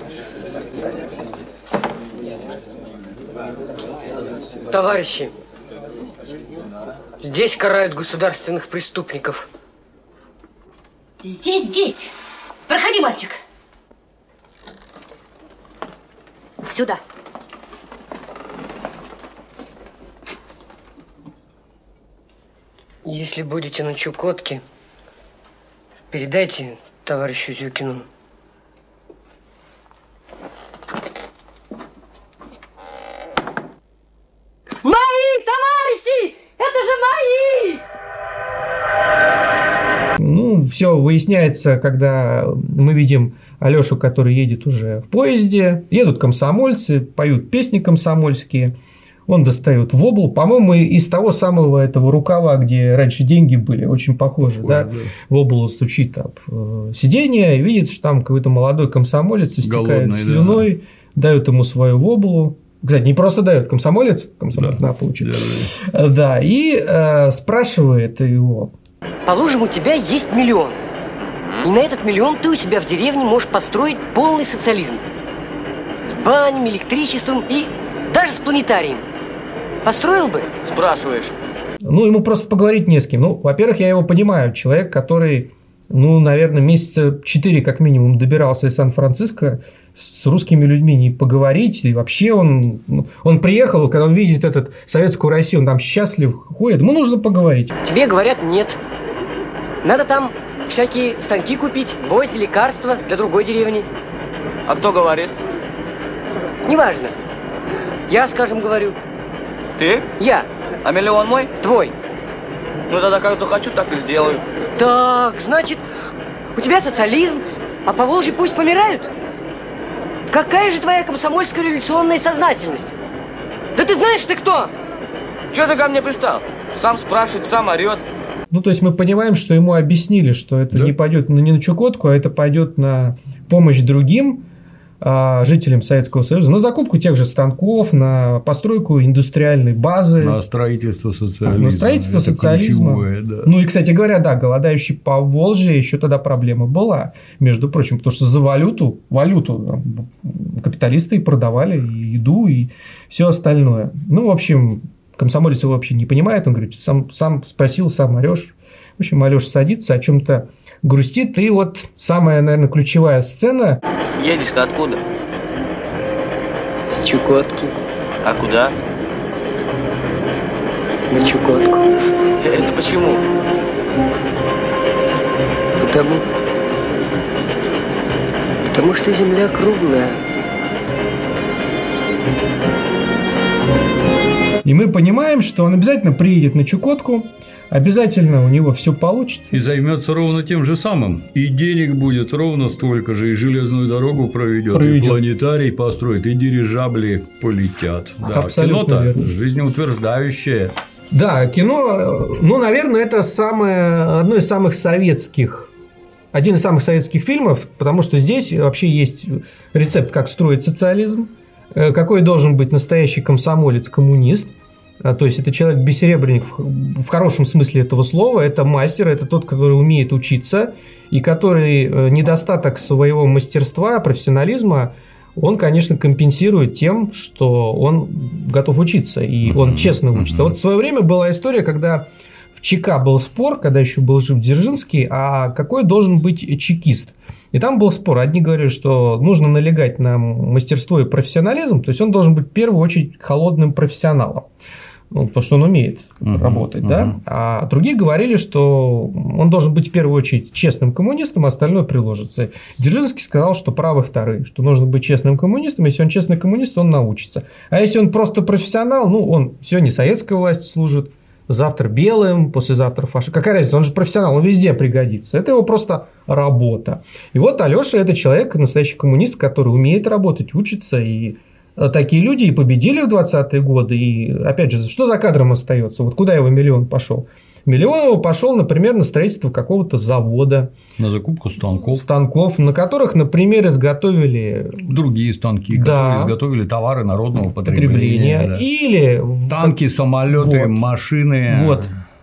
Товарищи, здесь карают государственных преступников. Здесь. Проходи, мальчик. Сюда. Если будете на Чукотке, передайте товарищу Зюкину. Мои, товарищи! Это же мои! Ну, все выясняется, когда мы видим Алёшу, который едет уже в поезде. Едут комсомольцы, поют песни комсомольские. Он достает воблу, по-моему, из того самого этого рукава, где раньше деньги были, очень похоже, да? Вобла стучит об сиденье, и видит, что там какой-то молодой комсомолец истекает слюной, да. Дают ему свою воблу. Кстати, не просто дает комсомолец, да, получит. Да, и спрашивает его. Положим, у тебя есть миллион. И на этот миллион ты у себя в деревне можешь построить полный социализм. С банями, электричеством и даже с планетарием. Построил бы? Спрашиваешь. Ну, ему просто поговорить не с кем. Ну, во-первых, я его понимаю. Человек, который, ну, наверное, месяца 4 как минимум добирался из Сан-Франциско, с русскими людьми не поговорить. И вообще он приехал, когда он видит этот советскую Россию, он там счастлив ходит. Ему нужно поговорить. Тебе говорят нет. Надо там всякие станки купить, гвозди, лекарства для другой деревни. А кто говорит? Неважно. Я, скажем, говорю. Ты? Я. А миллион мой? Твой. Ну тогда как захочу, так и сделаю. Так, значит, у тебя социализм, а поволжье пусть помирают? Какая же твоя комсомольская революционная сознательность? Да ты знаешь, ты кто? Чего ты ко мне пристал? Сам спрашивает, сам орет. Ну, то есть мы понимаем, что ему объяснили, что это не пойдет не на Чукотку, а это пойдет на помощь другим жителям Советского Союза, на закупку тех же станков, на постройку индустриальной базы. На строительство социализма. На строительство социализма. Да. Ну и, кстати говоря, да, голодающий по Волжье еще тогда проблема была, между прочим, потому что за валюту капиталисты продавали и еду, и все остальное. Ну, в общем, комсомолец его вообще не понимает, он говорит, сам спросил, сам орешь. В общем, Алеша садится, о чем-то грустит, и вот самая, наверное, ключевая сцена. Едешь-то откуда? С Чукотки. А куда? На Чукотку. Это почему? Потому что земля круглая. И мы понимаем, что он обязательно приедет на Чукотку, обязательно у него все получится. И займется ровно тем же самым. И денег будет ровно столько же, и железную дорогу проведет, и планетарий построит, и дирижабли полетят. Да, абсолютно кино-то верно. Жизнеутверждающее. Да, кино, ну, наверное, это один из самых советских фильмов, потому что здесь вообще есть рецепт, как строить социализм, какой должен быть настоящий комсомолец-коммунист. То есть это человек-бессеребренник в хорошем смысле этого слова, это мастер, это тот, который умеет учиться, и который недостаток своего мастерства, профессионализма, он, конечно, компенсирует тем, что он готов учиться, и он честно учится. Вот в свое время была история, когда в ЧК был спор, когда еще был жив Дзержинский, а какой должен быть чекист. И там был спор. Одни говорили, что нужно налегать на мастерство и профессионализм, то есть он должен быть в первую очередь холодным профессионалом. Ну, потому что он умеет работать, да? А другие говорили, что он должен быть в первую очередь честным коммунистом, а остальное приложится. Дзержинский сказал, что правы вторые, что нужно быть честным коммунистом, если он честный коммунист, он научится. А если он просто профессионал, ну, он сегодня советской власти служит, завтра белым, послезавтра фашистом. Какая разница? Он же профессионал, он везде пригодится. Это его просто работа. И вот Алеша – это человек, настоящий коммунист, который умеет работать, учится, и такие люди и победили в 20-е годы. И, опять же, что за кадром остается? Вот куда его миллион пошел? Миллион его пошел, например, на строительство какого-то завода. На закупку станков. На которых, например, изготовили другие станки, которые изготовили товары народного потребления. Да. Или танки, самолеты, машины. Вот.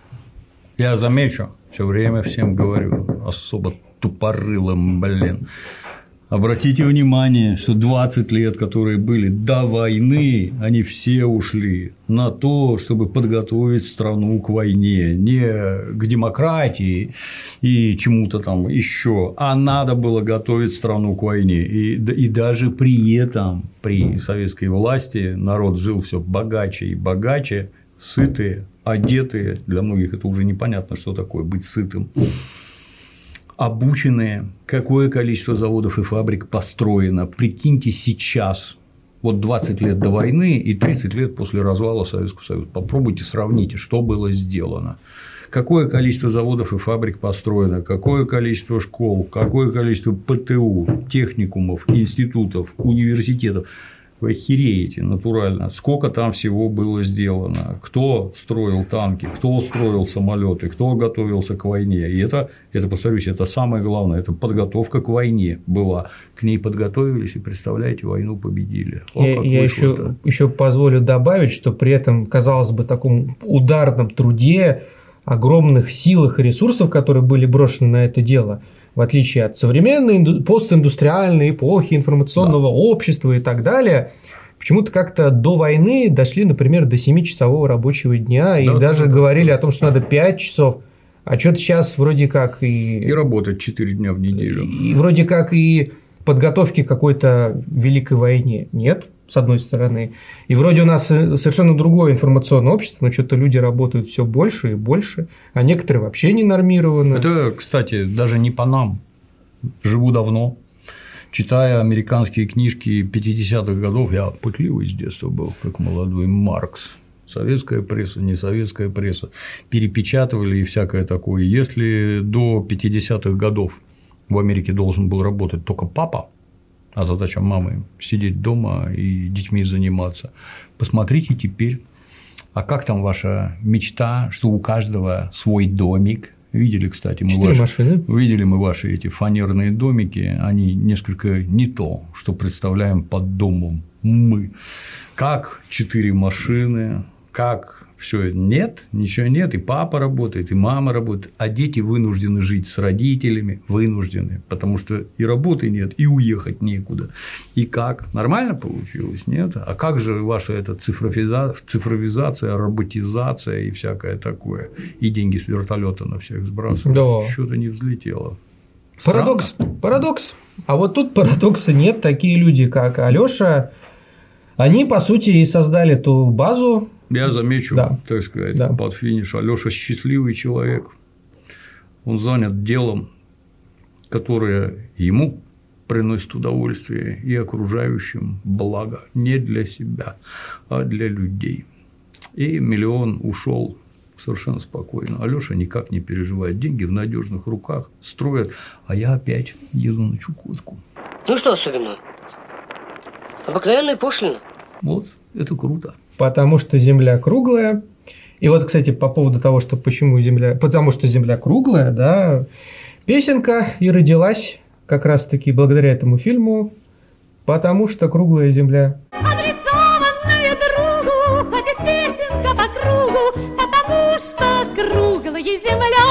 Я замечу, все время всем говорю, особо тупорылым, Обратите внимание, что 20 лет, которые были до войны, они все ушли на то, чтобы подготовить страну к войне, не к демократии и чему-то там еще, а надо было готовить страну к войне. И даже при этом, при советской власти, народ жил все богаче и богаче, сытые, одетые. Для многих это уже непонятно, что такое быть сытым. Обученные, какое количество заводов и фабрик построено. Прикиньте сейчас, вот 20 лет до войны и 30 лет после развала Советского Союза. Попробуйте сравните, что было сделано. Какое количество заводов и фабрик построено, какое количество школ, какое количество ПТУ, техникумов, институтов, университетов. Вы охереете натурально, сколько там всего было сделано, кто строил танки, кто строил самолеты, кто готовился к войне. И это, повторюсь, это самое главное, это подготовка к войне была. К ней подготовились и, представляете, войну победили. Я еще позволю добавить, что при этом, казалось бы, таком ударном труде, огромных силах и ресурсов, которые были брошены на это дело, в отличие от современной постиндустриальной эпохи, информационного общества и так далее, почему-то как-то до войны дошли, например, до 7-часового рабочего дня, и даже говорили о том, что надо 5 часов, а что-то сейчас вроде как и работать 4 дня в неделю. И вроде как и подготовки к какой-то великой войне нет, с одной стороны. И вроде у нас совершенно другое информационное общество, но что-то люди работают все больше и больше, а некоторые вообще не нормированы. Это, кстати, даже не по нам. Живу давно. Читая американские книжки 50-х годов, я пытливый с детства был, как молодой Маркс. Советская пресса, не советская пресса, перепечатывали и всякое такое. Если до 50-х годов в Америке должен был работать только папа, а задача мамы – сидеть дома и детьми заниматься, посмотрите теперь, а как там ваша мечта, что у каждого свой домик. Видели, кстати, видели мы ваши эти фанерные домики, они несколько не то, что представляем под домом мы. Как 4 машины, как все нет, ничего нет, и папа работает, и мама работает, а дети вынуждены жить с родителями, потому что и работы нет, и уехать некуда. И как? Нормально получилось, нет? А как же ваша эта цифровизация, роботизация и всякое такое, и деньги с вертолета на всех сбрасывают, да. Что-то не взлетело. Парадокс. А вот тут парадокса нет. Такие люди, как Алёша, они, по сути, и создали ту базу. Я замечу, так сказать, под финиш. Алёша счастливый человек. Он занят делом, которое ему приносит удовольствие и окружающим благо. Не для себя, а для людей. И 1 миллион ушел совершенно спокойно. Алёша никак не переживает. Деньги в надежных руках, строят, а я опять еду на Чукотку. Ну что особенного? Обыкновенная пошлина. Вот, это круто. Потому что Земля круглая. И вот, кстати, по поводу того, что почему Земля... Потому что Земля круглая, да, песенка и родилась как раз-таки благодаря этому фильму, потому что круглая Земля. Адресованная другу, ходит песенка по кругу, потому что круглая Земля.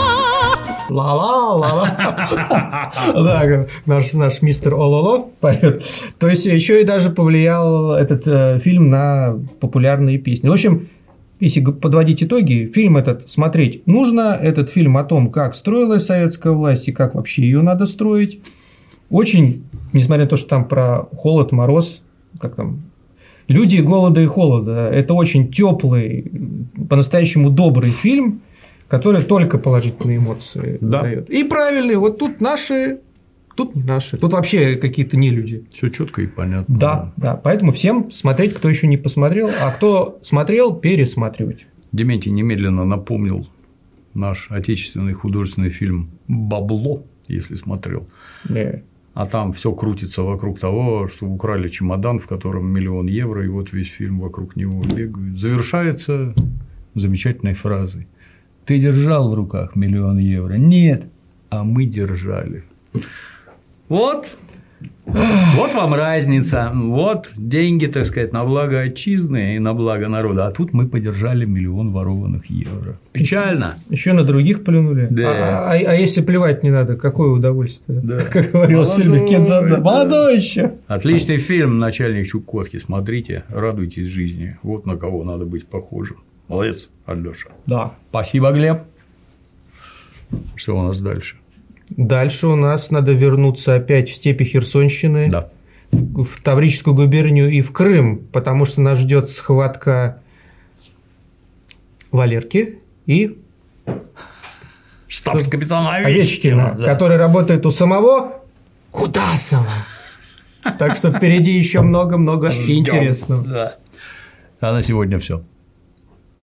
Ла-ла-ла-ла. Да, наш мистер Ололо поет. То есть еще и даже повлиял этот фильм на популярные песни. В общем, если подводить итоги, фильм этот смотреть нужно. Этот фильм о том, как строилась советская власть и как вообще ее надо строить. Очень, несмотря на то, что там про холод, мороз, как там, люди голода и холода, это очень теплый, по-настоящему добрый фильм, который только положительные эмоции дает. И правильный, вот тут наши, тут не наши, тут вообще какие-то нелюди. Все четко и понятно. Да, поэтому всем смотреть, кто еще не посмотрел, а кто смотрел, пересматривать. Дементий немедленно напомнил наш отечественный художественный фильм «Бабло», если смотрел. А там все крутится вокруг того, что украли чемодан, в котором 1 000 000 евро, и вот весь фильм вокруг него бегает. Завершается замечательной фразой: «Ты держал в руках 1 000 000 евро?» «Нет, а мы держали». Вот вам разница. Вот деньги, так сказать, на благо отчизны и на благо народа. А тут мы подержали 1 000 000 ворованных евро. Печально. Еще на других плюнули. Да. А если плевать не надо, какое удовольствие? Да. Как говорилось в фильме Кендзадзе. Молодой еще. Отличный фильм «Начальник Чукотки». Смотрите, радуйтесь жизни. Вот на кого надо быть похожим. Молодец, Алёша. Да. Спасибо, Глеб. Что у нас дальше? Дальше у нас надо вернуться опять в степи Херсонщины, в Таврическую губернию и в Крым, потому что нас ждет схватка Валерки и штабс-капитана Овечкина, который работает у самого Кудасова. Так что впереди еще много-много интересного. А на сегодня все.